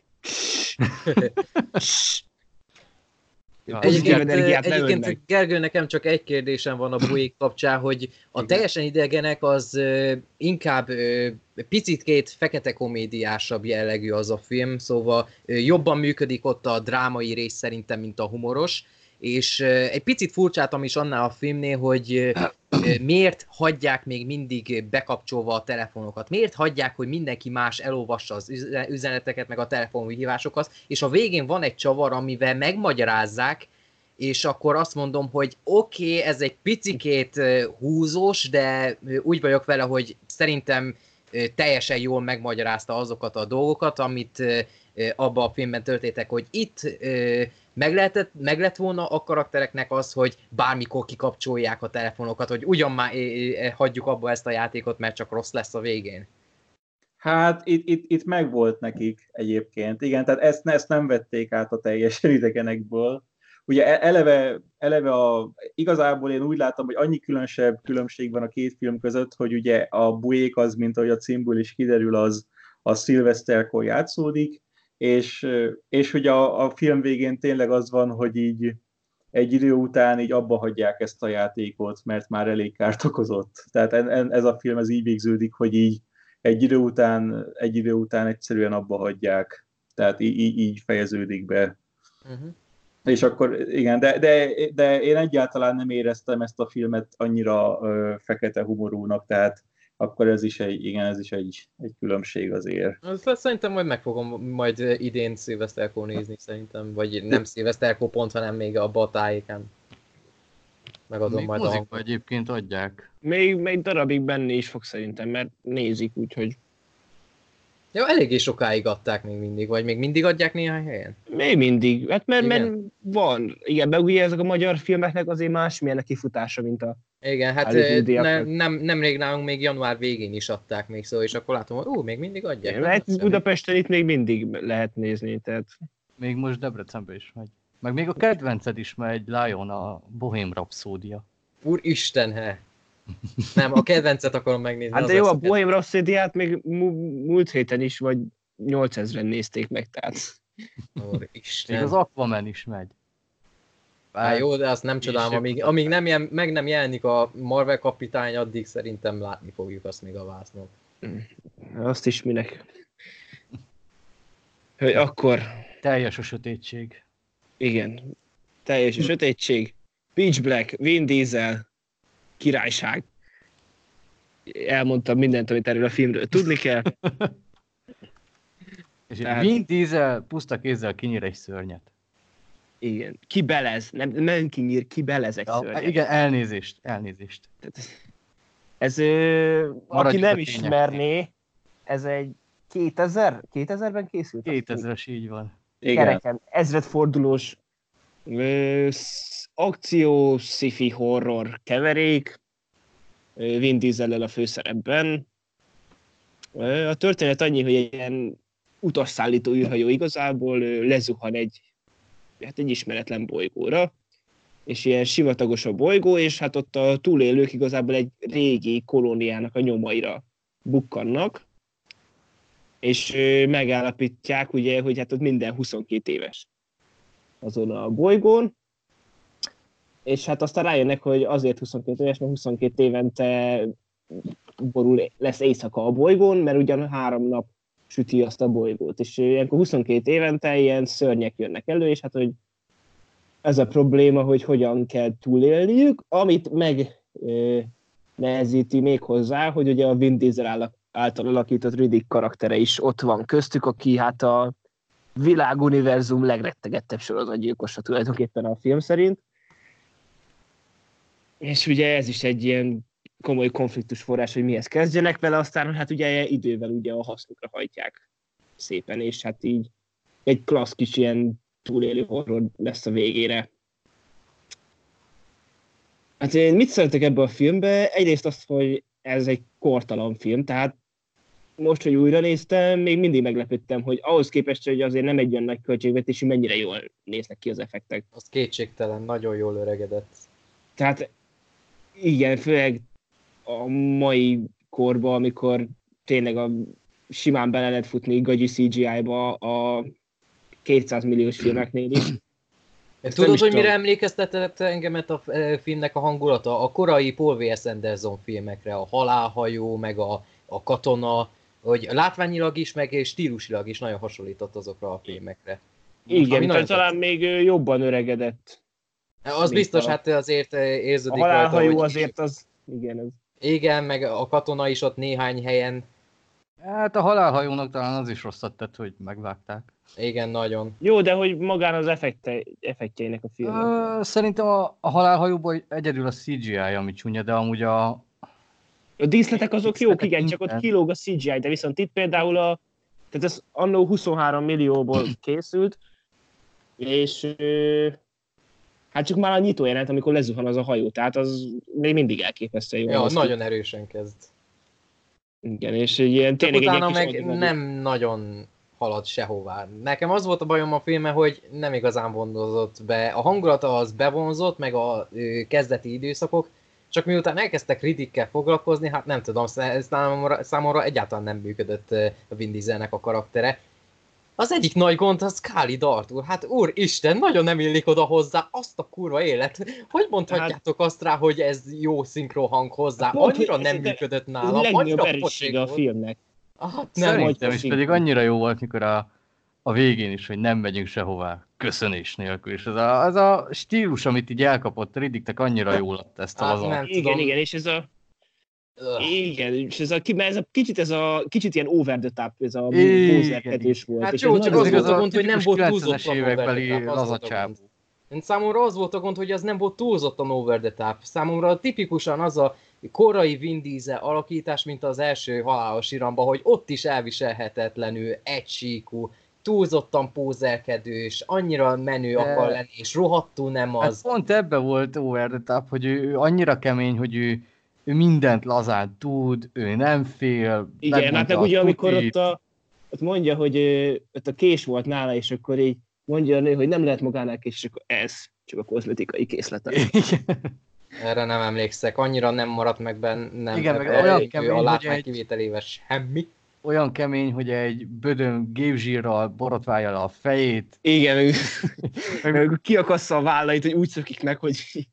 ja, egyébként, egyébként Gergő, nekem csak egy kérdésem van a Buék kapcsán, hogy a teljesen idegenek az uh, inkább uh, picitkét fekete komédiásabb jellegű az a film, szóval uh, jobban működik ott a drámai rész szerintem, mint a humoros, és uh, egy picit furcsáltam is annál a filmnél, hogy uh, miért hagyják még mindig bekapcsolva a telefonokat, miért hagyják, hogy mindenki más elolvassa az üzeneteket, meg a telefonhívásokat, és a végén van egy csavar, amivel megmagyarázzák, és akkor azt mondom, hogy oké, okay, ez egy picikét húzós, de úgy vagyok vele, hogy szerintem teljesen jól megmagyarázta azokat a dolgokat, amit abban a filmben történtek, hogy itt meg, lehetett, meg lett volna a karaktereknek az, hogy bármikor kikapcsolják a telefonokat, hogy ugyan már hagyjuk abba ezt a játékot, mert csak rossz lesz a végén. Hát itt, itt, itt megvolt nekik egyébként. Igen, tehát ezt, ezt nem vették át a teljesen idegenekből. Ugye eleve, eleve a, igazából én úgy látom, hogy annyi különösebb különbség van a két film között, hogy ugye a Buék az, mint ahogy a címből is kiderül, az a szilveszterkor játszódik, és, és ugye a, a film végén tényleg az van, hogy így egy idő után így abba hagyják ezt a játékot, mert már elég kárt okozott. Tehát ez a film ez így végződik, hogy így egy idő után, egy idő után egyszerűen abba hagyják. Tehát így, így fejeződik be. Uh-huh. És akkor igen, de, de, de én egyáltalán nem éreztem ezt a filmet annyira ö, fekete humorúnak, tehát akkor ez is egy, igen, ez is egy, egy különbség azért. Szerintem majd meg fogom majd idén szilveszterkor nézni, szerintem, vagy nem szilveszterkor pont, hanem még abba a tájéken. Megadom még majd a mozikba hangot. egyébként adják. Még, még darabig benne is fog szerintem, mert nézik, úgyhogy... Ja, eléggé sokáig adták még mindig, vagy még mindig adják néhány helyen? Még mindig, hát mert, mert Igen? van, igen, meg ugye ezek a magyar filmeknek azért másmilyen a kifutása, mint a... Igen, hát ne, nem, nemrég nálunk még január végén is adták még szó, és akkor látom, hogy ú, még mindig adják. Igen, mert Budapesten itt még mindig lehet nézni, tehát... Még most Debrecenben is megy. Meg még a kedvenced is megy, Lion, a Bohém Rhapsódia. Úristen, he! Nem, a kedvencet akarom megnézni. Hát de jó, a Bohém Rhapsódiát még múlt héten is, vagy nyolcezren nézték meg, tehát... Úristen. Még az Aquaman is megy. Hát jó, de azt nem csodálom, amíg, amíg nem jel, meg nem jelenik a Marvel kapitány, addig szerintem látni fogjuk azt még a vásznon. Azt is minek. Hogy akkor... Teljes a sötétség. Igen. Teljes a sötétség. Pitch Black, Vin Diesel, királyság. Elmondtam mindent, amit erről a filmről tudni kell. És Tehát... Vin Diesel puszta kézzel kinyír egy szörnyet. Igen. Kibelez. Nem, nem kinyír, kibelez egy ja, szörnyet. Igen, elnézést. Elnézést. Ez, ö, aki nem ismerné, ez egy kétezer? kétezerben készült? kétezres, így van. Kereken, ezredfordulós ö, akció, sci-fi, horror keverék, ö, Vin Diesellel a főszerepben. Ö, a történet annyi, hogy egy ilyen utasszállító űrhajó igazából ö, lezuhan egy, hát egy ismeretlen bolygóra, és ilyen sivatagos a bolygó, és hát ott a túlélők igazából egy régi kolóniának a nyomaira bukkannak, és megállapítják, ugye, hogy hát ott minden huszonkét éves azon a bolygón, és hát aztán rájönnek, hogy azért huszonkét éves, mert huszonkét évente borul lesz éjszaka a bolygón, mert ugyan három nap süti azt a bolygót, és ilyenkor huszonkét évente ilyen szörnyek jönnek elő, és hát, hogy ez a probléma, hogy hogyan kell túlélniük, amit meg eh, nehezíti még hozzá, hogy ugye a Vin Diesel által alakított Riddick karaktere is ott van köztük, aki hát a világuniverzum legrettegettebb sorozatgyilkosa tulajdonképpen a film szerint. És ugye ez is egy ilyen komoly konfliktus forrás, hogy mihez kezdjenek vele, aztán hát ugye idővel ugye a hasznukra hajtják szépen, és hát így egy klassz kis ilyen túlélő horror lesz a végére. Hát én mit szeretek ebbe a filmbe? Egyrészt azt, hogy ez egy kortalan film, tehát most, hogy újra néztem, még mindig meglepődtem, hogy ahhoz képest, hogy azért nem egy olyan nagy költségvetésű, mennyire jól néznek ki az effektek. Az kétségtelen, nagyon jól öregedett. Tehát igen, főleg a mai korban, amikor tényleg a simán bele lehet futni gagyi cé gé í-ba a kétszáz milliós filmeknél is. Tudod, hogy mire emlékeztetett engemet a filmnek a hangulata? A korai Paul W S. Anderson filmekre, a Halálhajó, meg a, a Katona, hogy látványilag is, meg stílusilag is nagyon hasonlított azokra a filmekre. Igen, tehát talán még jobban öregedett. Az biztos, a... hát azért érződik a Halálhajó rajta, hogy... azért az... Igen, ez... Igen, meg a Katona is ott néhány helyen. Hát a Halálhajónak talán az is rosszat tett, hogy megvágták. Igen, nagyon. Jó, de hogy magán az effekte, effektjeinek a filmnek. Uh, szerintem a, a Halálhajóban egyedül a cé gé í, ami csúnya, de amúgy a... A díszletek azok jók, igen, csak ott kilóg a cé gé í, de viszont itt például a... Tehát ez annó huszonhárom millióból készült, és hát csak már a nyitójelenet, amikor lezuhan az a hajó, tehát az még mindig elképesztő jó. Ja, nagyon ki. Erősen kezd. Igen, és ilyen tényleg utána egy meg nem nagyon halad sehová. Nekem az volt a bajom a filmmel, hogy nem igazán vonzott be. A hangulata az bevonzott, meg a ö, kezdeti időszakok, csak miután elkezdtek Riddickkel foglalkozni, hát nem tudom, számomra, számomra egyáltalán nem működött a Vin Dieselnek a karaktere. Az egyik nagy gond az Khalid Arthur. Hát úristen, nagyon nem illik oda hozzá, azt a kurva élet. Hogy mondhatjátok hát, azt rá, hogy ez jó szinkrohang hozzá? Pont, annyira nem működött nálam. Ez a legnagyobb erőssége a filmnek. Ah, nem Szerintem is pedig annyira jó volt, mikor a, a végén is, hogy nem megyünk sehová, köszönés nélkül. És ez a, ez a stílus, amit így elkapott Riddicknek, annyira jól adta ezt a lazat. Igen, igen, és ez a Ugh. Igen, és ez a, ez a kicsit, ez a kicsit ilyen over the top, ez a pózerkedés volt. Hát és jó, csak az volt a gond, hogy nem volt túlzott évekbeli lazacsábú. Számomra az volt a gond, hogy az nem volt túlzottan over the top. Számomra tipikusan az a korai Vin Diesel alakítás, mint az első Halálos Iramban, hogy ott is elviselhetetlenül, egysíkú, túlzottan pózerkedős, annyira menő De... akar lenni, és rohadtul nem az. Hát pont ebbe volt over the top, hogy ő, ő annyira kemény, hogy ő, ő mindent lazán tud, ő nem fél. Igen, hát meg ugye amikor ott, a, ott mondja, hogy ott a kés volt nála, és akkor így mondja a nő, hogy nem lehet magánál kés, és akkor ez csak a kozmetikai készlete. Erre nem emlékszek, annyira nem maradt meg bennem. Igen, meg olyan kemény, a látmány egy... kivételével semmi. Olyan kemény, hogy egy bödön gépzsírral borotválja le a fejét. Igen, meg, meg kiakassza a vállait, hogy úgy szökik meg, hogy...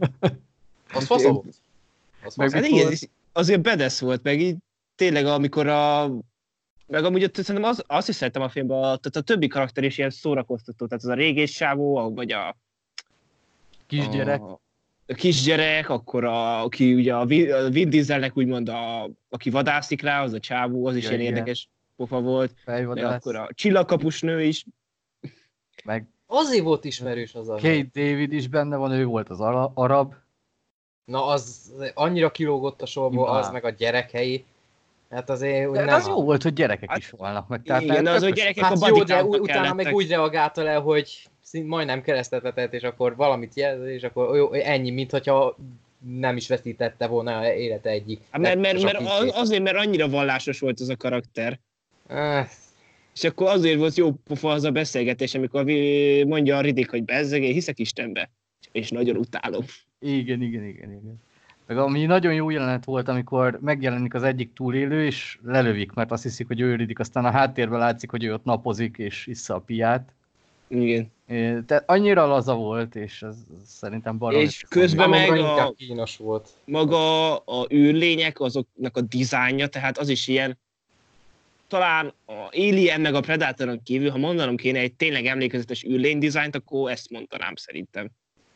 Az fasz volt. Az meg hát igen, azért bedesz volt, meg így tényleg amikor a... Meg amúgy ott szerintem az, azt is szerettem a filmben, a, tehát a többi karakter is ilyen szórakoztató, tehát az a régész sávó, vagy a... Kisgyerek. A, a kisgyerek, akkor a, aki ugye a Vin Dieselnek úgymond, a, aki vadászik rá, az a csávó, az is igen, ilyen érdekes pofa volt. Meg akkor a csillagkapus nő is. Meg azért volt ismerős az a Kate David is benne van, ő volt az arab. Na az annyira kilógott a sorból, Imá. Az meg a gyerekei. Hát azért de nem az jó volt, hogy gyerekek is volnak meg. Tehát igen, az, hogy gyerekek hát a jó, de utána meg úgy reagálta le, hogy szint majdnem keresztet vetett, és akkor valamit jelz, és akkor jó, ennyi, mintha nem is veszítette volna élete egyik. Hát mert, mert, mert az, azért, mert annyira vallásos volt az a karakter. Uh. És akkor azért volt jó pofa az a beszélgetés, amikor mondja a Riddick, hogy bezzeg, én hiszek Istenbe. És nagyon utálom. Igen, igen, igen, igen. Meg ami nagyon jó jelenet volt, amikor megjelenik az egyik túlélő, és lelövik, mert azt hiszik, hogy ő Riddick, aztán a háttérben látszik, hogy ő ott napozik, és issza a piát. Igen. Tehát annyira laza volt, és ez szerintem baromi. És közben meg a, kínos volt. maga a űrlények, azoknak a dizájnja, tehát az is ilyen, talán a Alien meg a Predatoron kívül, ha mondanom kéne egy tényleg emlékezetes űrlény dizájnt, akkor ezt mondanám szerintem.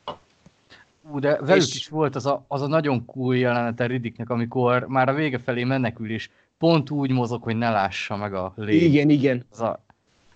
Ú, de velük és... is volt az a, az a nagyon cool jelenete Riddicknek, amikor már a vége felé menekül, és pont úgy mozog, hogy ne lássa meg a lény. Igen, igen. Az a...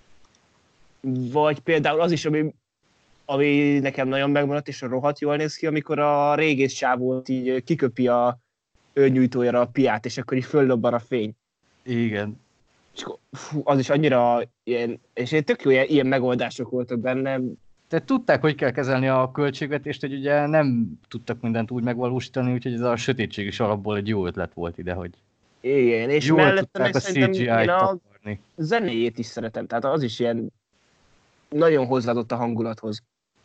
Vagy például az is, ami, ami nekem nagyon megmaradt, és rohadt jól néz ki, amikor a régész sávót így kiköpi a őrnyújtójára a piát, és akkor így föllobban a fény. Igen. És fú, az is annyira ilyen, és tök jó ilyen, ilyen megoldások voltak benne. Tehát tudták, hogy kell kezelni a költségvetést, hogy ugye nem tudtak mindent úgy megvalósítani, úgyhogy ez a sötétség is alapból egy jó ötlet volt ide, hogy igen, és jól mellette meg a szerintem cé gé í-t én a takarni. zenéjét is szeretem, tehát az is ilyen nagyon hozzáadott a hangulathoz.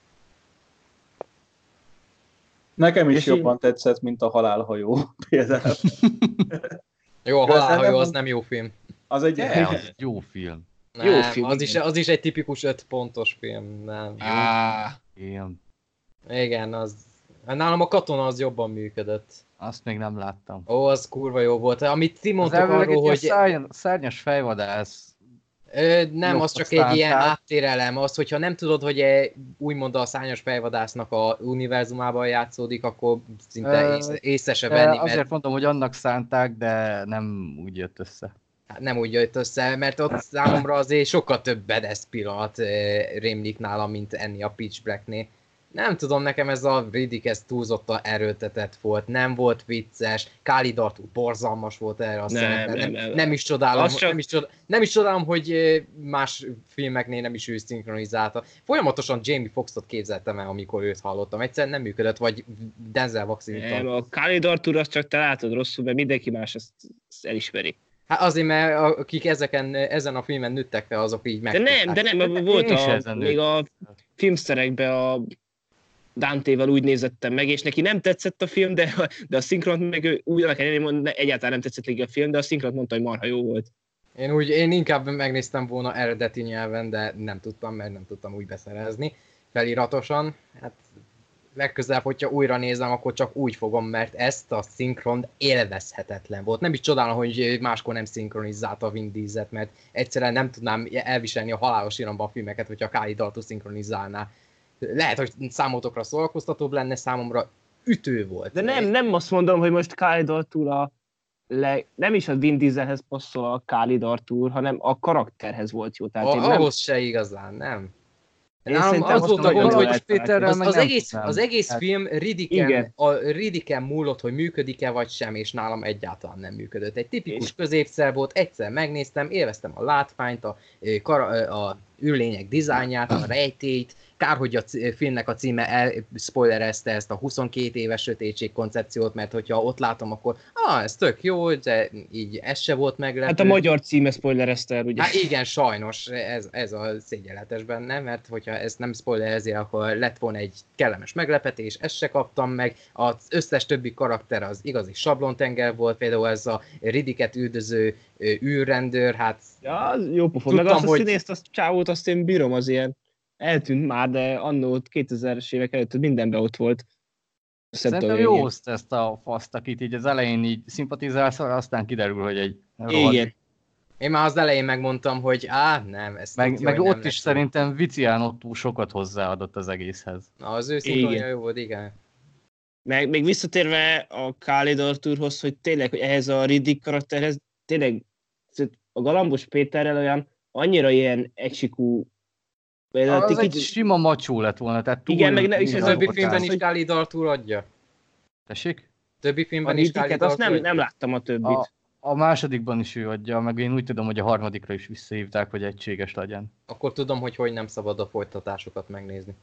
Nekem is és jobban én... tetszett, mint a Halálhajó például. Jó, a Halálhajó az nem jó film. Az egy, é, az egy jó film. Nem, jó film, az is, az is egy tipikus öt pontos film. Nem. Ah, igen. Igen, az... Nálam a Katona az jobban működött. Azt még nem láttam. Ó, az kurva jó volt. Amit ti mondtok arról, hogy... Szárny, szárnyas fejvadász. Ö, nem, az csak egy ilyen áttérelem. Az, hogyha nem tudod, hogy úgymond a szárnyas fejvadásznak a univerzumában játszódik, akkor szinte Ö, észre, észre se venni. Azért mert... mondom, hogy annak szánták, de nem úgy jött össze. Nem úgy jött össze, mert ott számomra azért sokkal több badass pillanat rémlik nálam, mint enni a Pitch Blacknél. Nem tudom, nekem ez a Riddick ez túlzottan erőltetett volt, nem volt vicces, Khalid Arthur borzalmas volt erre a nem, szerepben. Nem, nem, nem, nem, is csodálom, csak... nem, is csodálom, nem is csodálom, hogy más filmeknél nem is ő szinkronizálta. Folyamatosan Jamie Foxxot képzeltem el, amikor őt hallottam. Egyszerűen nem működött, vagy Denzel Washington. Nem, a Khalid Arthur azt csak te látod rosszul, mert mindenki más ezt, ezt elismeri. Hát azért, mert akik ezeken, ezen a filmen nőttek fel, azok így meg. De nem, de nem, volt a, még a filmszerekben a Dante-val úgy nézettem meg, és neki nem tetszett a film, de, de a szinkront meg úgy meg kell mondani, egyáltalán nem tetszett neki a film, de a szinkront mondta, hogy marha jó volt. Én, úgy, én inkább megnéztem volna eredeti nyelven, de nem tudtam, mert nem tudtam úgy beszerezni feliratosan. Hát legközelebb, hogyha újra nézem, akkor csak úgy fogom, mert ezt a szinkron élvezhetetlen volt. Nem is csodálom, hogy máskor nem szinkronizálta a Vin Dieselt, mert egyszerűen nem tudnám elviselni a Halálos Iramban a filmeket, hogyha Khalid Arthur szinkronizálná. Lehet, hogy számotokra szórakoztatóbb lenne, számomra ütő volt. De nem, nem azt mondom, hogy most Khalid Arthur a le, nem is a Vin Dieselhez passzol a Khalid Arthur, hanem a karakterhez volt jó. Tehát a, én ahhoz nem... se igazán, nem? Nálam az volt a gond, hogy Péterrel az, meg az, nem egész, tudnám. az egész Hát, film Riddicken, igen. a Riddicken múlott, hogy működik-e vagy sem, és nálam egyáltalán nem működött. Egy tipikus középszer volt, egyszer megnéztem, élveztem a látványt, a, a, a űrlények dizájnját, a rejtélyt. Kár, hogy a c- filmnek a címe elspoilerezte ezt a huszonkét éves sötétség koncepciót, mert hogyha ott látom, akkor ah, ez tök jó, de így ez se volt meglepő. Hát a magyar címe spoilerezte el, ugye? Hát igen, sajnos, ez, ez a szégyenletes benne, mert hogyha ezt nem spoilerezi, akkor lett volna egy kellemes meglepetés, ezt se kaptam meg. Az összes többi karakter az igazi sablontenger volt, például ez a Riddicket üldöző ö, űrrendőr, hát... Ja, jó pofon. Tudtam, Meg azt a hogy- színészt, azt csávót, azt én bírom, az ilyen eltűnt már, de annó kétezres évek előtt mindenben ott volt. Szerintem jó hozta ezt a faszt, akit így az elején így szimpatizálsz, aztán kiderül, hogy egy rohadt. Igen. Én már az elején megmondtam, hogy á, nem, ezt Meg, tudja, meg hogy ott nem is lesz jó. szerintem Vicián ott túl sokat hozzáadott az egészhez. Na, az ő szinkronja Igen. jó volt, igen. Meg még visszatérve a Khalid Arthurhoz, hogy tényleg hogy ehhez a Riddick karakterhez, tényleg a Galambos Péterrel olyan annyira ilyen egysikú, Az egy kicsit, sima macsó lett volna, tehát túl... Igen, meg ne- és És ez a a többi ott filmben az, is hogy- Khalid Arthur adja? Tessék? Többi a filmben is Khalid Riddicket, azt Arthur nem, adja? nem láttam a többit. A, a másodikban is ő adja, meg én úgy tudom, hogy a harmadikra is visszahívták, hogy egységes legyen. Akkor tudom, hogy hogy nem szabad a folytatásokat megnézni.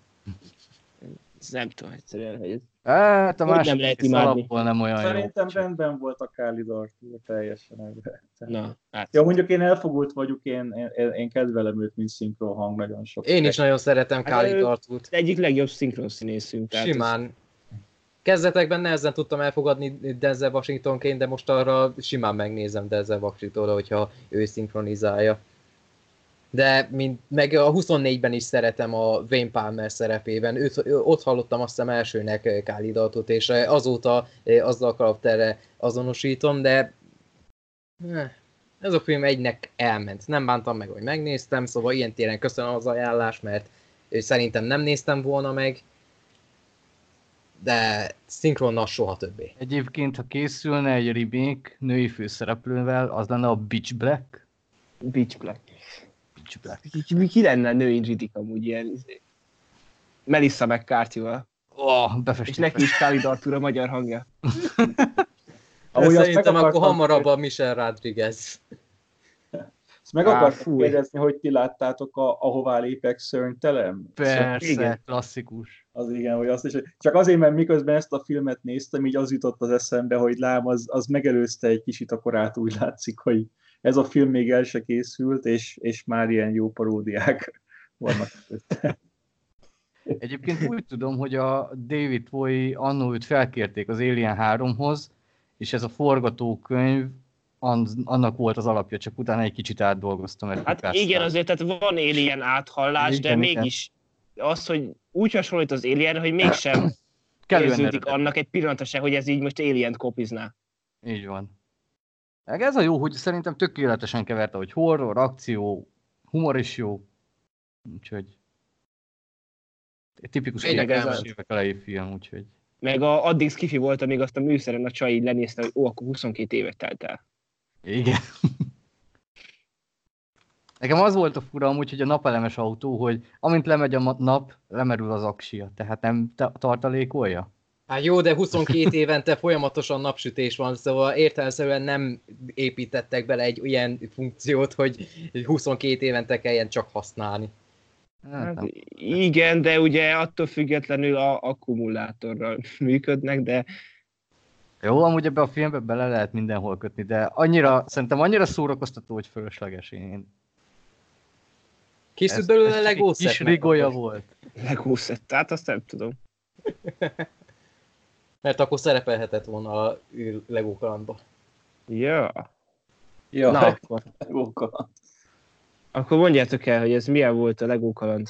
Ez nem tudom egyszerűen, hogy ez... Hát a Hogy nem második lehet rész imádni? alapból nem olyan Szerintem jó. rendben volt a Khalid Arthur, teljesen ebben. Na, hát. Ja, mondjuk én elfogult vagyok, én, én, én kedvelem őt, mint szinkron hang nagyon sok. Én is nagyon szeretem Hát, Khalid ő- Arthurt. Egyik legjobb szinkron színészünk. tehát ez- Simán. Kezdetekben nehezen tudtam elfogadni Denzel Washingtonként, de most arra simán megnézem Denzel Washingtonra, hogyha ő szinkronizálja. De mint, meg a huszonnégyben is szeretem a Wayne Palmer szerepében. Őt, ott hallottam azt hiszem elsőnek Khalid Arthurt, és azóta azzal a karakterre azonosítom, de eh, ez a film egynek elment. Nem bántam meg, hogy megnéztem, szóval ilyen téren köszönöm az ajánlást, mert szerintem nem néztem volna meg, de szinkronnal soha többé. Egyébként, ha készülne egy remake női főszereplővel, az lenne a Bitch Black. Pitch Black. Bitch Black. Ki, ki, ki lenne női Riddick amúgy ilyen? izé? Melissa McCarthy-val. Oh, És befestik. neki is Khalid Arthur a magyar hangja. Ahogy azt Szerintem meg akkor akartam- hamarabb a Michelle Rodriguez. Ezt meg Á, akartam fúj. kérdezni, hogy ti láttátok a Ahová lépek szörnytelen? Persze, Igen. klasszikus. Az igen, hogy azt is. Csak azért, mert miközben ezt a filmet néztem, így az jutott az eszembe, hogy lám, az, az megelőzte egy kicsit a korát, úgy látszik, hogy ez a film még el se készült, és, és már ilyen jó paródiák vannak között. Egyébként úgy tudom, hogy a David Bowie annó őt felkérték az Alien háromhoz, és ez a forgatókönyv an- annak volt az alapja, csak utána egy kicsit átdolgoztam. Mert Hát kukáztam. igen, azért tehát van Alien áthallás, Igen, de igen. mégis az, hogy úgy hasonlít az Alienre, hogy mégsem Kellően érződik eredeti. annak egy pillanatra se, hogy ez így most Alien-t kopizná. Így van. Meg ez a jó, hogy szerintem tökéletesen keverte, hogy horror, akció, humor is jó. Úgyhogy egy tipikus Tényleg kilencvenes ez a- évek elejé film, úgyhogy Meg a, addig skifi volt, amíg azt a műszeren a csaj így lenézte, hogy ó, akkor huszonkét évet telt el. igen. Nekem az volt a fura amúgy, hogy a napelemes autó, hogy amint lemegy a ma- nap, lemerül az aksia, tehát nem ta- tartalékolja. Hát jó, de huszonkét évente folyamatosan napsütés van, szóval értelemszerűen nem építettek bele egy ilyen funkciót, hogy huszonkét évente kelljen csak használni. Hát, Hát, nem. igen, de ugye attól függetlenül a akkumulátorral működnek, de Jó, amúgy ebbe a filmbe bele lehet mindenhol kötni, de annyira, szerintem annyira szórakoztató, hogy fölösleges. Én Készült Ez- belőle ez Lego egy kis set, rigolya akkor. volt. Lego set, tehát azt nem tudom. Mert akkor szerepelhetett volna a Lego kalandba. Ja, Ja, na akkor. jó kaland. Akkor mondjátok el, hogy ez milyen volt a Lego kaland.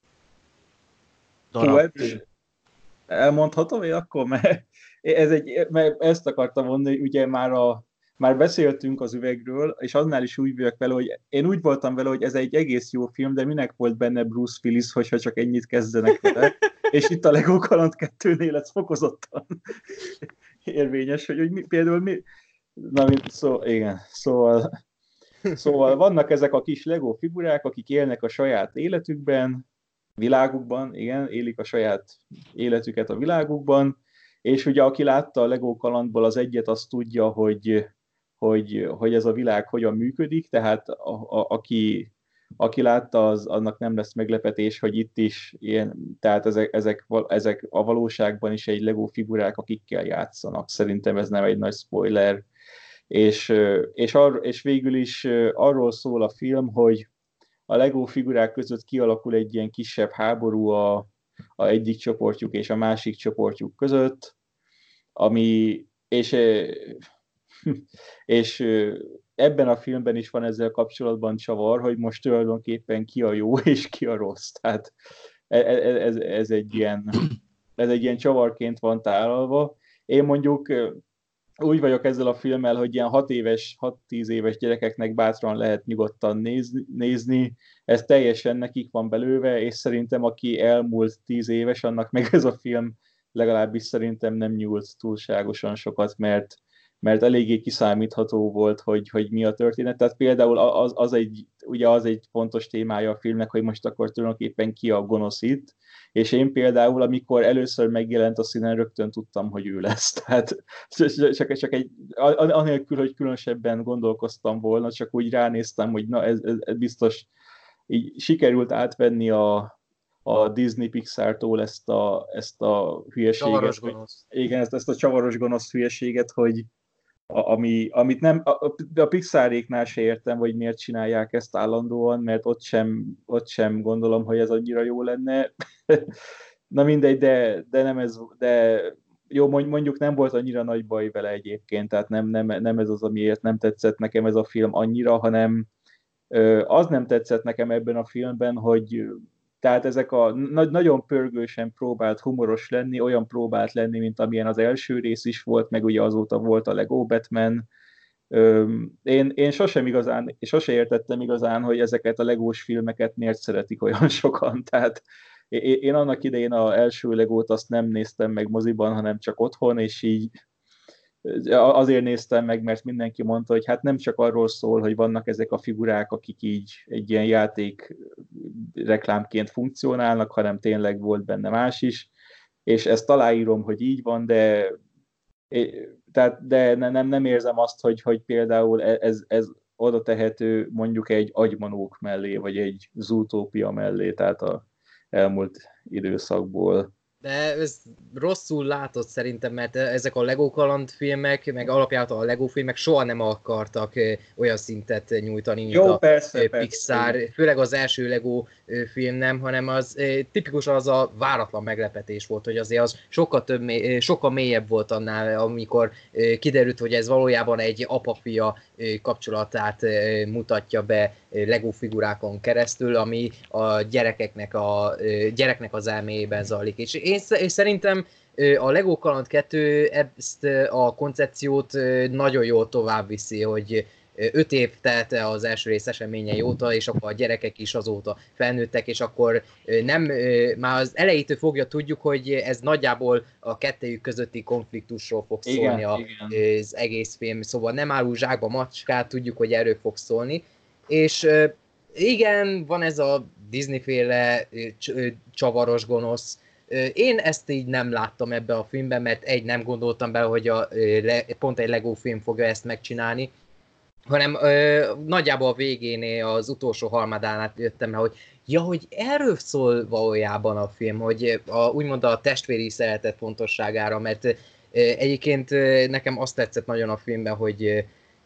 Hú, Darab. ez- elmondhatom én akkor, mert, ez egy, mert ezt akartam mondani, hogy ugye már, a, már beszéltünk az üvegről, és annál is úgy vagyok vele, hogy én úgy voltam vele, hogy ez egy egész jó film, de minek volt benne Bruce Willis, hogyha csak ennyit kezdenek vele. És itt a Lego Kaland kettőnél ez fokozottan érvényes, hogy, hogy mi, például mi... Na, szó, igen, szóval, szóval vannak ezek a kis Lego figurák, akik élnek a saját életükben, világukban, igen, élik a saját életüket a világukban, és ugye aki látta a Lego kalandból az egyet, az tudja, hogy, hogy, hogy ez a világ hogyan működik, tehát a, a, aki, aki látta, az, annak nem lesz meglepetés, hogy itt is ilyen, tehát ezek, ezek, ezek a valóságban is egy Lego figurák, akikkel játszanak. Szerintem ez nem egy nagy spoiler. És, és, ar, és végül is arról szól a film, hogy a Lego figurák között kialakul egy ilyen kisebb háború a, a egyik csoportjuk és a másik csoportjuk között, ami, és, és ebben a filmben is van ezzel kapcsolatban csavar, hogy most tulajdonképpen ki a jó és ki a rossz. Tehát ez, ez, ez, egy, ilyen, ez egy ilyen csavarként van tálalva. Én mondjuk úgy vagyok ezzel a filmmel, hogy ilyen hat éves, hat-tíz éves gyerekeknek bátran lehet nyugodtan nézni, nézni. Ez teljesen nekik van belőve, és szerintem aki elmúlt tíz éves, annak meg ez a film legalábbis szerintem nem nyúlt túlságosan sokat, mert, mert eléggé kiszámítható volt, hogy, hogy mi a történet. Tehát például az, az, egy, ugye az egy fontos témája a filmnek, hogy most akkor tulajdonképpen ki a gonosz itt, és én például, amikor először megjelent a színen, rögtön tudtam, hogy ő lesz. Tehát csak, csak egy, anélkül, hogy különösebben gondolkoztam volna, csak úgy ránéztem, hogy na, ez, ez biztos így sikerült átvenni a, a Disney Pixar-tól ezt a, ezt a hülyeséget. Csavaros gonosz. Igen, ezt, ezt a csavaros gonosz hülyeséget, hogy a, ami, amit nem, a, a Pixaréknál se értem, hogy miért csinálják ezt állandóan, mert ott sem, ott sem gondolom, hogy ez annyira jó lenne. Na mindegy, de, de nem ez, de jó, mondjuk nem volt annyira nagy baj vele egyébként, tehát nem, nem, nem ez az, amiért nem tetszett nekem ez a film annyira, hanem az nem tetszett nekem ebben a filmben, hogy tehát ezek a na- nagyon pörgősen próbált humoros lenni, olyan próbált lenni, mint amilyen az első rész is volt, meg ugye azóta volt a Lego Batman. Én, én sosem igazán, és sose értettem igazán, hogy ezeket a legós filmeket miért szeretik olyan sokan. Tehát én annak idején az első Legót azt nem néztem meg moziban, hanem csak otthon, és így azért néztem meg, mert mindenki mondta, hogy hát nem csak arról szól, hogy vannak ezek a figurák, akik így egy ilyen játék reklámként funkcionálnak, hanem tényleg volt benne más is, és ezt aláírom, hogy így van, de, tehát, de nem, nem érzem azt, hogy, hogy például ez, ez oda tehető mondjuk egy agymanók mellé, vagy egy Zootopia mellé, tehát az elmúlt időszakból. De ez rosszul látott szerintem, mert ezek a Lego kalandfilmek, meg alapjában a Lego filmek soha nem akartak olyan szintet nyújtani, mint Jó, a persze, Pixar, persze. Főleg az első Lego film nem, hanem az tipikusan az a váratlan meglepetés volt, hogy azért az sokkal, több, sokkal mélyebb volt annál, amikor kiderült, hogy ez valójában egy apa-fia kapcsolatát mutatja be Lego figurákon keresztül, ami a gyerekeknek a gyereknek az elméjében zajlik. És én szerintem a Lego Kaland kettő ezt a koncepciót nagyon jól tovább viszi, hogy öt év telt az első rész eseményei óta, és akkor a gyerekek is azóta felnőttek, és akkor nem, már az elejétől fogja tudjuk, hogy ez nagyjából a kettejük közötti konfliktusról fog szólni igen, a, igen. az egész film, szóval nem állul zsákba macskát, tudjuk, hogy erről fog szólni, és igen, van ez a Disney-féle csavaros gonosz. Én ezt így nem láttam ebbe a filmben, mert egy, nem gondoltam bele, hogy a, pont egy Lego film fogja ezt megcsinálni, hanem ö, nagyjából a végén, az utolsó harmadánál jöttem rá, hogy ja, hogy erről szól valójában a film, hogy a, úgymond a testvéri szeretet fontosságára, mert ö, egyébként ö, nekem azt tetszett nagyon a filmben, hogy ö,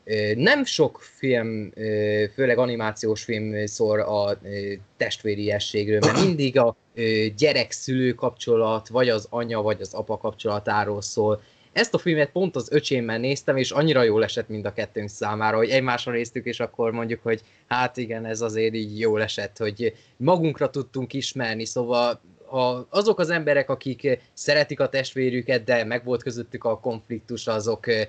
nem sok film, ö, főleg animációs film szól a ö, testvériességről, mert mindig a ö, gyerek-szülő kapcsolat, vagy az anya, vagy az apa kapcsolatáról szól. Ezt a filmet pont az öcsémmel néztem, és annyira jól esett mind a kettőnk számára, hogy egymásra néztük, és akkor mondjuk, hogy hát igen, ez azért így jól esett, hogy magunkra tudtunk ismerni, szóval a, azok az emberek, akik szeretik a testvérüket, de meg volt közöttük a konfliktus, azok e,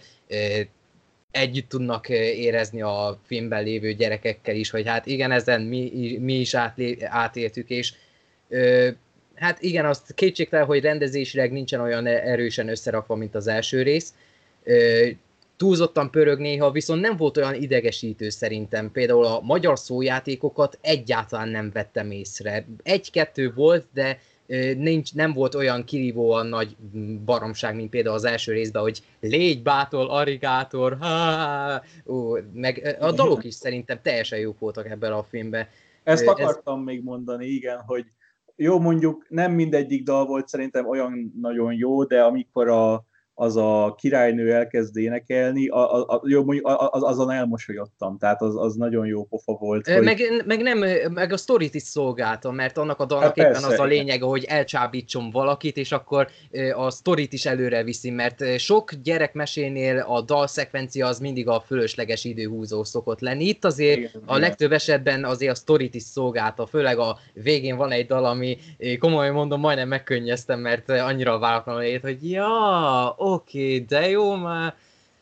együtt tudnak érezni a filmben lévő gyerekekkel is, hogy hát igen, ezen mi, mi is átlé, átéltük, és e, hát igen, azt kétségtelen, hogy rendezésileg nincsen olyan erősen összerakva, mint az első rész. túlzottan pörög néha, viszont nem volt olyan idegesítő szerintem. Például a magyar szójátékokat egyáltalán nem vettem észre. Egy-kettő volt, de nincs, nem volt olyan kirívóan nagy baromság, mint például az első részben, hogy légy bátor, arigátor, ha, ó, meg a dalok is szerintem teljesen jók voltak ebben a filmben. Ezt akartam Ez... még mondani, igen, hogy jó, mondjuk nem mindegyik dal volt szerintem olyan nagyon jó, de amikor a az a királynő elkezd énekelni, a, a, a, jó, mondjuk, az, azon elmosolyodtam, tehát az, az nagyon jó pofa volt. Hogy... Meg, meg, nem, meg a sztorit is szolgálta, mert annak a dalnak hát éppen persze, az a lényege, hogy elcsábítson valakit, és akkor a sztorit is előre viszi, mert sok gyerekmesénél a dalszekvencia az mindig a fölösleges időhúzó szokott lenni. Itt azért igen, a legtöbb esetben azért a sztorit is szolgálta, főleg a végén van egy dal, ami komolyan mondom, majdnem megkönnyeztem, mert annyira váratlanul ért, hogy ja, oké, okay, de jó már.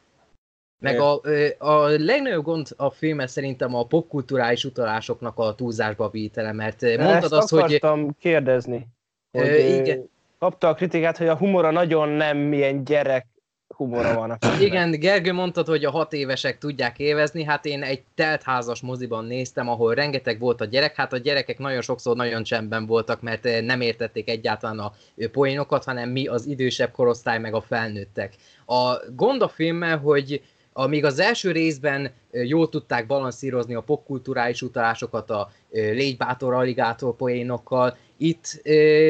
Meg a, a legnagyobb gond a filmet szerintem a popkulturális utalásoknak a túlzásba vétele, mert mondtad azt, hogy... Ezt akartam kérdezni, hogy ö, igen. kapta a kritikát, hogy a humora nagyon nem milyen gyerek humora van a filmben. Igen, Gergő mondtad, hogy a hat évesek tudják élvezni, hát én egy teltházas moziban néztem, ahol rengeteg volt a gyerek, hát a gyerekek nagyon sokszor nagyon csendben voltak, mert nem értették egyáltalán a poénokat, hanem mi az idősebb korosztály meg a felnőttek. A gond a filmmel, hogy amíg az első részben jól tudták balanszírozni a popkulturális utalásokat a légy bátor, aligátor poénokkal, itt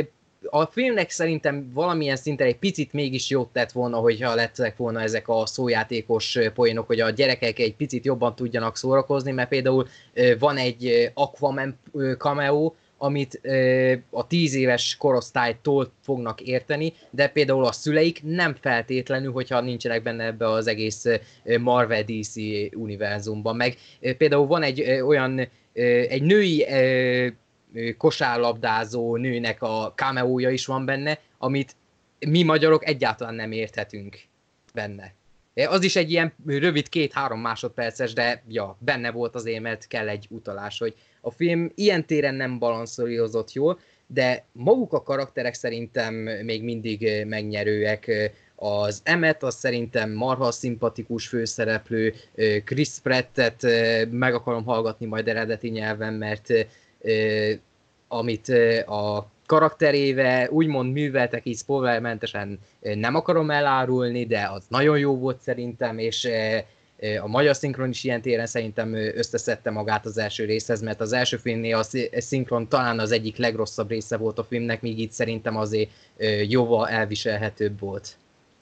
a filmnek szerintem valamilyen szinten egy picit mégis jót tett volna, hogyha lettek volna ezek a szójátékos poénok, hogy a gyerekek egy picit jobban tudjanak szórakozni, mert például van egy Aquaman cameo, amit a tíz éves korosztálytól fognak érteni, de például a szüleik nem feltétlenül, hogyha nincsenek benne ebbe az egész Marvel dé cé univerzumban. Meg például van egy olyan, egy női kosárlabdázó nőnek a cameója is van benne, amit mi magyarok egyáltalán nem érthetünk benne. Az is egy ilyen rövid két-három másodperces, de ja, benne volt azért, mert kell egy utalás, hogy a film ilyen téren nem balanszírozott jól, de maguk a karakterek szerintem még mindig megnyerőek. Az Emmet, az szerintem marha szimpatikus főszereplő, Chris Prattet meg akarom hallgatni majd eredeti nyelven, mert amit a karakterével úgymond műveltek, így spoilermentesen nem akarom elárulni, de az nagyon jó volt szerintem, és a magyar szinkron is ilyen téren szerintem összeszedte magát az első részhez, mert az első filmnél a szinkron talán az egyik legrosszabb része volt a filmnek, míg itt szerintem azért jóval elviselhetőbb volt.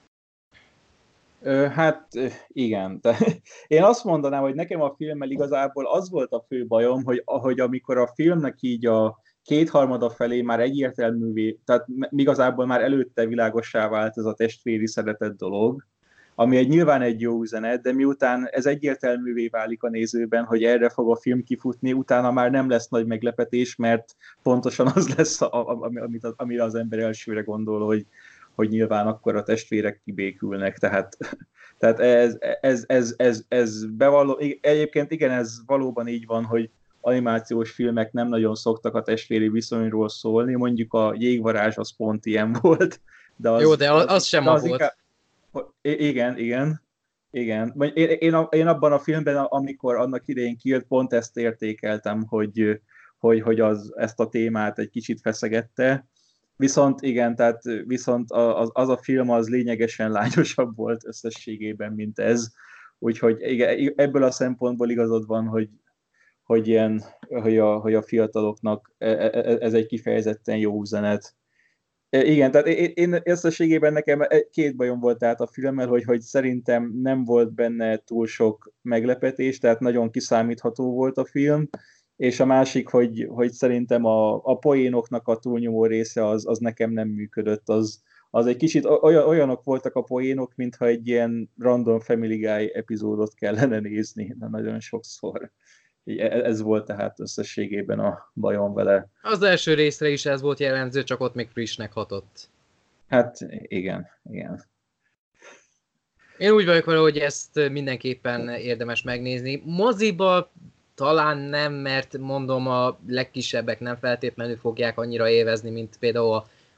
Hát igen. Én azt mondanám, hogy nekem a filmmel igazából az volt a fő bajom, hogy, hogy amikor a filmnek így a kétharmada felé már egyértelművé, tehát igazából már előtte világossá vált ez a testvéri szeretett dolog, ami egy nyilván egy jó üzenet, de miután ez egyértelművé válik a nézőben, hogy erre fog a film kifutni, utána már nem lesz nagy meglepetés, mert pontosan az lesz, amit, amire az ember elsőre gondol, hogy, hogy nyilván akkor a testvérek kibékülnek. Tehát, tehát ez, ez, ez, ez, ez bevalló, egyébként igen, ez valóban így van, hogy animációs filmek nem nagyon szoktak a testvéri viszonyról szólni, mondjuk a Jégvarázs az pont ilyen volt. De az, Jó, de az, az sem az volt. Inkább, igen, igen. Igen. Én, én, én abban a filmben, amikor annak idején kijött, pont ezt értékeltem, hogy, hogy, hogy az, ezt a témát egy kicsit feszegette. Viszont igen, tehát viszont az, az a film az lényegesen lányosabb volt összességében, mint ez. Úgyhogy igen, ebből a szempontból igazad van, hogy, hogy, ilyen, hogy, a, hogy a fiataloknak ez egy kifejezetten jó üzenet. Igen, tehát én, én összességében nekem két bajom volt tehát a filmmel, hogy, hogy szerintem nem volt benne túl sok meglepetés, tehát nagyon kiszámítható volt a film, és a másik, hogy, hogy szerintem a, a poénoknak a túlnyomó része az, az nekem nem működött, az, az egy kicsit olyan, olyanok voltak a poénok, mintha egy ilyen random Family Guy epizódot kellene nézni, de nagyon sokszor. Ez volt tehát összességében a bajom vele. Az első részre is ez volt jellemző, csak ott még frissnek hatott. Hát igen, igen. Én úgy vagyok vele, hogy ezt mindenképpen érdemes megnézni. Moziba talán nem, mert mondom, a legkisebbek nem feltétlenül fogják annyira élvezni, mint például a,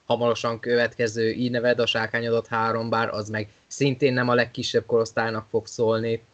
hamarosan következő Így neved a sárkányodat három, bár az meg szintén nem a legkisebb korosztálynak fog szólni.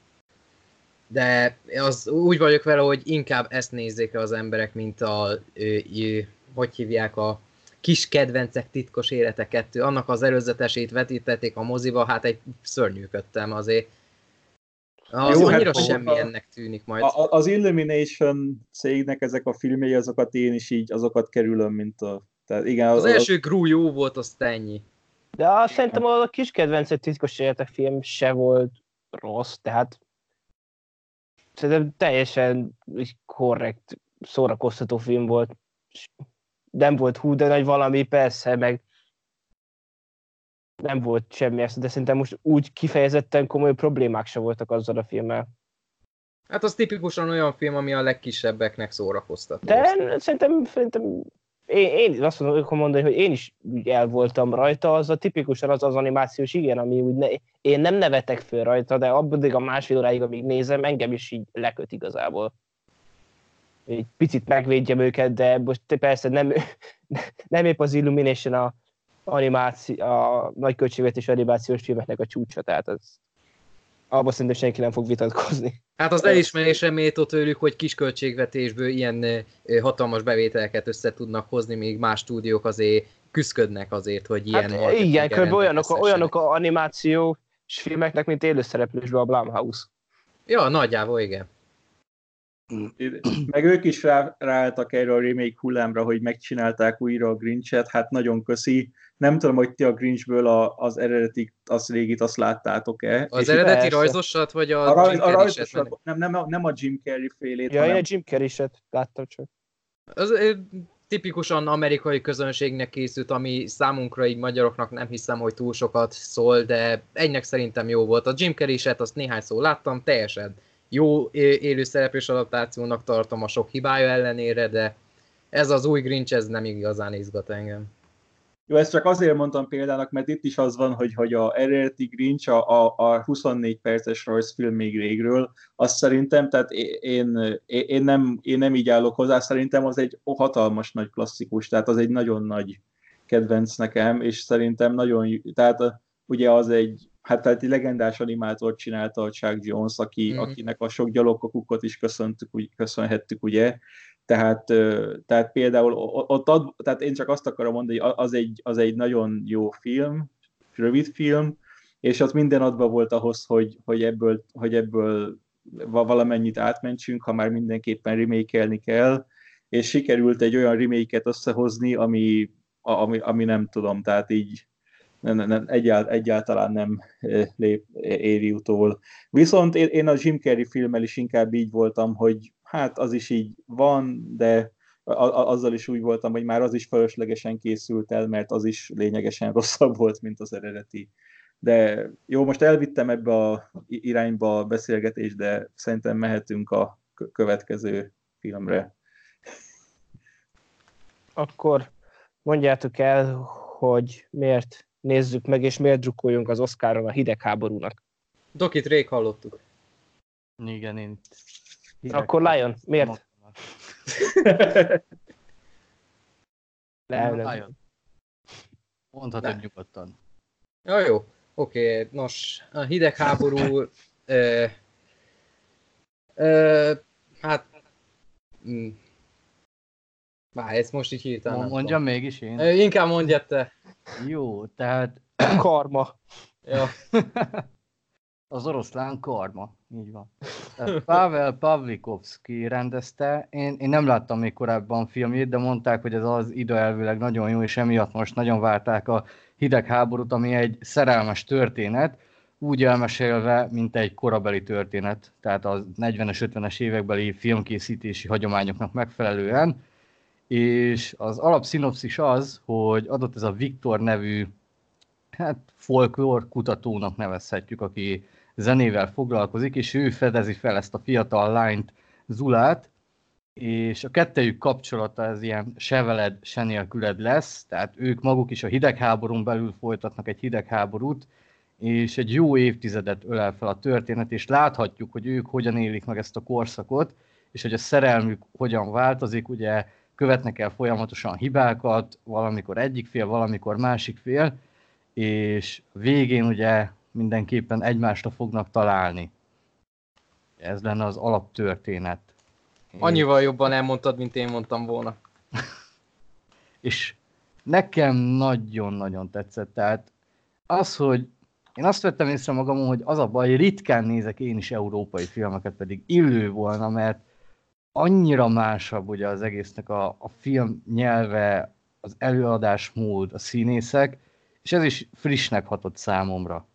De az úgy vagyok vele, hogy inkább ezt nézzék az emberek, mint a, ö, ö, hogy hívják, a Kis kedvencek titkos élete kettő. Annak az előzetesét vetítették a moziba, hát egy szörnyűködtem azért. Az Jó, annyira hát semmilyennek tűnik majd. A, az Illumination cégnek ezek a filmjei, azokat én is így, azokat kerülöm, mint a... Tehát igen, az, az, az első Gru jó volt, azt ennyi. De azt szerintem a Kis kedvencek titkos életek film se volt rossz, tehát szerintem teljesen korrekt, szórakoztató film volt. Nem volt hú, de nagy valami, persze, meg nem volt semmi ezt, de szerintem most úgy kifejezetten komoly problémák se voltak azzal a filmmel. Hát az tipikusan olyan film, ami a legkisebbeknek szórakoztató. De szerintem, szerintem én, én azt mondom, mondani, hogy én is el voltam rajta, az a tipikusan az az animációs igen, ami úgy ne, én nem nevetek föl rajta, de addig a másfél óráig, amíg nézem, engem is így leköt igazából. Egy picit megvédjem őket, de most persze nem, nem épp az Illumination a, animáció, a nagy költségvetés animációs filmeknek a csúcsa, tehát az, abban szerintem senki nem fog vitatkozni. Hát az elismerésre méltó tőlük, hogy kis költségvetésből ilyen hatalmas bevételeket össze tudnak hozni, míg más stúdiók azért küszködnek azért, hogy ilyen... Hát igen, kb. olyanok, olyanok a animációs filmeknek, mint élőszereplősben a Blumhouse. Ja, nagyjából igen. Meg ők is rá, ráálltak erre a remake hullámra, hogy megcsinálták újra a Grinchet, hát nagyon köszi. Nem tudom, hogy ti a Grinchből a, az eredeti, az régit, azt láttátok-e? Az eredeti persze. Rajzosat, vagy a, a, rajz, a rajzosat? Nem, nem, a, nem a Jim Carrey félét. Ja, hanem... én a Jim Carrey-set láttam csak. Az tipikusan amerikai közönségnek készült, ami számunkra, így magyaroknak nem hiszem, hogy túl sokat szól, de egynek szerintem jó volt. A Jim Carrey-set azt néhány szó láttam, teljesen jó élőszereplős adaptációnak tartom a sok hibája ellenére, de ez az új Grinch, ez nem igazán izgat engem. Jó, ezt csak azért mondtam példának, mert itt is az van, hogy, hogy a eredeti Grinch, a, a huszonnégy perces rajzfilm még régről, azt szerintem, tehát én, én, nem, én nem így állok hozzá, szerintem az egy hatalmas nagy klasszikus, tehát az egy nagyon nagy kedvenc nekem, és szerintem nagyon, tehát ugye az egy, hát tehát egy legendás animátort csinálta a Chuck Jones, aki, mm. akinek a sok gyalogkakukot is köszöntük, úgy, köszönhettük, ugye, tehát, tehát például ott ad, tehát én csak azt akarom mondani, hogy az egy, az egy nagyon jó film, rövid film, és az minden adva volt ahhoz, hogy, hogy, ebből, hogy ebből valamennyit átmentsünk, ha már mindenképpen remake-elni kell, és sikerült egy olyan remake-et összehozni, ami, ami, ami nem tudom, tehát így nem, nem, egyált, egyáltalán nem lép, éri utól. Viszont én, én a Jim Carrey filmmel is inkább így voltam, hogy hát az is így van, de a, a, azzal is úgy voltam, hogy már az is fölöslegesen készült el, mert az is lényegesen rosszabb volt, mint az eredeti. De jó, most elvittem ebbe a irányba a beszélgetést, de szerintem mehetünk a következő filmre. Akkor mondjátok el, hogy miért nézzük meg, és miért drukkoljunk az Oscaron a hidegháborúnak. Dokit rég hallottuk. Igen, én... Akkor Lion, miért? Nem, Lion. Mondhatod nyugodtan. Ja, jó. Oké, okay. Nos, a hidegháború... ö, ö, hát... Mm, Várj, ezt most így hirtelen. Mondjam mégis én. Ö, inkább mondjad te. Jó, tehát... Karma. Ja. Az oroszlán karma, így van. Tehát Pavel Pavlikovsky rendezte, én, én nem láttam még korábban filmjét, de mondták, hogy ez az időelvileg nagyon jó, és emiatt most nagyon várták a hidegháborút, ami egy szerelmes történet, úgy elmesélve, mint egy korabeli történet, tehát a negyvenes, ötvenes évekbeli filmkészítési hagyományoknak megfelelően, és az alapszinopszis az, hogy adott ez a Viktor nevű, hát folklór kutatónak nevezhetjük, aki zenével foglalkozik, és ő fedezi fel ezt a fiatal lányt, Zulát, és a kettejük kapcsolata ez ilyen se veled, se nélküled lesz, tehát ők maguk is a hidegháborún belül folytatnak egy hidegháborút, és egy jó évtizedet ölel fel a történet, és láthatjuk, hogy ők hogyan élik meg ezt a korszakot, és hogy a szerelmük hogyan változik, ugye követnek el folyamatosan hibákat, valamikor egyik fél, valamikor másik fél, és végén ugye mindenképpen egymásra fognak találni. Ez lenne az alaptörténet. Annyival jobban elmondtad, mint én mondtam volna. És nekem nagyon-nagyon tetszett. Tehát az, hogy én azt vettem észre magamon, hogy az a baj, hogy ritkán nézek én is európai filmeket, pedig illő volna, mert annyira másabb ugye az egésznek a, a film nyelve, az előadásmód, a színészek, és ez is frissnek hatott számomra.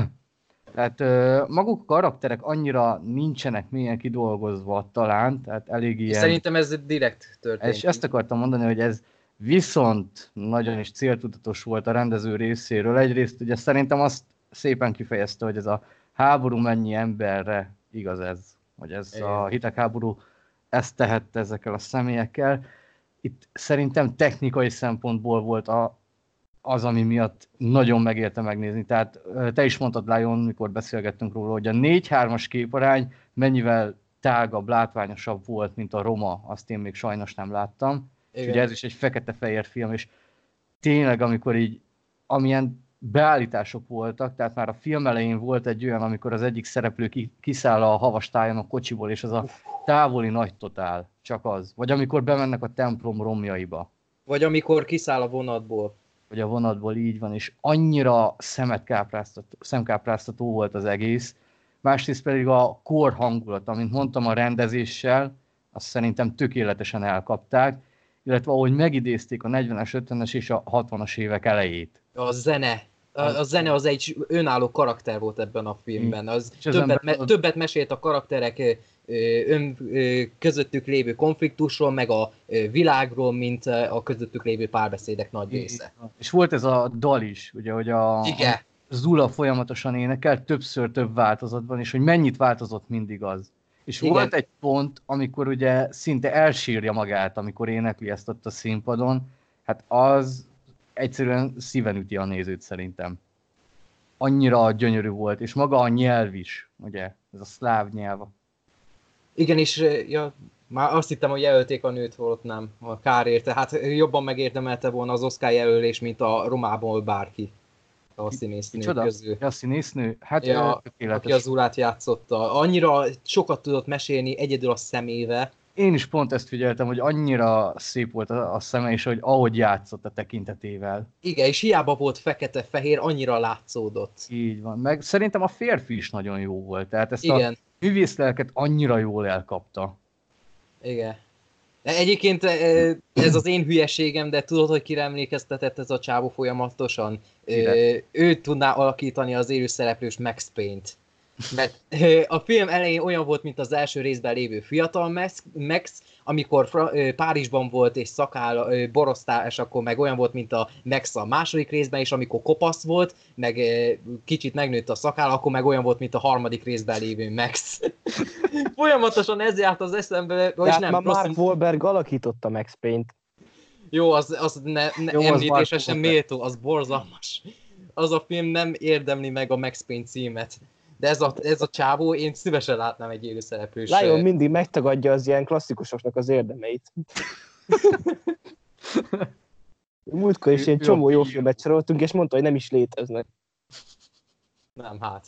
Tehát maguk a karakterek annyira nincsenek mélyen kidolgozva talán, tehát elég ilyen... Szerintem ez direkt történt. És ezt akartam mondani, hogy ez viszont nagyon is céltudatos volt a rendező részéről. Egyrészt ugye szerintem azt szépen kifejezte, hogy ez a háború mennyi emberre igaz ez, hogy ez igen. A hidegháború ezt tehette ezekkel a személyekkel. Itt szerintem technikai szempontból volt a, az, ami miatt nagyon megérte megnézni. Tehát te is mondtad, Lion, mikor beszélgettünk róla, hogy a négy hármas képarány mennyivel tágabb, látványosabb volt, mint a Roma, azt én még sajnos nem láttam. És ugye ez is egy fekete-fehér film, és tényleg, amikor így, amilyen beállítások voltak, tehát már a film elején volt egy olyan, amikor az egyik szereplő kiszáll a havastájon a kocsiból, és az a távoli nagy totál, csak az. Vagy amikor bemennek a templom romjaiba. Vagy amikor kiszáll a vonatból. Vagy a vonatból, így van, és annyira szemet kápráztató, szemkápráztató volt az egész. Másrészt pedig a kor hangulat, amint mondtam, a rendezéssel, azt szerintem tökéletesen elkapták, illetve ahogy megidézték a negyvenes, ötvenes és a hatvanas évek elejét. A zene. A, a zene az egy önálló karakter volt ebben a filmben. Az többet, me, többet mesélt a karakterek ön, közöttük lévő konfliktusról, meg a világról, mint a közöttük lévő párbeszédek nagy része. És volt ez a dal is, ugye, hogy a, igen. a Zula folyamatosan énekel, többször több változatban, és hogy mennyit változott mindig az. És igen. Volt egy pont, amikor ugye szinte elsírja magát, amikor énekli ezt ott a színpadon. Hát az egyszerűen szíven üti a nézőt szerintem. Annyira gyönyörű volt, és maga a nyelv is, ugye, ez a szláv nyelv. Igen, és ja, már azt hittem, hogy jelölték a nőt, holott nem, a kár érte. Hát jobban megérdemelte volna az Oscar jelölés, mint a Romából bárki. A színésznő közül. A színésznő? Hát ja, aki az Zulát játszotta. Annyira sokat tudott mesélni egyedül a szemével. Én is pont ezt figyeltem, hogy annyira szép volt a, a szeme, és hogy ahogy játszott a tekintetével. Igen, és hiába volt fekete-fehér, annyira látszódott. Így van. Meg szerintem a férfi is nagyon jó volt. Tehát ezt igen. A művészlelket annyira jól elkapta. Igen. Egyébként ez az én hülyeségem, de tudod, hogy kire emlékeztetett ez a csávó folyamatosan? Ő, ő tudná alakítani az élő szereplős Max Payne-t. Mert a film elején olyan volt, mint az első részben lévő fiatal Max, Max amikor Fra- Párizsban volt és szakáll, borosztál, és akkor meg olyan volt, mint a Max a második részben, és amikor kopasz volt, meg kicsit megnőtt a szakáll, akkor meg olyan volt, mint a harmadik részben lévő Max. Folyamatosan ez járt az eszembe, és nem. Már Mark Wahlberg alakította Max Payne-t. Jó, az, az ne, ne Jó, említésre sem méltó, az borzalmas. Az a film nem érdemli meg a Max Payne címet. De ez a, ez a csávó, én szívesen látnám egy élő szereplős. Lion mindig megtagadja az ilyen klasszikusoknak az érdemeit. Múltkor is ilyen csomó jó filmet soroltunk, és mondta, hogy nem is léteznek. Nem, hát.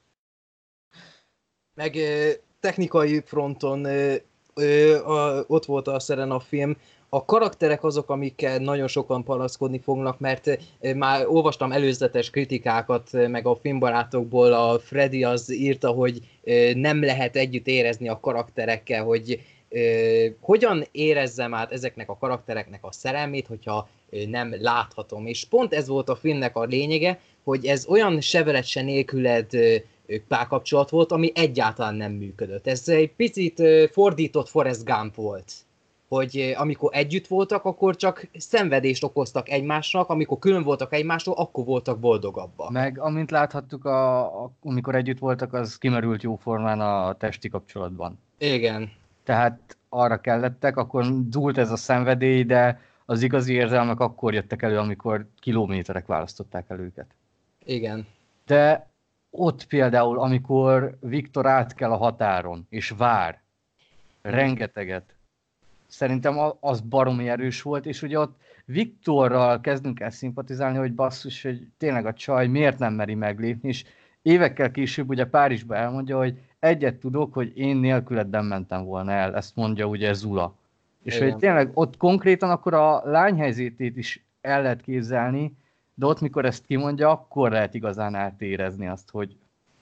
Meg technikai fronton ott volt a Serena film. A karakterek azok, amikkel nagyon sokan panaszkodni fognak, mert már olvastam előzetes kritikákat, meg a filmbarátokból a Freddy az írta, hogy nem lehet együtt érezni a karakterekkel, hogy hogyan érezzem át ezeknek a karaktereknek a szerelmét, hogyha nem láthatom. És pont ez volt a filmnek a lényege, hogy ez olyan sevelet se nélküled párkapcsolat volt, ami egyáltalán nem működött. Ez egy picit fordított Forrest Gump volt. Hogy amikor együtt voltak, akkor csak szenvedést okoztak egymásnak, amikor külön voltak egymástól, akkor voltak boldogabbak. Meg amint láthattuk, a, a, amikor együtt voltak, az kimerült jóformán a testi kapcsolatban. Igen. Tehát arra kellettek, akkor dúlt ez a szenvedély, de az igazi érzelmek akkor jöttek elő, amikor kilométerek választották el őket. Igen. De ott például, amikor Viktor átkel a határon, és vár, rengeteget, szerintem az baromi erős volt, és ugye ott Viktorral kezdünk el szimpatizálni, hogy basszus, hogy tényleg a csaj miért nem meri meglépni, és évekkel később ugye Párizsba elmondja, hogy egyet tudok, hogy én nélküled nem mentem volna el, ezt mondja ugye Zula. És igen. Hogy tényleg ott konkrétan akkor a lány helyzetét is el lehet képzelni, de ott mikor ezt kimondja, akkor lehet igazán átérezni azt, hogy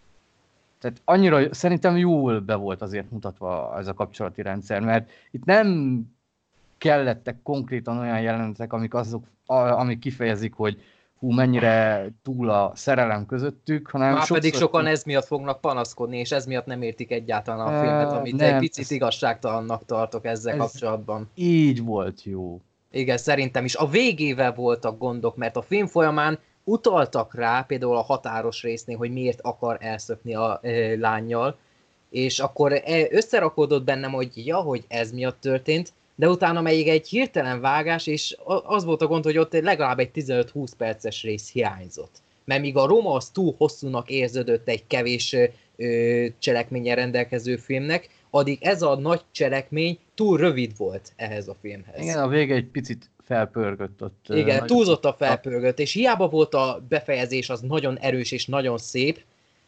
tehát annyira szerintem jól be volt azért mutatva ez a kapcsolati rendszer, mert itt nem kellettek konkrétan olyan jelenetek, amik, azok, amik kifejezik, hogy hú, mennyire túl a szerelem közöttük, hanem már pedig sokan ez miatt fognak panaszkodni, és ez miatt nem értik egyáltalán a filmet, amit nem, egy picit ez... igazságtalannak tartok ezzel ez kapcsolatban. Így volt jó. Igen, szerintem is. A végével voltak gondok, mert a film folyamán utaltak rá, például a határos résznél, hogy miért akar elszökni a e, lánnyal, és akkor összerakódott bennem, hogy ja, hogy ez miatt történt, de utána még egy hirtelen vágás, és az volt a gond, hogy ott legalább egy tizenöt-húsz perces rész hiányzott. Mert míg a Roma az túl hosszúnak érződött egy kevés ö, cselekménnyel rendelkező filmnek, addig ez a nagy cselekmény túl rövid volt ehhez a filmhez. Igen, a vége egy picit felpörgött ott. Igen, túlzott a felpörgött, és hiába volt a befejezés, az nagyon erős és nagyon szép.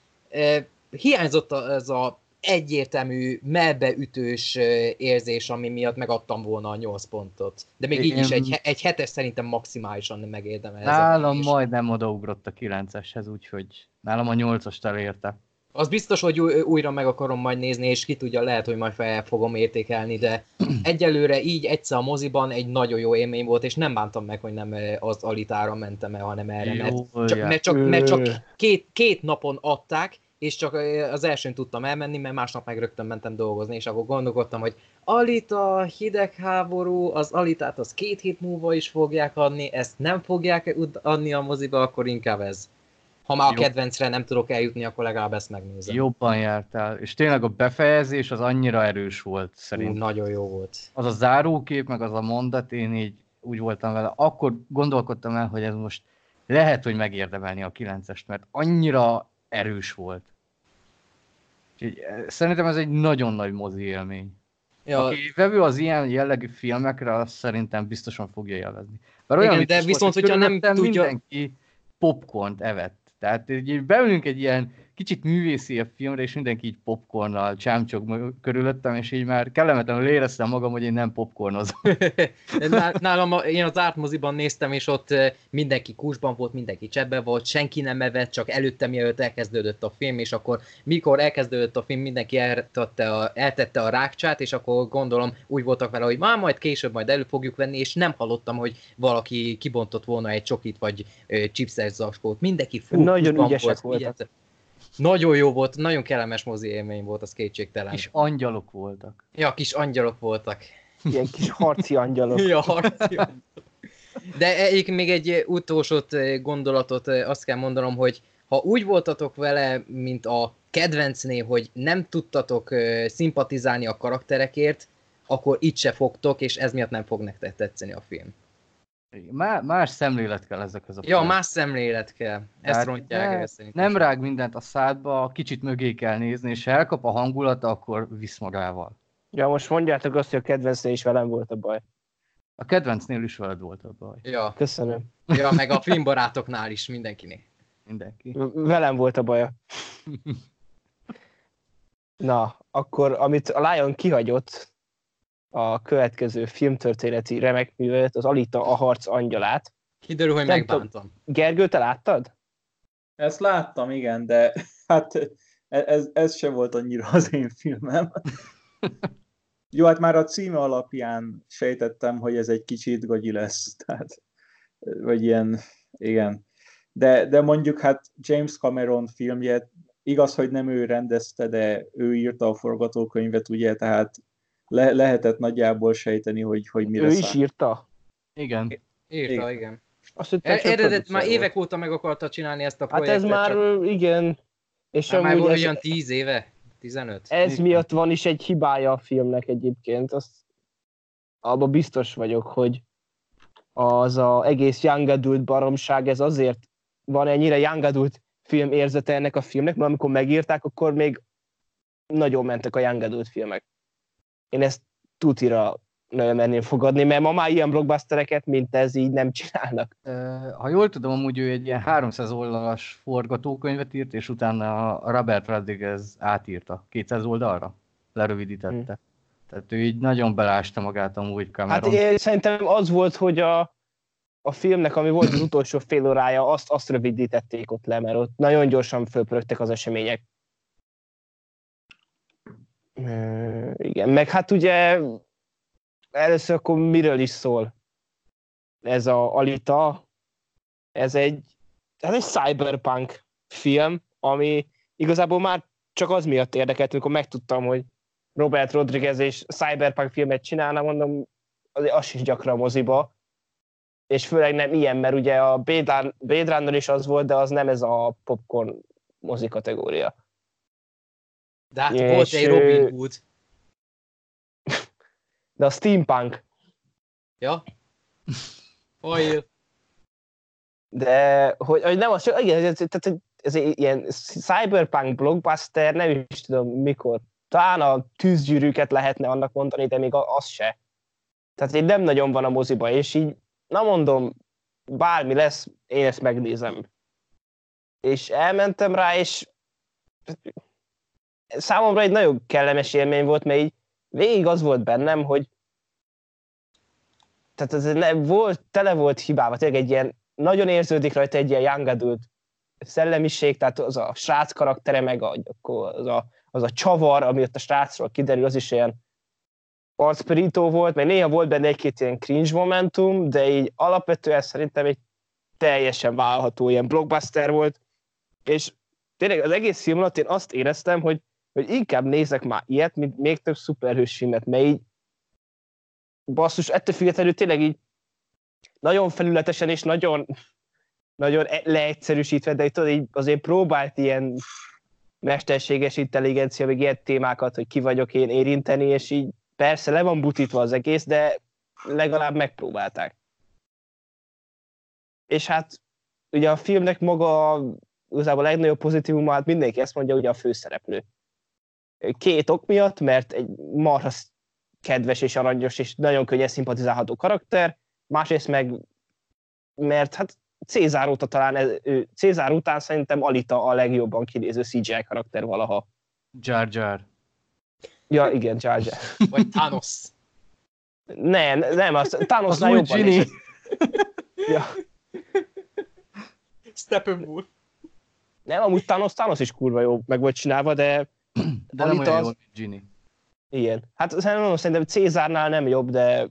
E, hiányzott ez a egyértelmű, melbeütős érzés, ami miatt megadtam volna a nyolc pontot. De még így is egy, egy hetes szerintem maximálisan nem megérdemel. Nálam majdnem odaugrott a kilenceshez, úgyhogy nálam a nyolcast elérte. Az biztos, hogy újra meg akarom majd nézni, és ki tudja, lehet, hogy majd fel fogom értékelni, de egyelőre így egyszer a moziban egy nagyon jó élmény volt, és nem bántam meg, hogy nem az Alitára mentem el, hanem erre, mert csak, mert csak, mert csak két, két napon adták, és csak az elsőn tudtam elmenni, mert másnap meg rögtön mentem dolgozni, és akkor gondolkodtam, hogy Alita, hidegháború, az Alitát az két hét múlva is fogják adni, ezt nem fogják adni a moziba, akkor inkább ez. Ha már a kedvencre nem tudok eljutni, akkor legalább ezt megnézem. Jobban jártál, és tényleg a befejezés az annyira erős volt szerintem. Ú, nagyon jó volt. Az a zárókép, meg az a mondat, én így úgy voltam vele, akkor gondolkodtam el, hogy ez most lehet, hogy megérdemelni a kilencest, mert annyira erős volt. Úgyhogy szerintem ez egy nagyon nagy mozi élmény. Ja. Aki vevő az ilyen jellegű filmekre, azt szerintem biztosan fogja élvezni. Bár olyan, igen, de viszont, hogyha nem tudja... Mindenki popcornt evett. Tehát így beülünk egy ilyen kicsit művésziebb filmre, és mindenki így popcornnal csámcsog körülöttem, és így már kellemetlenül éreztem magam, hogy én nem popcornozom. Nálam, én az ártmoziban néztem, és ott mindenki kúsban volt, mindenki cseppben volt, senki nem evett, csak előtte, mielőtt elkezdődött a film, és akkor mikor elkezdődött a film, mindenki eltette a, eltette a rákcsát, és akkor gondolom úgy voltak vele, hogy már majd később majd elő fogjuk venni, és nem hallottam, hogy valaki kibontott volna egy csokit, vagy chipses zacskót. Mindenki fú, nagyon ügyesek volt, voltak. Nagyon jó volt, nagyon kellemes mozi élmény volt, az kétségtelen. Kis angyalok voltak. Ja, kis angyalok voltak. Ilyen kis harci angyalok. Ja, harci angyalok. De egyébként még egy utolsó gondolatot azt kell mondanom, hogy ha úgy voltatok vele, mint a kedvencnél, hogy nem tudtatok szimpatizálni a karakterekért, akkor itt se fogtok, és ez miatt nem fog nektek tetszeni a film. Má, más szemlélet kell ezekhez a Ja, film. Más szemlélet kell. Ezt hát rontják el szerintem. Nem rág mindent a szádba, kicsit mögé kell nézni, és ha elkap a hangulata, akkor visz magával. Ja, most mondjátok azt, hogy a kedvencnél is velem volt a baj. A kedvencnél is veled volt a baj. Ja. Köszönöm. Ja, meg a filmbarátoknál is, mindenkinél. Mindenki. Velem volt a baja. Na, akkor amit a Lion kihagyott, a következő filmtörténeti remek művelet, az Alita a harc angyalát. Kiderül, hogy megbántam. Gergő, te láttad? Ezt láttam, igen, de hát ez, ez se volt annyira az én filmem. Jó, hát már a címe alapján sejtettem, hogy ez egy kicsit gagyi lesz, tehát, vagy ilyen, igen. De, de mondjuk hát James Cameron filmje, igaz, hogy nem ő rendezte, de ő írta a forgatókönyvet, ugye, tehát Le- lehetett nagyjából sejteni, hogy, hogy mire Ő száll. is írta? Igen. Írta, igen. igen. Azt, hogy e- eredet már évek óta meg akarta csinálni ezt a projektet. Hát ez már, csak... igen. És már volt olyan tíz éve? tizenöt? Ez igen. Miatt van is egy hibája a filmnek egyébként. Azt, abban biztos vagyok, hogy az a egész young adult baromság, ez azért van ennyire young adult film érzete ennek a filmnek, mert amikor megírták, akkor még nagyon mentek a young adult filmek. Én ezt tutira nagyon merném fogadni, mert ma már ilyen blockbustereket, mint ez így nem csinálnak. Ha jól tudom, amúgy ő egy ilyen háromszáz oldalas forgatókönyvet írt, és utána a Robert Rodriguez átírta kétszáz oldalra, lerövidítette. Hmm. Tehát ő így nagyon belásta magát amúgy Cameron. Hát én szerintem az volt, hogy a, a filmnek, ami volt az utolsó fél órája, azt, azt rövidítették ott le, mert ott nagyon gyorsan fölpörögtek az események. Uh, igen, meg hát ugye először akkor miről is szól ez a Alita? Ez egy, ez egy cyberpunk film, ami igazából már csak az miatt érdekelt, amikor megtudtam, hogy Robert Rodriguez és cyberpunk filmet csinálna, mondom, az is gyakran moziba, és főleg nem ilyen, mert ugye a Blade Runner is az volt, de az nem ez a popcorn mozi kategória. De hát és volt egy Robin Hood. De a steampunk. Ja. Oil. De, hogy, hogy nem az csak, igen, ez, ez, ez egy ilyen cyberpunk blockbuster, nem is tudom mikor. Talán a Tűzgyűrűket lehetne annak mondani, de még az se. Tehát így nem nagyon van a moziba, és így, na mondom, bármi lesz, én ezt megnézem. És elmentem rá, és számomra egy nagyon kellemes élmény volt, mert így végig az volt bennem, hogy tehát ez nem volt, tele volt hibával, tényleg egy ilyen, nagyon érződik rajta egy ilyen young adult szellemiség, tehát az a srác karaktere, meg a, az, a, az a csavar, ami ott a srácról kiderül, az is ilyen arcpirító volt, meg néha volt benne egy-két ilyen cringe momentum, de így alapvetően szerintem egy teljesen vállalható ilyen blockbuster volt, és tényleg az egész film alatt én azt éreztem, hogy, hogy inkább nézek már ilyet, mint még több szuperhős filmet, mert így basszus, ettől függetlenül tényleg így nagyon felületesen és nagyon, nagyon leegyszerűsítve, de tudod, így azért próbált ilyen mesterséges intelligencia, meg ilyen témákat, hogy ki vagyok én érinteni, és így persze le van butítva az egész, de legalább megpróbálták. És hát ugye a filmnek maga igazából a legnagyobb pozitívuma, hát mindenki ezt mondja, ugye a főszereplő. Két ok miatt, mert egy marha kedves és aranyos és nagyon könnyen szimpatizálható karakter, másrészt meg, mert hát Cézár óta talán, ő, Cézár után szerintem Alita a legjobban kinéző cé gé i karakter valaha. Jar Jar. Ja, igen, Jar Jar. Vagy Thanos. Nem, nem, az Thanosnál jobban is. Ja. Steppenwolf. Nem, amúgy Thanos, Thanos is kurva jó meg volt csinálva, de... De nem olyan jó, mint Ginny. Igen. Hát szerintem, szerintem Cézárnál nem jobb, de...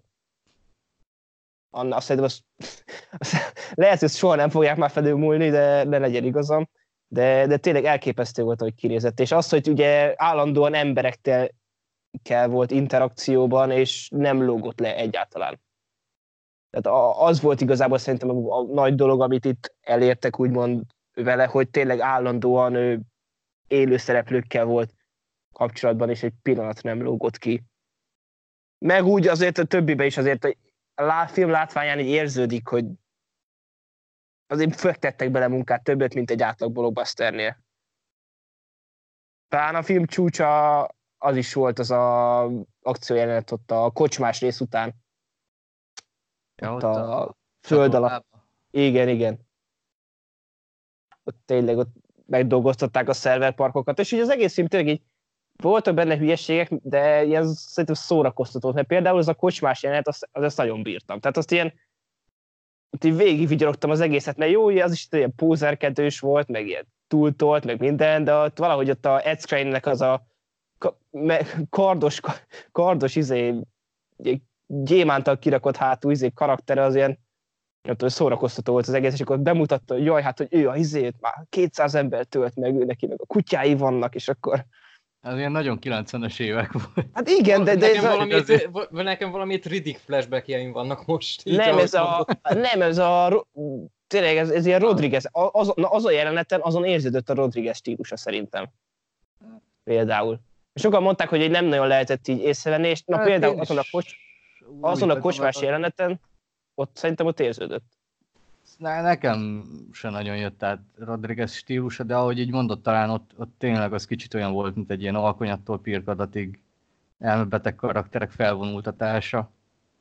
Azt szerintem az... lehet, hogy soha nem fogják már felülmúlni, de ne legyen igazam. De, de tényleg elképesztő volt, hogy kinézett. És az, hogy ugye állandóan emberekkel kell volt interakcióban, és nem lógott le egyáltalán. Tehát az volt igazából szerintem a, a nagy dolog, amit itt elértek úgymond vele, hogy tényleg állandóan ő élő szereplőkkel volt kapcsolatban, és egy pillanat nem lógott ki. Meg úgy azért a többibe is azért a film látványán így érződik, hogy azért fektettek bele munkát többet, mint egy átlag blockbusternél. Talán a film csúcsa az is volt az a akciójelenet ott a kocsmás rész után. Ja, ott, ott a, a föld alatt. Igen, igen. Ott tényleg ott megdolgoztatták a szerverparkokat, és így az egész film tényleg így voltak benne hülyeségek, de ilyen szerintem szórakoztató, mert például az a kocsmás jelenet, azt, azt nagyon bírtam. Tehát azt ilyen, ott így végigvigyorogtam az egészet, mert jó, az is ilyen pózerkedős volt, meg ilyen túltolt, meg minden, de ott valahogy ott a Ed Skrein-nek az a kardos, kardos izé, gyémántal kirakott hátú izé karaktere az ilyen, nem tudom, szórakoztató volt az egész, és akkor bemutatta, hogy jaj, hát, hogy ő a izét, már kétszáz ember tölt meg, ő neki meg a kutyái vannak, és akkor... Ez ilyen nagyon kilencvenes évek volt. Hát igen, de... de nekem, ez valamit, azért... nekem valamit Riddick flashbackjeim vannak most. Így Nem, ez a, nem, ez a... Tényleg, ez, ez ilyen Rodriguez. Az, na, az a jeleneten, azon érződött a Rodriguez stílusa szerintem. Például. Sokan mondták, hogy nem nagyon lehetett így észrevenni, és na hát például azon a, kocs, azon a kocsmás jeleneten, ott szerintem ott érződött. Ne, nekem se nagyon jött át Rodriguez stílusa, de ahogy így mondott, talán ott, ott tényleg az kicsit olyan volt, mint egy ilyen alkonyattól pirkadatig elmebeteg karakterek felvonultatása.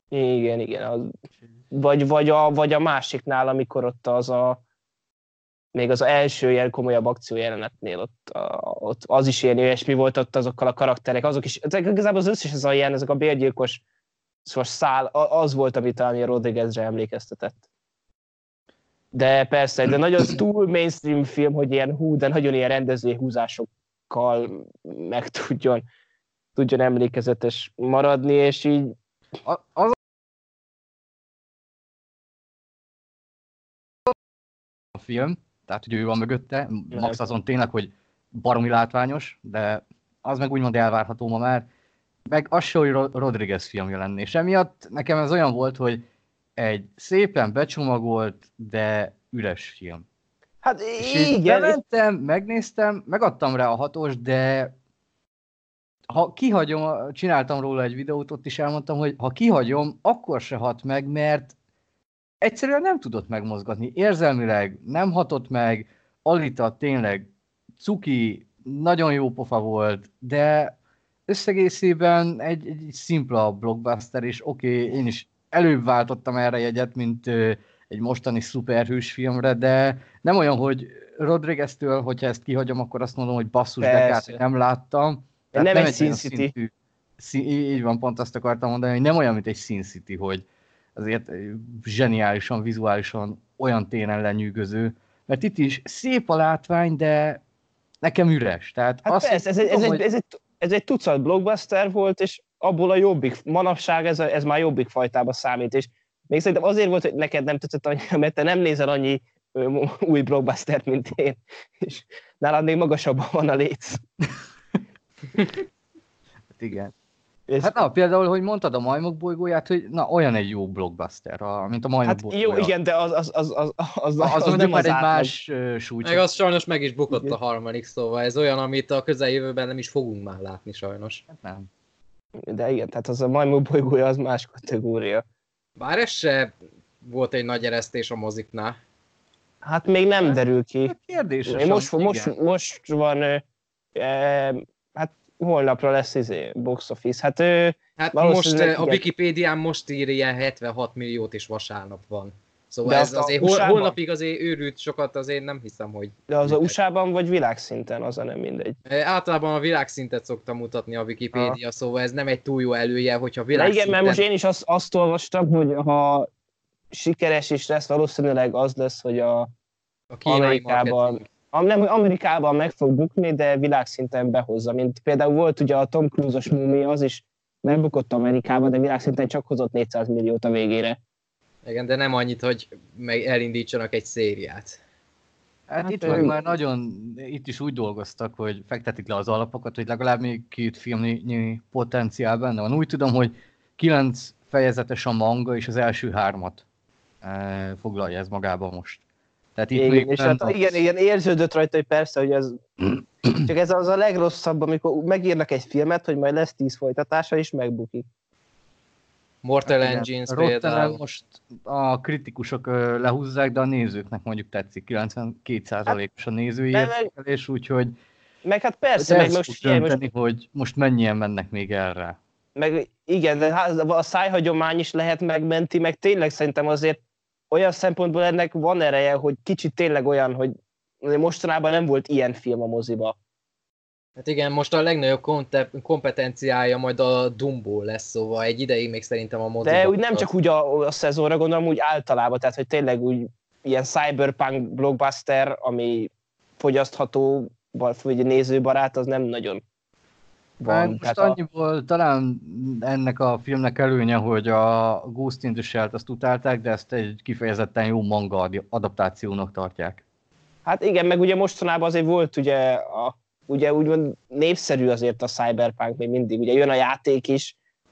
Igen, igen. Az, vagy, vagy, a, vagy a másiknál, amikor ott az a még az első ilyen komolyabb akciójelenetnél ott, a, ott az is ilyen olyasmi volt ott azokkal a karakterek, azok is, igazából az összes ez a ilyen, ezek a bérgyilkos szóval szál, az volt, amit talán a Rodriguezre emlékeztetett. De persze, de nagyon túl mainstream film, hogy ilyen hú, de nagyon ilyen rendezői húzásokkal meg tudjon, tudjon emlékezetes maradni, és így A, az a film, tehát hogy ő van mögötte, max azon tényleg, hogy baromi látványos, de az meg úgymond elvárható ma már, meg az se, hogy Rodriguez filmje lenni, és emiatt nekem ez olyan volt, hogy egy szépen becsomagolt, de üres film. Hát és igen. Bementem, megnéztem, megadtam rá a hatos, de ha kihagyom, csináltam róla egy videót, ott is elmondtam, hogy ha kihagyom, akkor se hat meg, mert egyszerűen nem tudott megmozgatni. Érzelmileg nem hatott meg, Alita tényleg cuki, nagyon jó pofa volt, de összegészében egy, egy szimpla blockbuster, és oké, okay, én is előbb váltottam erre jegyet, mint ö, egy mostani szuperhős filmre, de nem olyan, hogy Rodriguez-től, hogyha ezt kihagyom, akkor azt mondom, hogy basszus, dekát nem láttam. Tehát nem, nem egy Sin City. Szintű, szín, így van, pont azt akartam mondani, hogy nem olyan, mint egy Sin City, hogy azért zseniálisan, vizuálisan olyan téren lenyűgöző, mert itt is szép a látvány, de nekem üres. Tehát hát azt persze, ez, egy, ez, egy, ez, egy, ez egy tucat blockbuster volt, és abból a jobbik, manapság ez, a, ez már jobbik fajtába számít, és még szerintem azért volt, hogy neked nem tetszett annyira, mert te nem nézel annyi ö, új blockbustert, mint én, és nálad még magasabban van a léc. Hát igen. És hát na, például, hogy mondtad a Majmok bolygóját, hogy na, olyan egy jó blockbuster, mint a Majmok hát bolygója. Jó, igen, de az, az, az, az, az, az, az, az nem az egy átlag. más uh, súly. Meg az sajnos meg is bukott igen. A harmadik, szóval ez olyan, amit a közeljövőben nem is fogunk már látni sajnos. Hát nem. De igen, tehát az a Majmok bolygója az más kategória. Bár ez se volt egy nagy eresztés a moziknál. Hát még nem derül ki. Kérdéses. Most, most, most van, e, hát holnapra lesz izé, box office. Hát, ő, hát most a Wikipédián most ír ilyen hetvenhat milliót és vasárnap van. Szóval de ez azért hol, holnapig azért őrült sokat, azért nem hiszem, hogy... De az a u es á-ban vagy világszinten, az a nem mindegy. E, általában a világszintet szoktam mutatni a Wikipédia, ah. Szóval ez nem egy túl jó elője, hogyha világszinten... Igen, mert most én is azt, azt olvastam, hogy ha sikeres is lesz, valószínűleg az lesz, hogy a, a Amerikában, am, nem, Amerikában meg fog bukni, de világszinten behozza. Mint például volt ugye a Tom Cruise-os Mumia, az is megbukott Amerikában, de világszinten csak hozott négyszáz milliót a végére. Igen, de nem annyit, hogy meg elindítsanak egy szériát. Hát, hát itt meg már nagyon, itt is úgy dolgoztak, hogy fektetik le az alapokat, hogy legalább még két filmnyi potenciál benne van. Úgy tudom, hogy kilenc fejezetes a manga, és az első hármat e, foglalja ez magába most. Tehát itt igen, még és hát, igen, igen, érződött rajta, hogy persze, hogy ez csak ez az a legrosszabb, amikor megírnak egy filmet, hogy majd lesz tíz folytatása, és megbukik. Mortal hát Engines például. Most a kritikusok lehúzzák, de a nézőknek mondjuk tetszik, kilencvenkét százalékos a nézői értékelés, úgyhogy meg hát persze, meg most dönteni, most... hogy most mennyien mennek még erre. Meg igen, de a szájhagyomány is lehet megmenti, meg tényleg szerintem azért olyan szempontból ennek van ereje, hogy kicsit tényleg olyan, hogy mostanában nem volt ilyen film a moziba. Hát igen, most a legnagyobb kompetenciája majd a Dumbo lesz, szóval egy ideig még szerintem a moziba. De úgy nem csak úgy a, a szezonra gondolom, úgy általában, tehát hogy tényleg úgy ilyen cyberpunk blockbuster, ami fogyasztható, vagy nézőbarát, az nem nagyon van. Most tehát annyiból a... talán ennek a filmnek előnye, hogy a Ghost in the Shell-t azt utálták, de ezt egy kifejezetten jó manga adaptációnak tartják. Hát igen, meg ugye mostanában azért volt ugye, a, ugye úgymond népszerű azért a cyberpunk még mindig, ugye jön a játék is,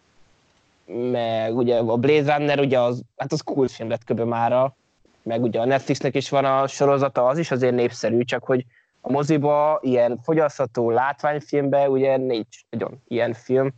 meg ugye a Blade Runner, ugye az, hát az cool film lett köbben mára, meg ugye a Netflixnek is van a sorozata, az is azért népszerű, csak hogy a moziba ilyen fogyasztható látványfilmben ugye nincs nagyon ilyen film.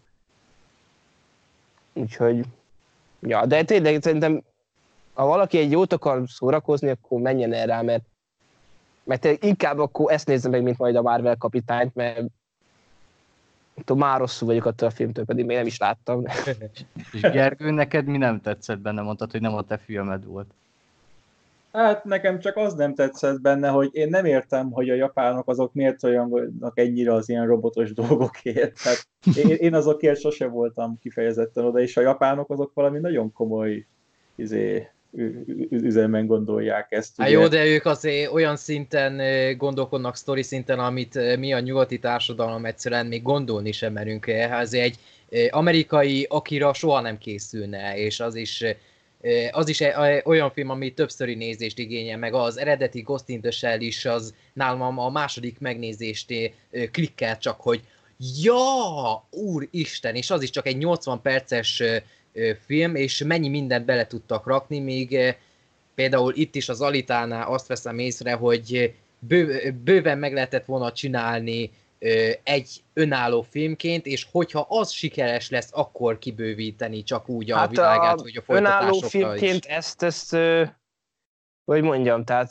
Úgyhogy, ja, de tényleg szerintem, ha valaki egy jót akar szórakozni, akkor menjen el rá, mert, mert inkább akkor ezt nézze meg, mint majd a Marvel kapitányt, mert Tudom, már rosszul vagyok attól a filmtől, pedig még nem is láttam. És Gergő, neked mi nem tetszett benne? Mondtad, hogy nem a te filmed volt. Hát nekem csak az nem tetszett benne, hogy én nem értem, hogy a japánok azok miért olyan vannak ennyire az ilyen robotos dolgokért. Hát én, én azokért sose voltam kifejezetten oda, és a japánok azok valami nagyon komoly izé, üzemben gondolják ezt. Hát jó, de ők azért olyan szinten gondolkodnak, sztori szinten, amit mi a nyugati társadalom egyszerűen még gondolni sem merünk. Azért egy amerikai Akira soha nem készülne, és az is az is olyan film, ami többszöri nézést igényel, meg az eredeti Ghost in the Shell is, az nálam a második megnézést klikkelt csak, hogy ja, úristen, és az is csak egy nyolcvan perces film, és mennyi mindent bele tudtak rakni, még például itt is az Alitánál azt veszem észre, hogy bő, bőven meg lehetett volna csinálni egy önálló filmként, és hogyha az sikeres lesz, akkor kibővíteni csak úgy a hát világát, a hogy a folytatásokra önálló filmként is. ezt, ezt hogy mondjam, tehát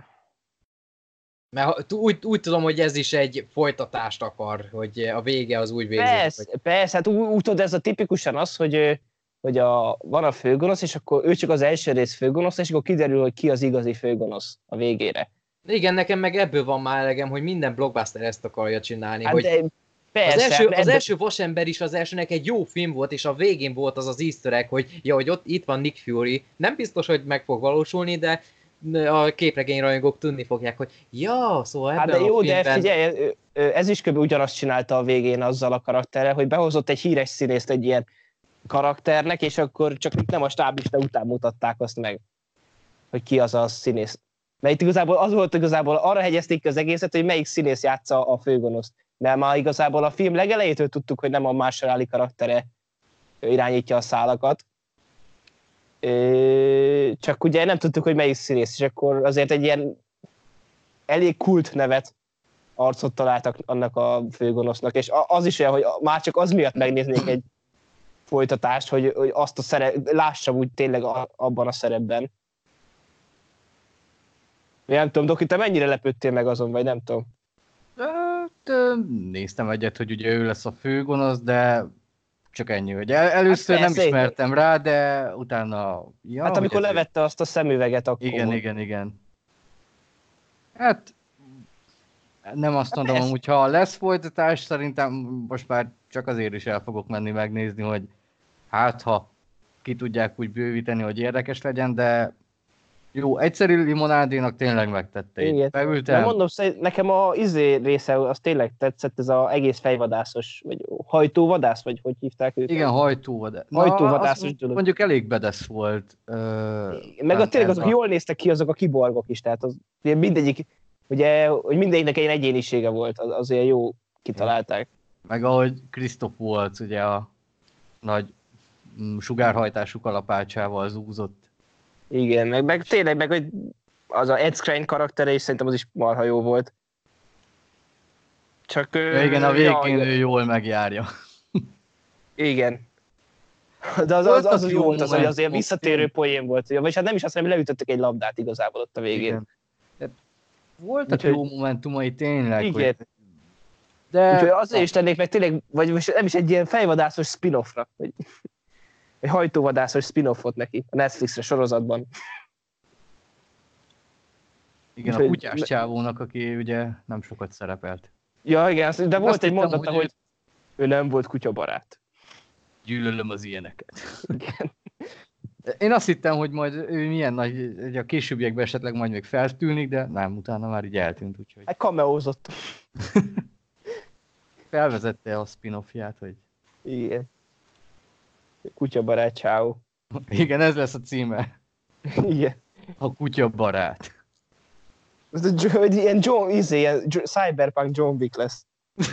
mert úgy, úgy tudom, hogy ez is egy folytatást akar, hogy a vége az úgy végződik. Persze, hogy... persze, hát úgy, úgy tudod, ez a tipikusan az, hogy, hogy a, van a főgonosz, és akkor ő csak az első rész főgonosz, és akkor kiderül, hogy ki az igazi főgonosz a végére. Igen, nekem meg ebből van már elegem, hogy minden blockbuster ezt akarja csinálni. Hát hogy de, persze, az, első, hát az ebbe... első Vasember is az elsőnek egy jó film volt, és a végén volt az az easter egg, hogy, ja, hogy ott, itt van Nick Fury. Nem biztos, hogy meg fog valósulni, de a képregényrajongók tudni fogják, hogy ja, szóval ebben hát de jó, a filmben... de figyelj, ez is kb. Ugyanazt csinálta a végén azzal a karakterrel, hogy behozott egy híres színészt egy ilyen karakternek, és akkor csak nem a stáblista után mutatták azt meg, hogy ki az a színész. Mert itt igazából az volt igazából, arra hegyezték ki az egészet, hogy melyik színész játsza a főgonoszt. Mert már igazából a film legelejétől tudtuk, hogy nem a Marshall Ali karaktere irányítja a szálakat. Csak ugye nem tudtuk, hogy melyik színész, és akkor azért egy ilyen elég kult nevet, arcot találtak annak a főgonosznak, és az is olyan, hogy már csak az miatt megnéznék egy folytatást, hogy, hogy azt a szerep, lássam úgy tényleg a, abban a szerepben. Nem tudom, Doki, te mennyire lepődtél meg azon, vagy nem tudom? Hát, néztem egyet, hogy ugye ő lesz a főgonosz, de csak ennyi, hogy el, először hát nem ismertem rá, de utána... Ja, hát amikor levette azt a szemüveget, akkor... Igen, igen, igen. Hát nem azt mondom, hát amúgy, ha lesz folytatás, szerintem most már csak azért is el fogok menni megnézni, hogy hát ha ki tudják úgy bővíteni, hogy érdekes legyen, de jó, egyszerű limonádénak tényleg megtette. Igen. Beültem. De mondom, nekem a izé része az tényleg tetszett, ez az egész fejvadászos, vagy hajtóvadász, vagy hogy hívták őt? Igen, hajtóvadász. Hajtóvadászos dolog. Mondjuk elég bedesz volt. Uh, Meg a, tényleg azok a... jól néztek ki azok a kiborgok is, tehát az, mindegyik, ugye, hogy mindegyiknek egy egyénisége volt, az, azért jó kitalálták. Meg ahogy Christoph Waltz, ugye a nagy sugárhajtású kalapácsával zúzott. Igen, meg, meg tényleg, meg hogy az a Ed Skrein karaktere is szerintem az is marha jó volt. Csak... Ja, igen, a végén ő jól megjárja. Igen. De az az, az, az jó volt, az, hogy azért visszatérő poén volt. Vagyis hát nem is azt mondom, hogy leütöttek egy labdát igazából ott a végén. Voltak jó momentumai tényleg. Igen. Hogy... De... Úgyhogy azért is tennék meg tényleg, vagy nem is egy ilyen fejvadászos spin-offra. Vagy... egy hajtóvadászos spin-offot neki a Netflixre sorozatban. Igen, Úgyhogy... a kutyás csávónak, aki ugye nem sokat szerepelt. Ja, igen, de volt azt egy mondata, hogy, hogy ő nem volt kutyabarát. Gyűlölöm az ilyeneket. Igen. Én azt hittem, hogy majd ő milyen nagy, hogy a későbbiekben esetleg majd még feltűnik, de nem, utána már így eltűnt, úgyhogy... Hát cameózott. Felvezette a spin-offját, hogy... Igen. Kutyabarát, ciao. Igen, ez lesz a címe. Igen. A kutyabarát. Ez egy ilyen John, izé, ilyen cyberpunk John Wick lesz.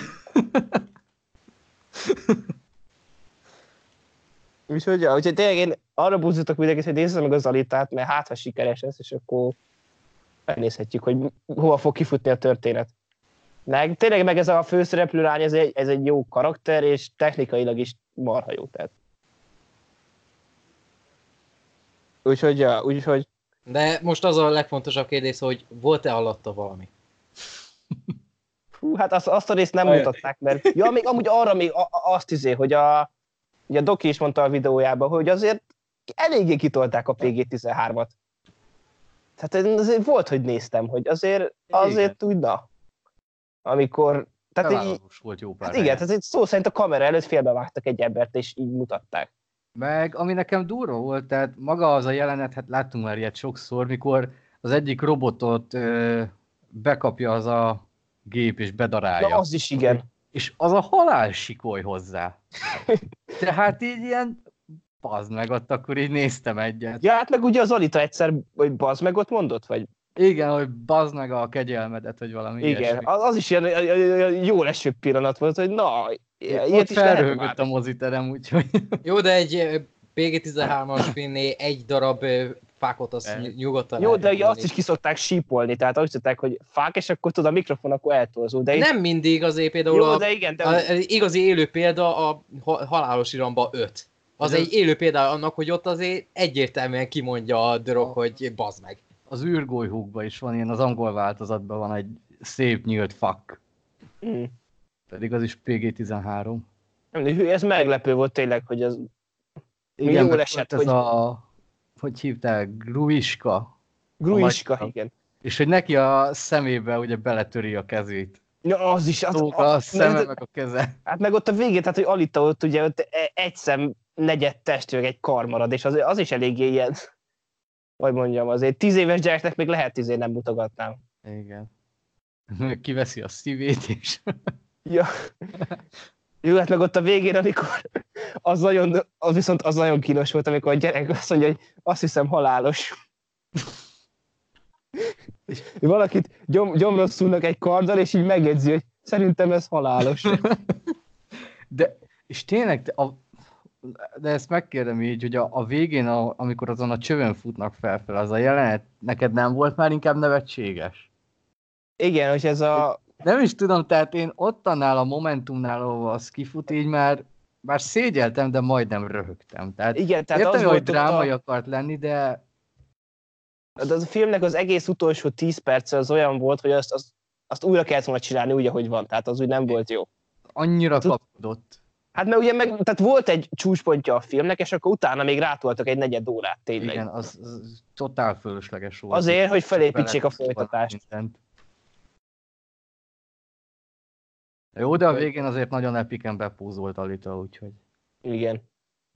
Úgyhogy, ja, úgyhogy tényleg én arra búzzatok mindenkit, hogy nézzem meg az Alitát, mert hát ha sikeres lesz, és akkor megnézhetjük, hogy hova fog kifutni a történet. Meg tényleg meg ez a főszereplő lány, ez egy, ez egy jó karakter, és technikailag is marha jó. Tehát. Úgyhogy, ja, úgyhogy... De most az a legfontosabb kérdés, hogy volt-e alatta valami? Hú, hát azt, azt a részt nem mutatták, mert ja, még amúgy arra még a, azt izé, hogy a, ugye a Doki is mondta a videójában, hogy azért eléggé kitolták a pé gé tizenhármat. Tehát azért volt, hogy néztem, hogy azért, azért úgy, na, amikor... Tehát így, volt jó pár hát igen, tehát szó szerint a kamera előtt félbevágtak egy embert, és így mutatták. Meg ami nekem durva volt, tehát maga az a jelenet, hát láttunk már ilyet sokszor, mikor az egyik robotot ö, bekapja az a gép, és bedarálja. Na, az is igen. És az a halál sikoly hozzá. Tehát így ilyen, bazd meg, ott akkor így néztem egyet. Ja, hát meg ugye az Alita egyszer, hogy bazd meg ott mondott, vagy? Igen, hogy bazd meg a kegyelmedet, vagy valami igen, ilyesmi. az, az is ilyen jó leső pillanat volt, hogy na, ilyet is felröhögött a moziterem, úgyhogy... Jó, de egy pé gé tizenhármas filmnél egy darab fákot az nyugodtan. Jó, de ugye azt is kiszokták sípolni, tehát azt mondták, hogy fák, és akkor tudod, a mikrofon akkor eltorzul. De nem itt... mindig azért például jó, a, de igen, de... a, igazi élő példa a Halálos Iramba öt. Az de egy élő példa annak, hogy ott azért egyértelműen kimondja a The Rock, hogy bazd meg. Az űrgolyhókban is van ilyen, az angol változatban van egy szép nyílt fuck. Mm. Pedig az is pé gé tizenhárom. Ez meglepő volt tényleg, hogy az igen, jól esett, hogy... ez a... Hogy hívták? Gruiska? Gruiska, igen. És hogy neki a szemébe ugye beletöri a kezét. Ja, az is. Az, a, a szeme, meg, meg a keze. Hát meg ott a végén, tehát hogy Alita ott ugye ott egy szem negyed testőleg egy kar marad, és az, az is eléggé ilyen, hogy mondjam, azért tíz éves gyereknek még lehet tíz év nem mutogatnám. Igen. Kiveszi a szívét is. Ja. Jó, hát meg ott a végén, amikor az nagyon, az viszont az nagyon kínos volt, amikor a gyerek azt mondja, hogy azt hiszem halálos. Valakit gyom, gyomra szúrnak egy karddal, és így megjegyzi, hogy szerintem ez halálos. De, és tényleg, de, a, de ezt megkérdem így, hogy a, a végén, a, amikor azon a csövön futnak felfel, az a jelenet neked nem volt már inkább nevetséges? Igen, hogy ez a... Nem is tudom, tehát én ott annál a Momentumnál, ahol az kifut, így már, már szégyeltem, de majdnem röhögtem. Tehát igen, tehát értem, az hogy drámai a... akart lenni, de... de az a filmnek az egész utolsó tíz perce az olyan volt, hogy azt, azt, azt újra kellett volna csinálni úgy, ahogy van. Tehát az úgy nem volt jó. Annyira kapkodott. Hát mert ugye meg, tehát volt egy csúcspontja a filmnek, és akkor utána még rátoltak egy negyed órát tényleg. Igen, az, az totál fölösleges volt. Azért, hogy felépítsék a folytatást. Mindent. Jó, de a végén azért nagyon epiken bepúzolt Alita, úgyhogy... Igen.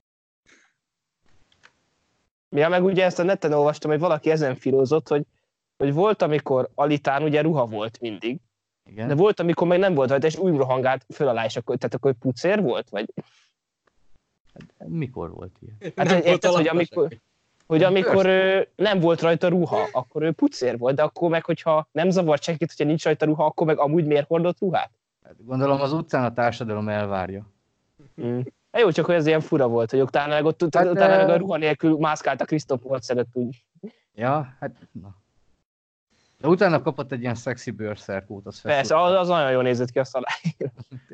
Ja, meg ugye ezt a neten olvastam, hogy valaki ezen filózott, hogy, hogy volt, amikor Alitán ugye ruha volt mindig, igen. De volt, amikor meg nem volt rajta, és úgy rohangált föl alá, és akkor, tehát akkor pucér volt, vagy? Hát, mikor volt ilyen? Hát nem érted, hogy amikor, hogy amikor ő, nem volt rajta ruha, akkor ő pucér volt, de akkor meg, hogyha nem zavart senkit, hogyha nincs rajta ruha, akkor meg amúgy miért hordott ruhát? Hát gondolom az utcán a társadalom elvárja. Mm. Hát jó, csak hogy ez ilyen fura volt, hogy utána meg, ott, hát, utána meg a ruha nélkül mászkált a Christoph Waltz előtt úgy. Ja, hát na. De utána kapott egy ilyen szexi bőrszerkót. Az persze, az, az nagyon jól nézett ki a szalály.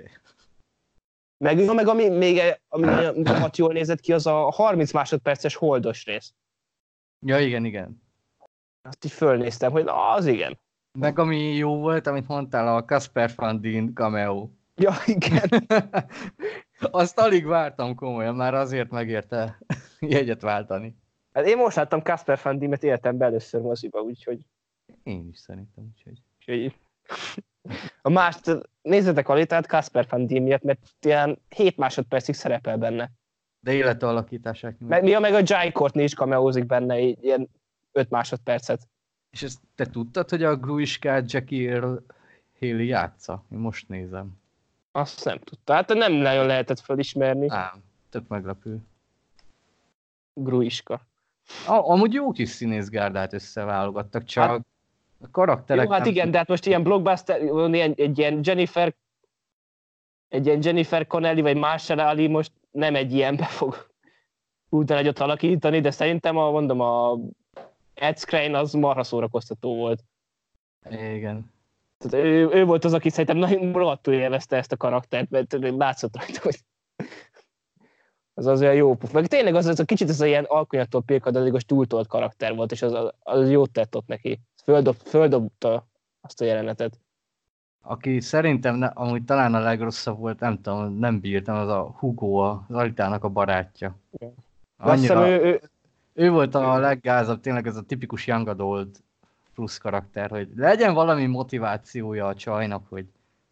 meg, meg ami még ami hat jól nézett ki, az a harminc másodperces holdos rész. Ja, igen, igen. Azt így fölnéztem, hogy na, az igen. Meg ami jó volt, amit mondtál, a Casper Van Dien cameo. Ja, igen. Azt alig vártam komolyan, már azért megérte jegyet váltani. Hát én most láttam Casper Van Diemet életemben először moziba, úgyhogy... Én is szerintem, úgyhogy... úgyhogy... A más, nézzetek Alitát Casper Van Dien miatt, mert ilyen hét másodpercig szerepel benne. De életalakításák. Meg, mi a meg a Jai Courtney is cameózik benne, ilyen öt másodpercet. És ezt te tudtad, hogy a Gruiskát Jackie Haley játsza? Én most nézem. Azt nem tudta. Hát nem nagyon lehetett felismerni. Ám, tök meglepő. Gruiska. A, amúgy jó kis színészgárdát összeválogattak, csak hát, a karakterek... Jó, hát igen, de hát most ilyen blockbuster, ilyen, egy ilyen Jennifer egy ilyen Jennifer Connelly vagy Mahershala Ali most nem egy ilyenbe fog úgy nagyot alakítani, de szerintem a, mondom, a Ed Skrein az marha szórakoztató volt. Igen. Tehát ő, ő volt az, aki szerintem nagyon rohadtul élvezte ezt a karaktert, mert látszott rajta, hogy az az olyan jó puf. Meg tényleg az, az a kicsit ez a ilyen alkonyattól pirkadaligos túltolt karakter volt, és az, az jót tett ott neki. Földob, földobta azt a jelenetet. Aki szerintem ne, amúgy talán a legrosszabb volt, nem tudom, nem bírtam, az a Hugo, az Alitának a barátja. Annyira, ő, ő, ő volt a leggázabb, tényleg ez a tipikus young adult plusz karakter, hogy legyen valami motivációja a csajnak, hogy...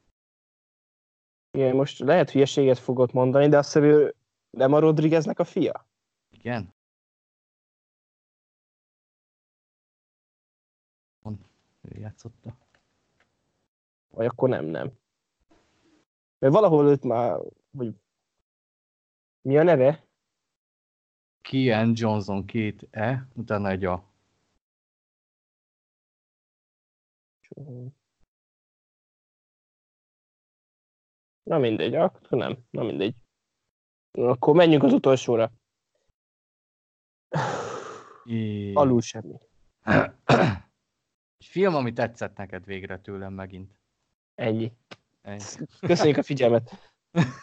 Igen, most lehet hülyeséget fogok mondani, de azt hiszem, ő nem a Rodrigueznek a fia? Igen. Ő játszotta. Vagy akkor nem, nem. Mert valahol őt már, hogy mi a neve? Kian Johnson két E, utána egy A. Na mindegy, akkor nem, na mindegy. Akkor menjünk az utolsóra. É... Alul semmi. Egy film, ami tetszett neked végre tőlem megint. Ennyi. Ennyi. Köszönjük a figyelmet.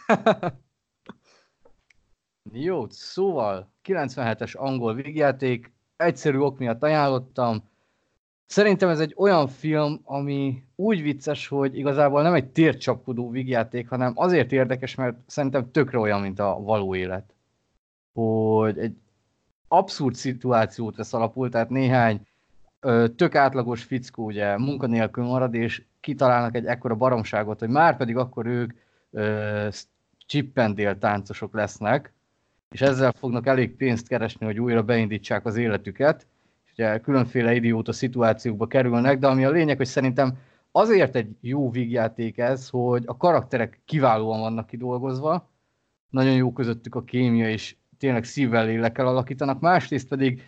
Jó, szóval kilencvenhetes angol vígjáték, egyszerű ok miatt ajánlottam. Szerintem ez egy olyan film, ami úgy vicces, hogy igazából nem egy tércsapkodó vígjáték, hanem azért érdekes, mert szerintem tökre olyan, mint a való élet. Hogy egy abszurd szituációt vesz alapul, tehát néhány ö, tök átlagos fickó ugye munkanélkül marad, és kitalálnak egy ekkora baromságot, hogy már pedig akkor ők ö, Chippendale táncosok lesznek, és ezzel fognak elég pénzt keresni, hogy újra beindítsák az életüket, és ugye különféle idióta szituációkba kerülnek, de ami a lényeg, hogy szerintem azért egy jó vígjáték ez, hogy a karakterek kiválóan vannak kidolgozva, nagyon jó közöttük a kémia, és tényleg szívvel, lélekkel alakítanak, másrészt pedig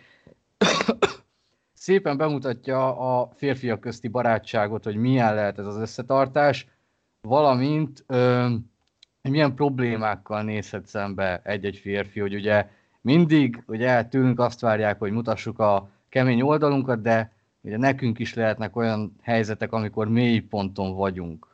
szépen bemutatja a férfiak közti barátságot, hogy milyen lehet ez az összetartás, valamint ö, milyen problémákkal nézhet szembe egy-egy férfi, hogy ugye mindig ugye tőlünk azt várják, hogy mutassuk a kemény oldalunkat, de ugye nekünk is lehetnek olyan helyzetek, amikor mély ponton vagyunk.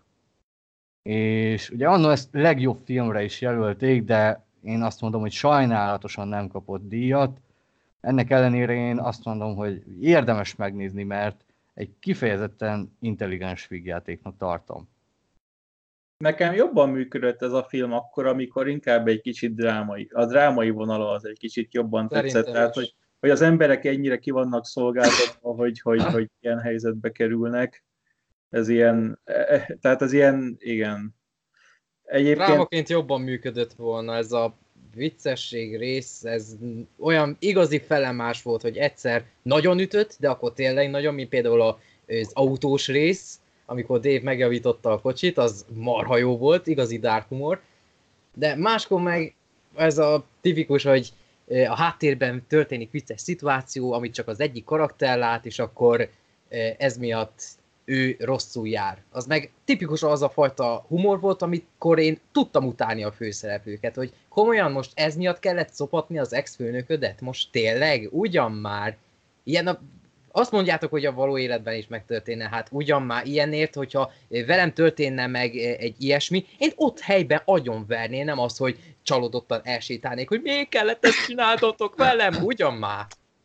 És ugye annól ezt legjobb filmre is jelölték, de én azt mondom, hogy sajnálatosan nem kapott díjat. Ennek ellenére én azt mondom, hogy érdemes megnézni, mert egy kifejezetten intelligens vígjátéknak tartom. Nekem jobban működött ez a film akkor, amikor inkább egy kicsit drámai. A drámai vonala az egy kicsit jobban Szerintem tetszett. Tehát, hogy, hogy az emberek ennyire ki vannak szolgáltatva, hogy, hogy, hogy ilyen helyzetbe kerülnek. Ez ilyen, tehát ez ilyen, igen. Egyébként... Drámaként jobban működött volna ez a viccesség rész, ez olyan igazi felemás volt, hogy egyszer nagyon ütött, de akkor tényleg nagyon, mint például az autós rész, amikor Dave megjavította a kocsit, az marha jó volt, igazi dark humor, de máskor meg ez a tipikus, hogy a háttérben történik vicces szituáció, amit csak az egyik karakter lát, és akkor ez miatt ő rosszul jár. Az meg tipikus az a fajta humor volt, amikor én tudtam utálni a főszereplőket, hogy komolyan most ez miatt kellett szopatni az ex-főnöködet? Most tényleg? Ugyan már? Ilyen a... Azt mondjátok, hogy a való életben is megtörténne, hát ugyan már ilyenért, hogyha velem történne meg egy ilyesmi, én ott helyben agyonverné, nem az, hogy csalódottan elsétálnék, hogy miért kellett ezt csináltatok velem, ugyan már.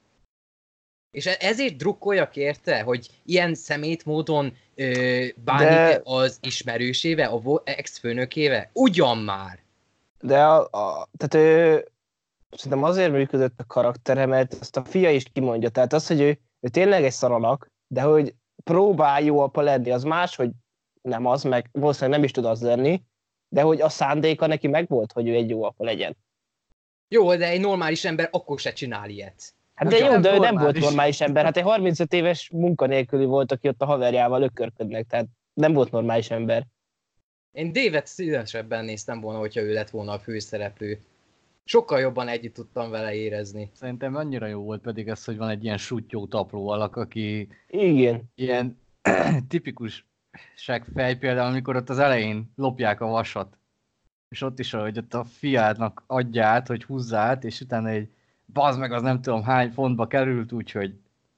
És ezért drukkoljak érte, hogy ilyen szemét módon ö, bánik de... az ismerősével, a ex-főnökével, ugyan már. De a, a, tehát ő, szerintem azért működött a karaktere, mert azt a fia is kimondja, tehát az, hogy ő ő tényleg egy szaralak, de hogy próbál jó apa lenni, az más, hogy nem az, meg valószínűleg nem is tud az lenni, de hogy a szándéka neki megvolt, hogy ő egy jó apa legyen. Jó, de egy normális ember akkor se csinál ilyet. Hát de jó, de ő nem volt normális ember. Hát egy harmincöt éves munkanélküli volt, aki ott a haverjával ökörködnek, tehát nem volt normális ember. Én Davet szívesebben néztem volna, hogyha ő lett volna a főszereplő. Sokkal jobban együtt tudtam vele érezni. Szerintem annyira jó volt pedig ez, hogy van egy ilyen suttyó tapló alak, aki igen. Ilyen tipikus fej például, amikor ott az elején lopják a vasat, és ott is, hogy ott a fiádnak adja át, hogy húzza át, és utána egy bazd meg, az nem tudom hány fontba került, úgyhogy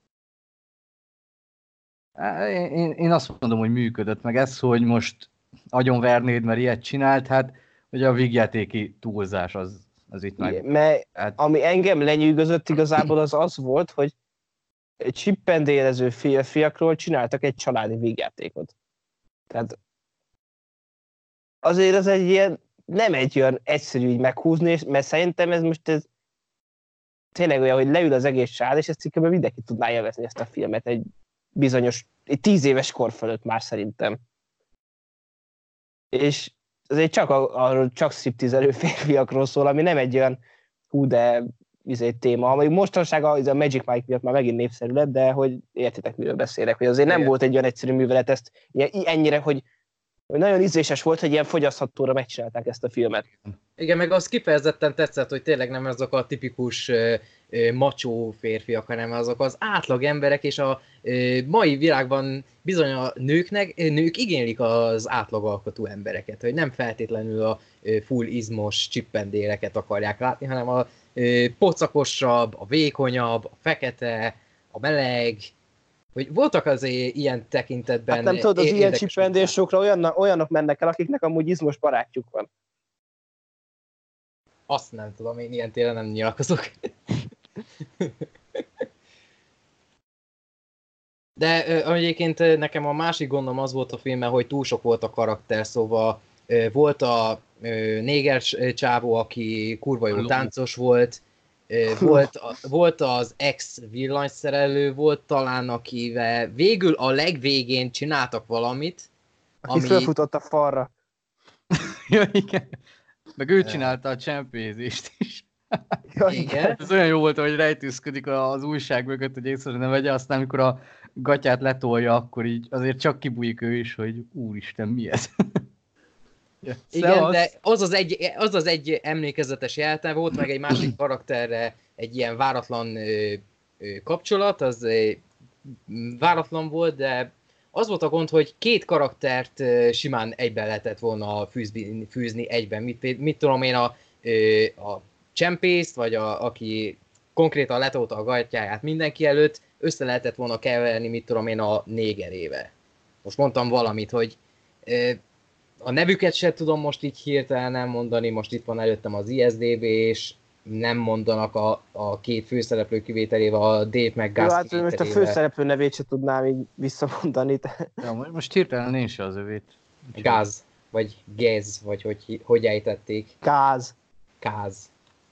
én, én azt mondom, hogy működött, meg ez, hogy most agyonvernéd, mert ilyet csinált, hát hogy a vígjátéki túlzás az az itt meg. Igen, mert hát... ami engem lenyűgözött igazából az az volt, hogy Chippendale-ező férfiakról csináltak egy családi vígjátékot. Tehát azért ez egy ilyen, nem egy olyan egyszerű így meghúzni, mert szerintem ez most ez tényleg olyan, hogy leül az egész sád, és ezt cikkeben mindenki tudná élvezni ezt a filmet egy bizonyos, egy tíz éves kor fölött már szerintem. És azért csak arról csak stripteaselő férfiakról szól, ami nem egy olyan hú, de izé, téma. Amíg mostanság a, a Magic Mike miatt már megint népszerű lett, de hogy értitek, miről beszélek, hogy azért nem Igen. volt egy olyan egyszerű művelet ezt ennyire, hogy, hogy nagyon ízléses volt, hogy ilyen fogyaszthatóra megcsinálták ezt a filmet. Igen, meg az kifejezetten tetszett, hogy tényleg nem azok a tipikus uh, uh, macsó férfiak, hanem azok az átlag emberek, és a uh, mai világban bizony a nőknek, nők igénylik az átlagalkotú embereket, hogy nem feltétlenül a uh, full izmos csippendéreket akarják látni, hanem a uh, pocakosabb, a vékonyabb, a fekete, a meleg, hogy voltak azért ilyen tekintetben... Hát nem tudod, az ilyen csippendésokra olyan, olyanok mennek el, akiknek amúgy izmos barátjuk van. Azt nem tudom, én ilyen téren nem nyilatkozok. De ö, egyébként nekem a másik gondom az volt a filmben, hogy túl sok volt a karakter, szóval ö, volt a ö, néger csávó, aki kurva jó táncos volt, ö, volt, a, volt az ex-villanyszerelő volt talán, akivel végül a legvégén csináltak valamit. Aki ami... felfutott a falra. Ja, igen. Meg ő csinálta a csempézést is. Ja, igen. Ez olyan jó volt, hogy rejtőzködik az újság mögött, hogy észre ne vegye, aztán amikor a gatyát letolja, akkor így azért csak kibújik ő is, hogy úristen, mi ez? Ja, igen, de az az, egy, az az egy emlékezetes jelte, volt meg egy másik karakterre egy ilyen váratlan ö, ö, kapcsolat, az ö, váratlan volt, de az volt a gond, hogy két karaktert uh, simán egyben lehetett volna fűzni, fűzni egyben. Mit, mit tudom én, a, uh, a csempészt, vagy a, aki konkrétan letolta a gatyáját mindenki előtt, össze lehetett volna keverni, mit tudom én, a négerével. Most mondtam valamit, hogy uh, a nevüket se tudom most így hirtelen nem mondani, most itt van előttem az I S D B, és nem mondanak a, a két főszereplő kivételével, a Dave meg Gus hát most a főszereplő nevét se tudnám így visszamondani. Ja, most hirtelen én se az övét. Gus, vagy Gez, vagy hogy, hogy ejtették. Gáz. Gáz.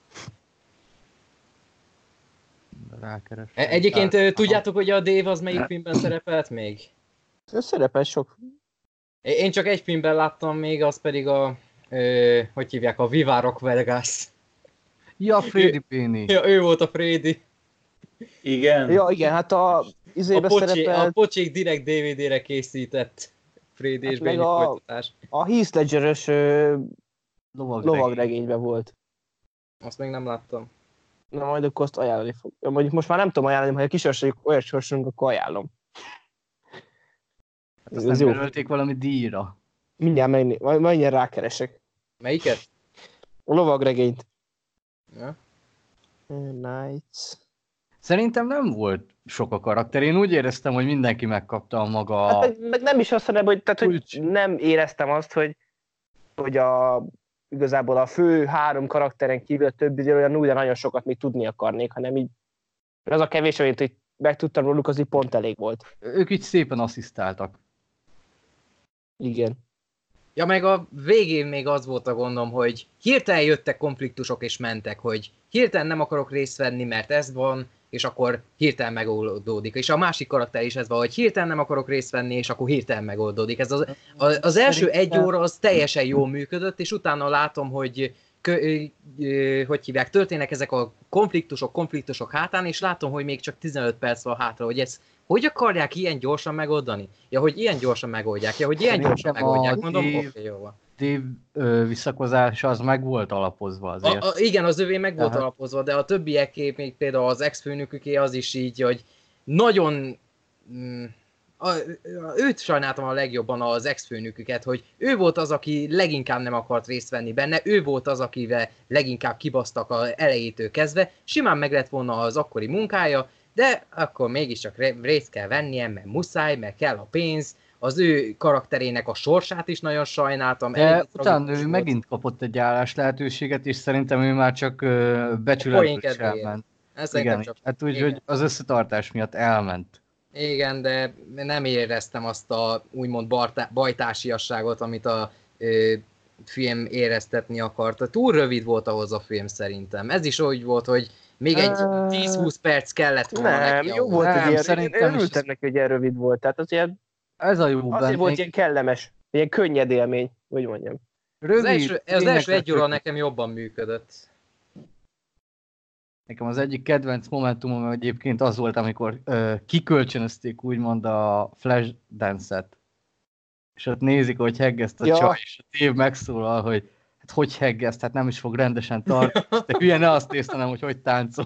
Rákeres. Egyébként Gáz. Tudjátok, hogy a Dave az melyik filmben szerepelt még? Ő szerepel sok. Én csak egy filmben láttam még, az pedig a, ö, hogy hívják, a Viva Rock Vegas. Ja, Freddy Penny. Ja, ő volt a Freddy. Igen. Ja, igen, hát a izébe a, pocsi, szerepelt... a pocsék direkt dé vé dére készített Freddy és hát Benny folytatás. A Heath Ledger-ös lovagregényben volt. Azt még nem láttam. Na majd akkor azt ajánlani fog. Mondjuk most már nem tudom ajánlani, ha a kisorsoljuk olyan sorsunk, akkor ajánlom. Hát azt nem jelölték valami díjra. Mindjárt megné... majd mindjárt rákeresek. Melyiket? A lovagregényt. Ja. Nights. Szerintem nem volt sok a karakter. Én úgy éreztem, hogy mindenki megkapta a maga... Hát meg, meg nem is azt hanem, hogy, tehát, hogy nem éreztem azt, hogy, hogy a, igazából a fő három karakteren kívül a többi olyan úgy nagyon sokat még tudni akarnék, hanem így az a kevés, amit így megtudtam róluk, az így pont elég volt. Ők így szépen asszisztáltak. Igen. Ja, meg a végén még az volt a gondom, hogy hirtelen jöttek konfliktusok és mentek, hogy hirtelen nem akarok részt venni, mert ez van, és akkor hirtelen megoldódik. És a másik karakter is ez van, hogy hirtelen nem akarok részt venni, és akkor hirtelen megoldódik. Ez az, az, az első egy óra az teljesen jól működött, és utána látom, hogy kö, ö, hogy hívják, történnek ezek a konfliktusok, konfliktusok hátán, és látom, hogy még csak tizenöt perc van hátra, hogy ez hogy akarják ilyen gyorsan megoldani? Ja, hogy ilyen gyorsan megoldják, ja, hogy ilyen gyorsan megoldják, mondom, oké, okay, jó van. Dave visszakozása az meg volt alapozva azért. A, a, igen, az övé meg volt Aha. alapozva, de a többieké, még például az ex-főnöküké az is így, hogy nagyon... Mm, a, a, őt sajnáltam a legjobban az ex-főnöküket, hogy ő volt az, aki leginkább nem akart részt venni benne, ő volt az, akivel leginkább kibasztak az elejétől kezdve, simán meg lett volna az akkori munkája, de akkor mégiscsak részt kell vennie, mert muszáj, mert kell a pénz, az ő karakterének a sorsát is nagyon sajnáltam. De utána ő volt. Megint kapott egy állás lehetőséget, és szerintem ő már csak becsületből is elment. Igen, csak... hát úgy, igen. Hogy az összetartás miatt elment. Igen, de nem éreztem azt a úgymond bajtásiasságot, amit a ö, film éreztetni akarta. Túl rövid volt ahhoz a film szerintem. Ez is úgy volt, hogy még egy tíz-húsz perc kellett volna nem, neki. jó ahhoz. volt, Nem, hogy ilyen, szerintem én is örültem ez- neki, hogy ilyen rövid volt. Tehát az ilyen, Ez a jó azért benne. volt ilyen kellemes, ilyen könnyed élmény, hogy mondjam. Az Rövid, első, az első lényegre egy óra tök- nekem jobban működött. Nekem az egyik kedvenc momentumom egyébként az volt, amikor ö, kikölcsönözték úgymond a Flashdance-et. És ott nézik, hogy heggeszt a Ja. csaj, és a tév megszólal, hogy hát hogy heggeszt, hát nem is fog rendesen tartani. És te hülye, ne azt nézd, hanem, hogy hogy táncol.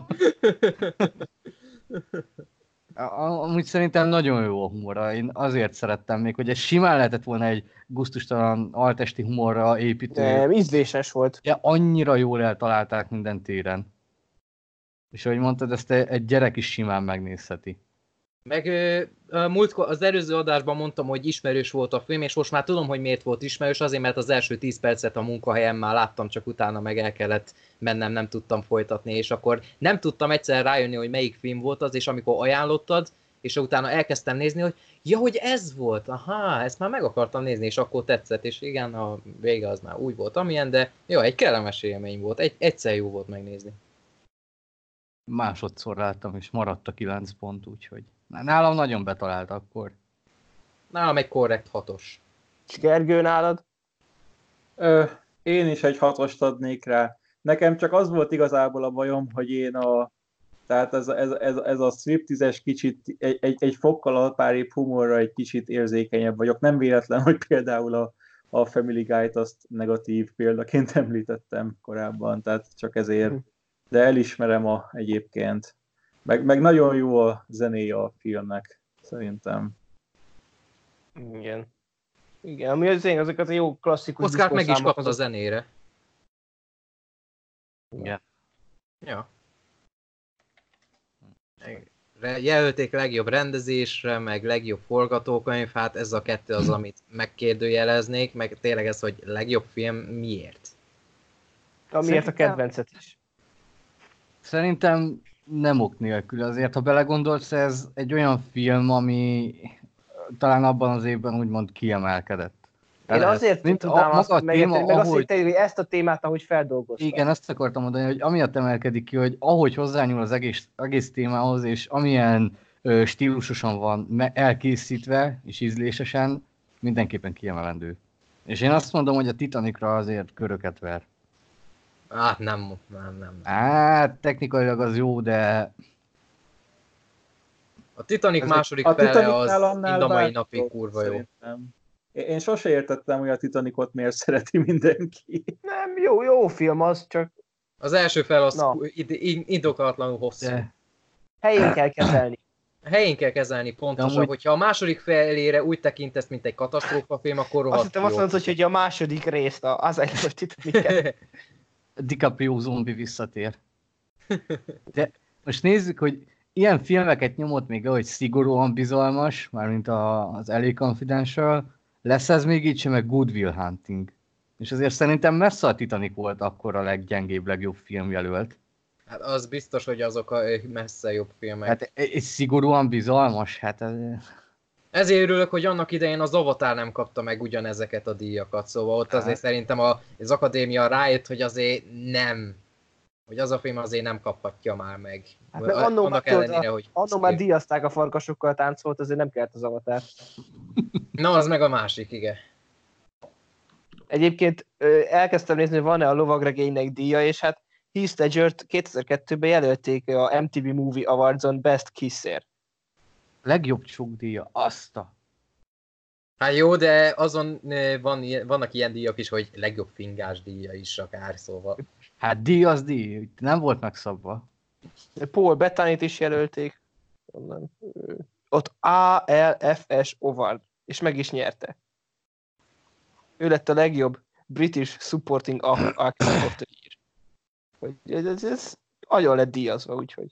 A- Amúgy szerintem nagyon jó a humora. Én azért szerettem még, hogy ez simán lehetett volna egy gusztustalan altesti humorra építő. Nem, ízléses volt. De annyira jól eltalálták minden téren. És ahogy mondtad, ezt egy gyerek is simán megnézheti. Meg ö, a múltkor, az előző adásban mondtam, hogy ismerős volt a film, és most már tudom, hogy miért volt ismerős, azért, mert az első tíz percet a munkahelyen már láttam, csak utána meg el kellett mennem, nem tudtam folytatni, és akkor nem tudtam egyszer rájönni, hogy melyik film volt az, és amikor ajánlottad, és utána elkezdtem nézni, hogy ja, hogy ez volt, aha, ezt már meg akartam nézni, és akkor tetszett, és igen, a vége az már úgy volt, amilyen, de jó, egy kellemes élmény volt, egy, egyszer jó volt megnézni. Másodszor láttam, és maradt a kilenc pont, úgyhogy nálam nagyon betalált akkor. Nálam egy korrekt hatos. És Gergő nálad? Ö, én is egy hatost adnék rá. Nekem csak az volt igazából a bajom, hogy én a tehát ez, ez, ez, ez a striptizes kicsit egy, egy, egy fokkal alpárébb humorra egy kicsit érzékenyebb vagyok. Nem véletlen, hogy például a, a Family Guy-t azt negatív példaként említettem korábban, tehát csak ezért. De elismerem a, egyébként. Meg, meg nagyon jó a zenéje a filmnek, szerintem. Igen. Igen, ami az én, azokat a jó klasszikus Oszkárt meg is diszkószámok, kapta a azok- zenére. Igen. Ja. Re- Jelölték legjobb rendezésre, meg legjobb forgatókönyv, hát ez a kettő az, amit megkérdőjeleznék, meg tényleg ez, hogy legjobb film miért? Amiért a Szerintem- kedvencet is. Szerintem nem ok nélkül. Azért, ha belegondolsz, ez egy olyan film, ami talán abban az évben úgymond kiemelkedett. Én Ez- azért mint tudnám a, azt maga a megérteni, téma, meg azt ahogy, hittem, hogy ezt a témát, ahogy feldolgoztam. igen, ezt akartam mondani, hogy amiatt emelkedik ki, hogy ahogy hozzányúl az egész, egész témához, és amilyen ö, stílusosan van me- elkészítve, és ízlésesen, mindenképpen kiemelendő. És én azt mondom, hogy a Titanicra azért köröket ver. Hát nem, nem, nem. Hát, technikailag az jó, de A Titanic Ez második a fele Titanicnál az annál mind a mai bármi napig jobb, kurva jó. szerintem. Én én sose értettem, hogy a Titanicot miért szereti mindenki. Nem, jó, jó film az, csak Az első fel az Na. ku- id- in- indokolatlanul hosszú. de helyén kell kezelni. Helyén kell kezelni pontosan, amúgy- hogyha a második felére úgy tekintesz, mint egy katasztrófa film, akkor Azt rohadt hittem jó. azt mondod, hogy a második részt, a- az egy most Titanic. DiCaprio zombi visszatér. De most nézzük, hogy ilyen filmeket nyomott még, ahogy szigorúan bizalmas, mármint a, az L A Confidential, lesz ez még így sem, meg Good Will Hunting. És azért szerintem messze a Titanic volt akkor a leggyengébb, legjobb filmjelölt. Hát az biztos, hogy azok a messze jobb filmek. Hát egy, egy szigorúan bizalmas, hát ez... Ezért örülök, hogy annak idején az Avatar nem kapta meg ugyanezeket a díjakat, szóval ott azért Hát. szerintem a, az akadémia rájött, hogy azért nem, hogy az a film azért nem kaphatja már meg. Hát meg A- annó annak már tudod, ellenére, hogy... Annó már díjazták a farkasokkal táncolt, azért nem kellett az Avatar. Na, az meg a másik, igen. Egyébként ö, elkezdtem nézni, hogy van-e a lovagregénynek díja, és hát Heath Ledgert kétezer-kettőben jelölték a em té vé Movie Awards-on Best Kiss-ért. Legjobb csukdíja, azt a... Hát jó, de azon eh, van, ilyen- vannak ilyen díjak is, hogy legjobb fingás díja is akár, szóval. Hát díj az díj, nem volt megszabva. Paul Bettany-t is jelölték. Onnan, ö, Ott á el ef es Award, és meg is nyerte. Ő lett a legjobb British Supporting Actor of the Year. Hogy Ez, ez, ez nagyon lett díjazva, úgyhogy.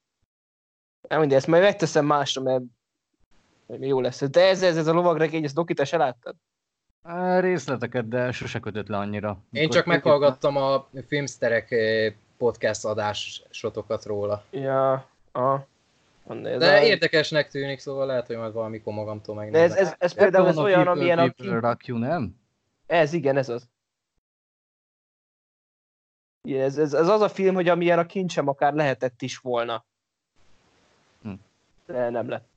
Nem mindegy, ezt majd megteszem másra, mert mert jó lesz. De ez, ez, ez a lovagregény, ezt Doki, te se láttad? Á, részleteket, de sose kötött le annyira. Én Mikor csak tényleg- meghallgattam a Filmsterek eh, podcast adásotokat róla. Ja, a. Ez De a... érdekesnek tűnik, szóval lehet, hogy majd valamikor magamtól De ez, megnézem. ez, ez például ez Ebből olyan, van a amilyen a People People Rock You, nem? Ez, igen, ez az. Igen, ez, ez, ez az a film, hogy amilyen a kincsem akár lehetett is volna. Hm. De nem lett.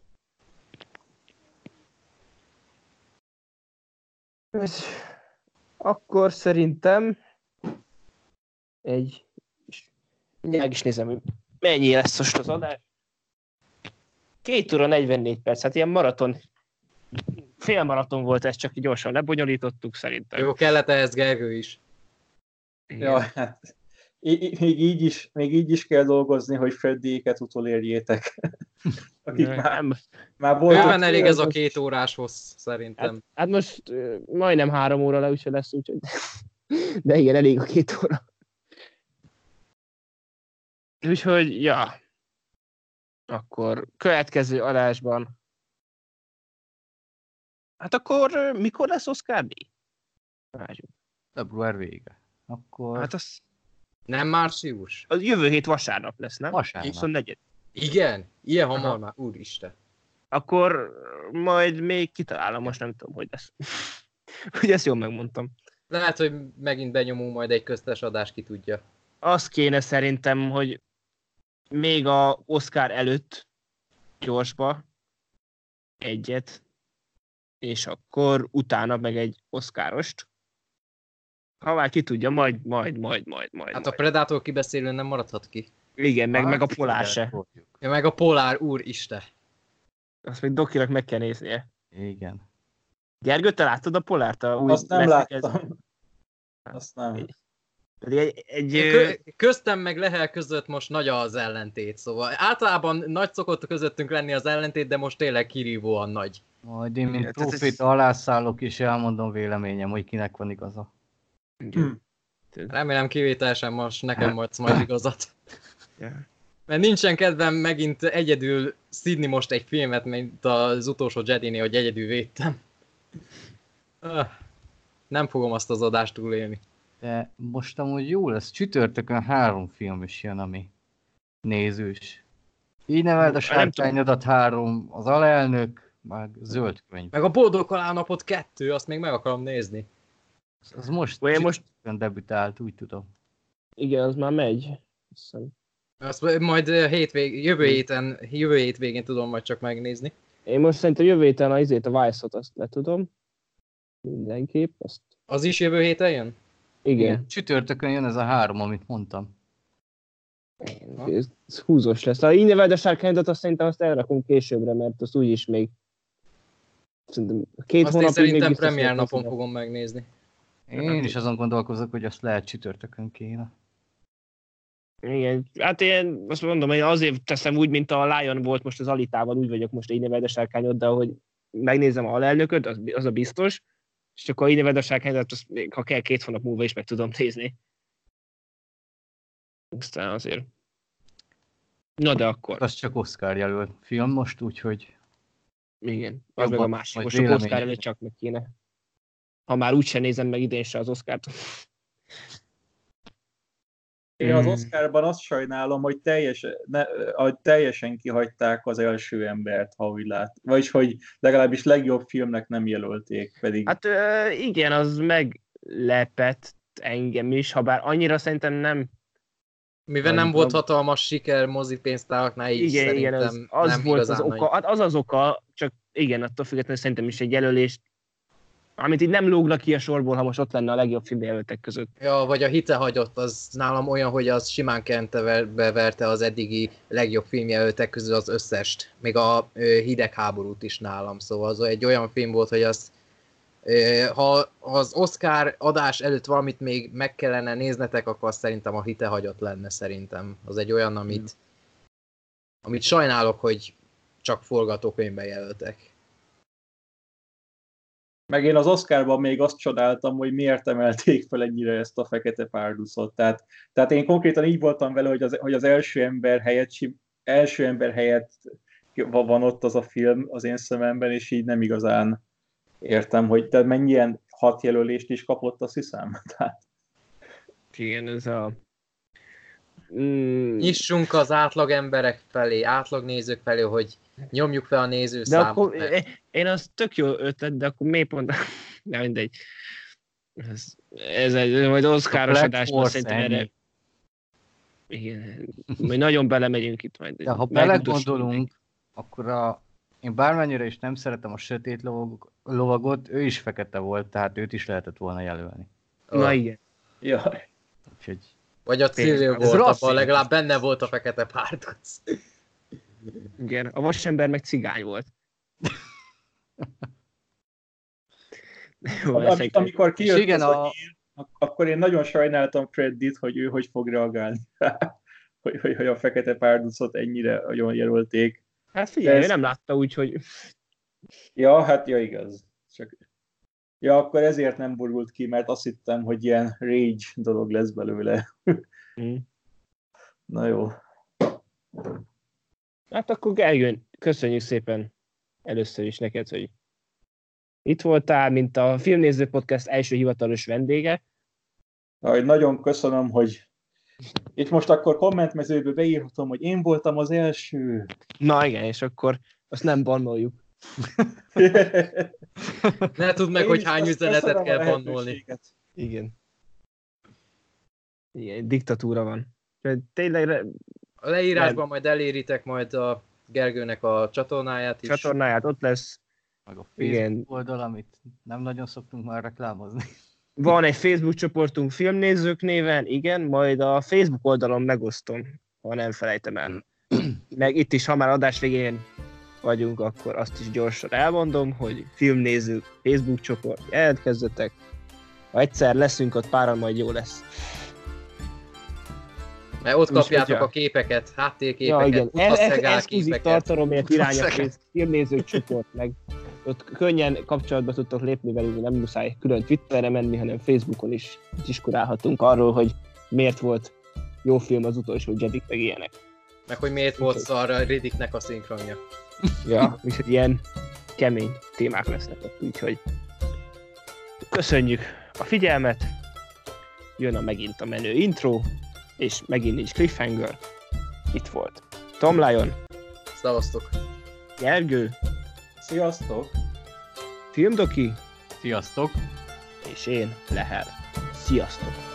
Ez, akkor szerintem egy... Meg is nézem, hogy mennyi lesz most az adás. Két óra negyvennégy perc, hát ilyen maraton, fél maraton volt ez, csak gyorsan lebonyolítottuk szerintem. Jó, kellett ehhez Gergő is. Ja, hát í- még így is, még így is kell dolgozni, hogy Freddyéket utolérjétek. Akik Ne, már, nem. már voltak. Bőven elég ez a két órás hossz, szerintem. Hát, hát most uh, majdnem három óra le úgyse lesz, úgyhogy... De igen, elég a két óra. Úgyhogy, ja. Akkor következő adásban. Hát akkor uh, mikor lesz Oscar-díj? Várjuk. Február vége. Akkor Hát az, Nem március? az jövő hét vasárnap lesz, nem? vasárnap. huszonnegy. Igen? Ilyen hamar Aha. már? Úristen. Akkor majd még kitalálom, most nem tudom, hogy lesz. Hogy ezt jól megmondtam. Lehet, hogy megint benyomunk majd egy köztes adást, ki tudja. Az kéne szerintem, hogy még a Oscar előtt gyorsba egyet, és akkor utána meg egy Oscarost. Ha már ki tudja, majd, majd, majd, majd, majd. Hát a majd. Predator kibeszélő nem maradhat ki. Igen, meg, Hát, meg a Polár se. tudjuk. Ja, meg a Polár, úristen. Azt még Dokinak meg kell néznie. Igen. Gergő, te láttad a Polárt? A új Azt nem Netflix- láttam. Azt nem. Pedig egy, egy Kö- köztem meg Lehel között most nagy az ellentét, szóval általában nagy szokott közöttünk lenni az ellentét, de most tényleg kirívóan nagy. Majd én, mint Igen, tehát ez- proféta alászállok, és elmondom véleményem, hogy kinek van igaza. Hm. Remélem kivételesen most nekem majd majd igazat. Ja. Mert nincsen kedvem megint egyedül szidni most egy filmet, mint az utolsó Jedi-nél, hogy egyedül védtem. Öh, Nem fogom azt az adást túlélni. De most amúgy jó lesz, csütörtökön három film is jön, ami nézős. Így neveld a Nem tudom. sárkányodat három, az alelnök, meg zöld könyv. Meg a Boldog Halálnapot kettő, azt még meg akarom nézni. Az most, Vagy most- csütörtökön debütált, úgy tudom. Igen, az már megy. Azt hiszem. Azt majd hétvég, jövő héten, jövő hétvégén tudom majd csak megnézni. Én most szerintem jövő héten a izét, a Vice-ot azt letudom. Mindenképp. Azt... Az is jövő héten jön? Igen. Igen. Csütörtökön jön ez a három, amit mondtam. Igen. Ez, ez húzós lesz. Ha így neveld a sárkányodat, azt szerintem azt elrakunk későbbre, mert azt úgyis még... Szerintem két Azt én hónapig még szerintem biztos, premier hogy napon lesz. fogom megnézni. Én is azon gondolkozok, hogy azt lehet csütörtökön kéne. Igen, hát én azt mondom, hogy azért teszem úgy, mint a Lion volt most az Alitával, úgy vagyok most így neveld a sárkányod, de ahogy megnézem a alelnököt, az, az a biztos, és csak ha így neveld a sárkányod, azt még, ha kell, két hónap múlva is meg tudom nézni. Aztán azért. Na de akkor. Az csak Oscar jelölt film most, úgyhogy Igen, az meg a Jobban, másik. vagy Most a véleményem. Oscar előtt csak meg kéne. Ha már úgysem nézem meg idén se az Oscart. Én az Hmm. Oscarban azt sajnálom, hogy teljesen, ne, hogy teljesen kihagyták az első embert, ha úgy lát. Vagyis, hogy legalábbis legjobb filmnek nem jelölték, pedig... Hát ö, igen, az meglepett engem is, ha bár annyira szerintem nem. Mivel Vagy nem volt van- hatalmas siker mozipénztáraknál, így Igen, igen, szerintem az, az nem volt az igazán oka, nagy. hát az az oka, csak igen, attól függetlenül szerintem is egy jelölést, amit így nem lógnak ki a sorból, ha most ott lenne a legjobb filmjelöltek között. Ja, vagy a hite hagyott, az nálam olyan, hogy az simán kente ver- beverte az eddigi legjobb filmjelöltek közül az összest. Még a ö, hidegháborút is nálam, szóval az egy olyan film volt, hogy az, ö, ha az Oscar adás előtt valamit még meg kellene néznetek, akkor az szerintem a hite hagyott lenne szerintem. Az egy olyan, amit, amit sajnálok, hogy csak forgatókönyvben jelöltek. Meg én az Oscarban még azt csodáltam, hogy miért emelték fel ennyire ezt a fekete párducot. Tehát, tehát én konkrétan így voltam vele, hogy az, hogy az első ember helyett, első ember helyett van ott az a film az én szememben, és így nem igazán értem, hogy tehát mennyien hat jelölést is kapott, azt hiszem. Tehát, Igen, ez a... Mm, Nyissunk az átlag emberek felé, átlag nézők felé, hogy nyomjuk fel a de nézőszámot. akkor, mert- én az tök jó ötlet, de akkor miért pont... Nem mindegy. Ez, ez egy, majd Oscaros Black adásban Force szerintem ennyi. erre... Igen, majd nagyon belemegyünk itt majd. De ha belegondolunk, akkor a, én bármennyire is nem szeretem a sötét lovag, lovagot, ő is fekete volt, tehát őt is lehetett volna jelölni. Na oh. igen. Jaj. Úgyhogy... Vagy a Civil volt, abban legalább benne volt a fekete párduc. Igen, a vasember meg cigány volt. Jó, Am- amikor kijött igen, ez a... a hír, akkor én nagyon sajnáltam Freddit, hogy ő hogy fog reagálni. hogy, hogy, hogy a fekete párducot ennyire nagyon jelölték. Hát figyelj, ez... ő nem látta úgy, hogy... Ja, hát ja, igaz. Csak... Ja, akkor ezért nem borult ki, mert azt hittem, hogy ilyen rage dolog lesz belőle. mm. Na jó. Hát akkor Gergő, köszönjük szépen először is neked, hogy itt voltál, mint a Filmnéző Podcast első hivatalos vendége. Na, nagyon köszönöm, hogy itt most akkor kommentmezőbe beírhatom, hogy én voltam az első. Na igen, és akkor azt nem bannoljuk. Ne tudd meg, én hogy hány üzenetet kell bannolni. Igen. Igen, diktatúra van. Tényleg... A leírásban nem. Majd eléritek majd a Gergőnek a csatornáját is. Csatornáját, ott lesz. Meg a Facebook igen. oldal, amit nem nagyon szoktunk már reklámozni. Van egy Facebook csoportunk Filmnézők néven, igen, majd a Facebook oldalon megosztom, ha nem felejtem el. Meg itt is, ha már adás végén vagyunk, akkor azt is gyorsan elmondom, hogy Filmnézők Facebook csoport, jelentkezzetek. Ha egyszer leszünk ott páran, majd jó lesz. Mert ott kapjátok úgy, a képeket, háttérképeket, ja, igen. Ez exkluzív tartalomért irány a Filmnézők csoport, meg ott könnyen kapcsolatba tudtok lépni velünk, nem muszáj külön Twitterre menni, hanem Facebookon is diskurálhatunk arról, hogy miért volt jó film az utolsó Jedi, meg ilyenek. Meg hogy miért volt szar a Riddicknek a szinkronja. Ja, úgyhogy ilyen kemény témák lesznek, úgyhogy köszönjük a figyelmet, jön a megint a menő intro, és megint nincs cliffhanger. Itt volt Tom Lion. Szevasztok. Gergő. Sziasztok. Filmdoki. Sziasztok. És én, Lehel. Sziasztok.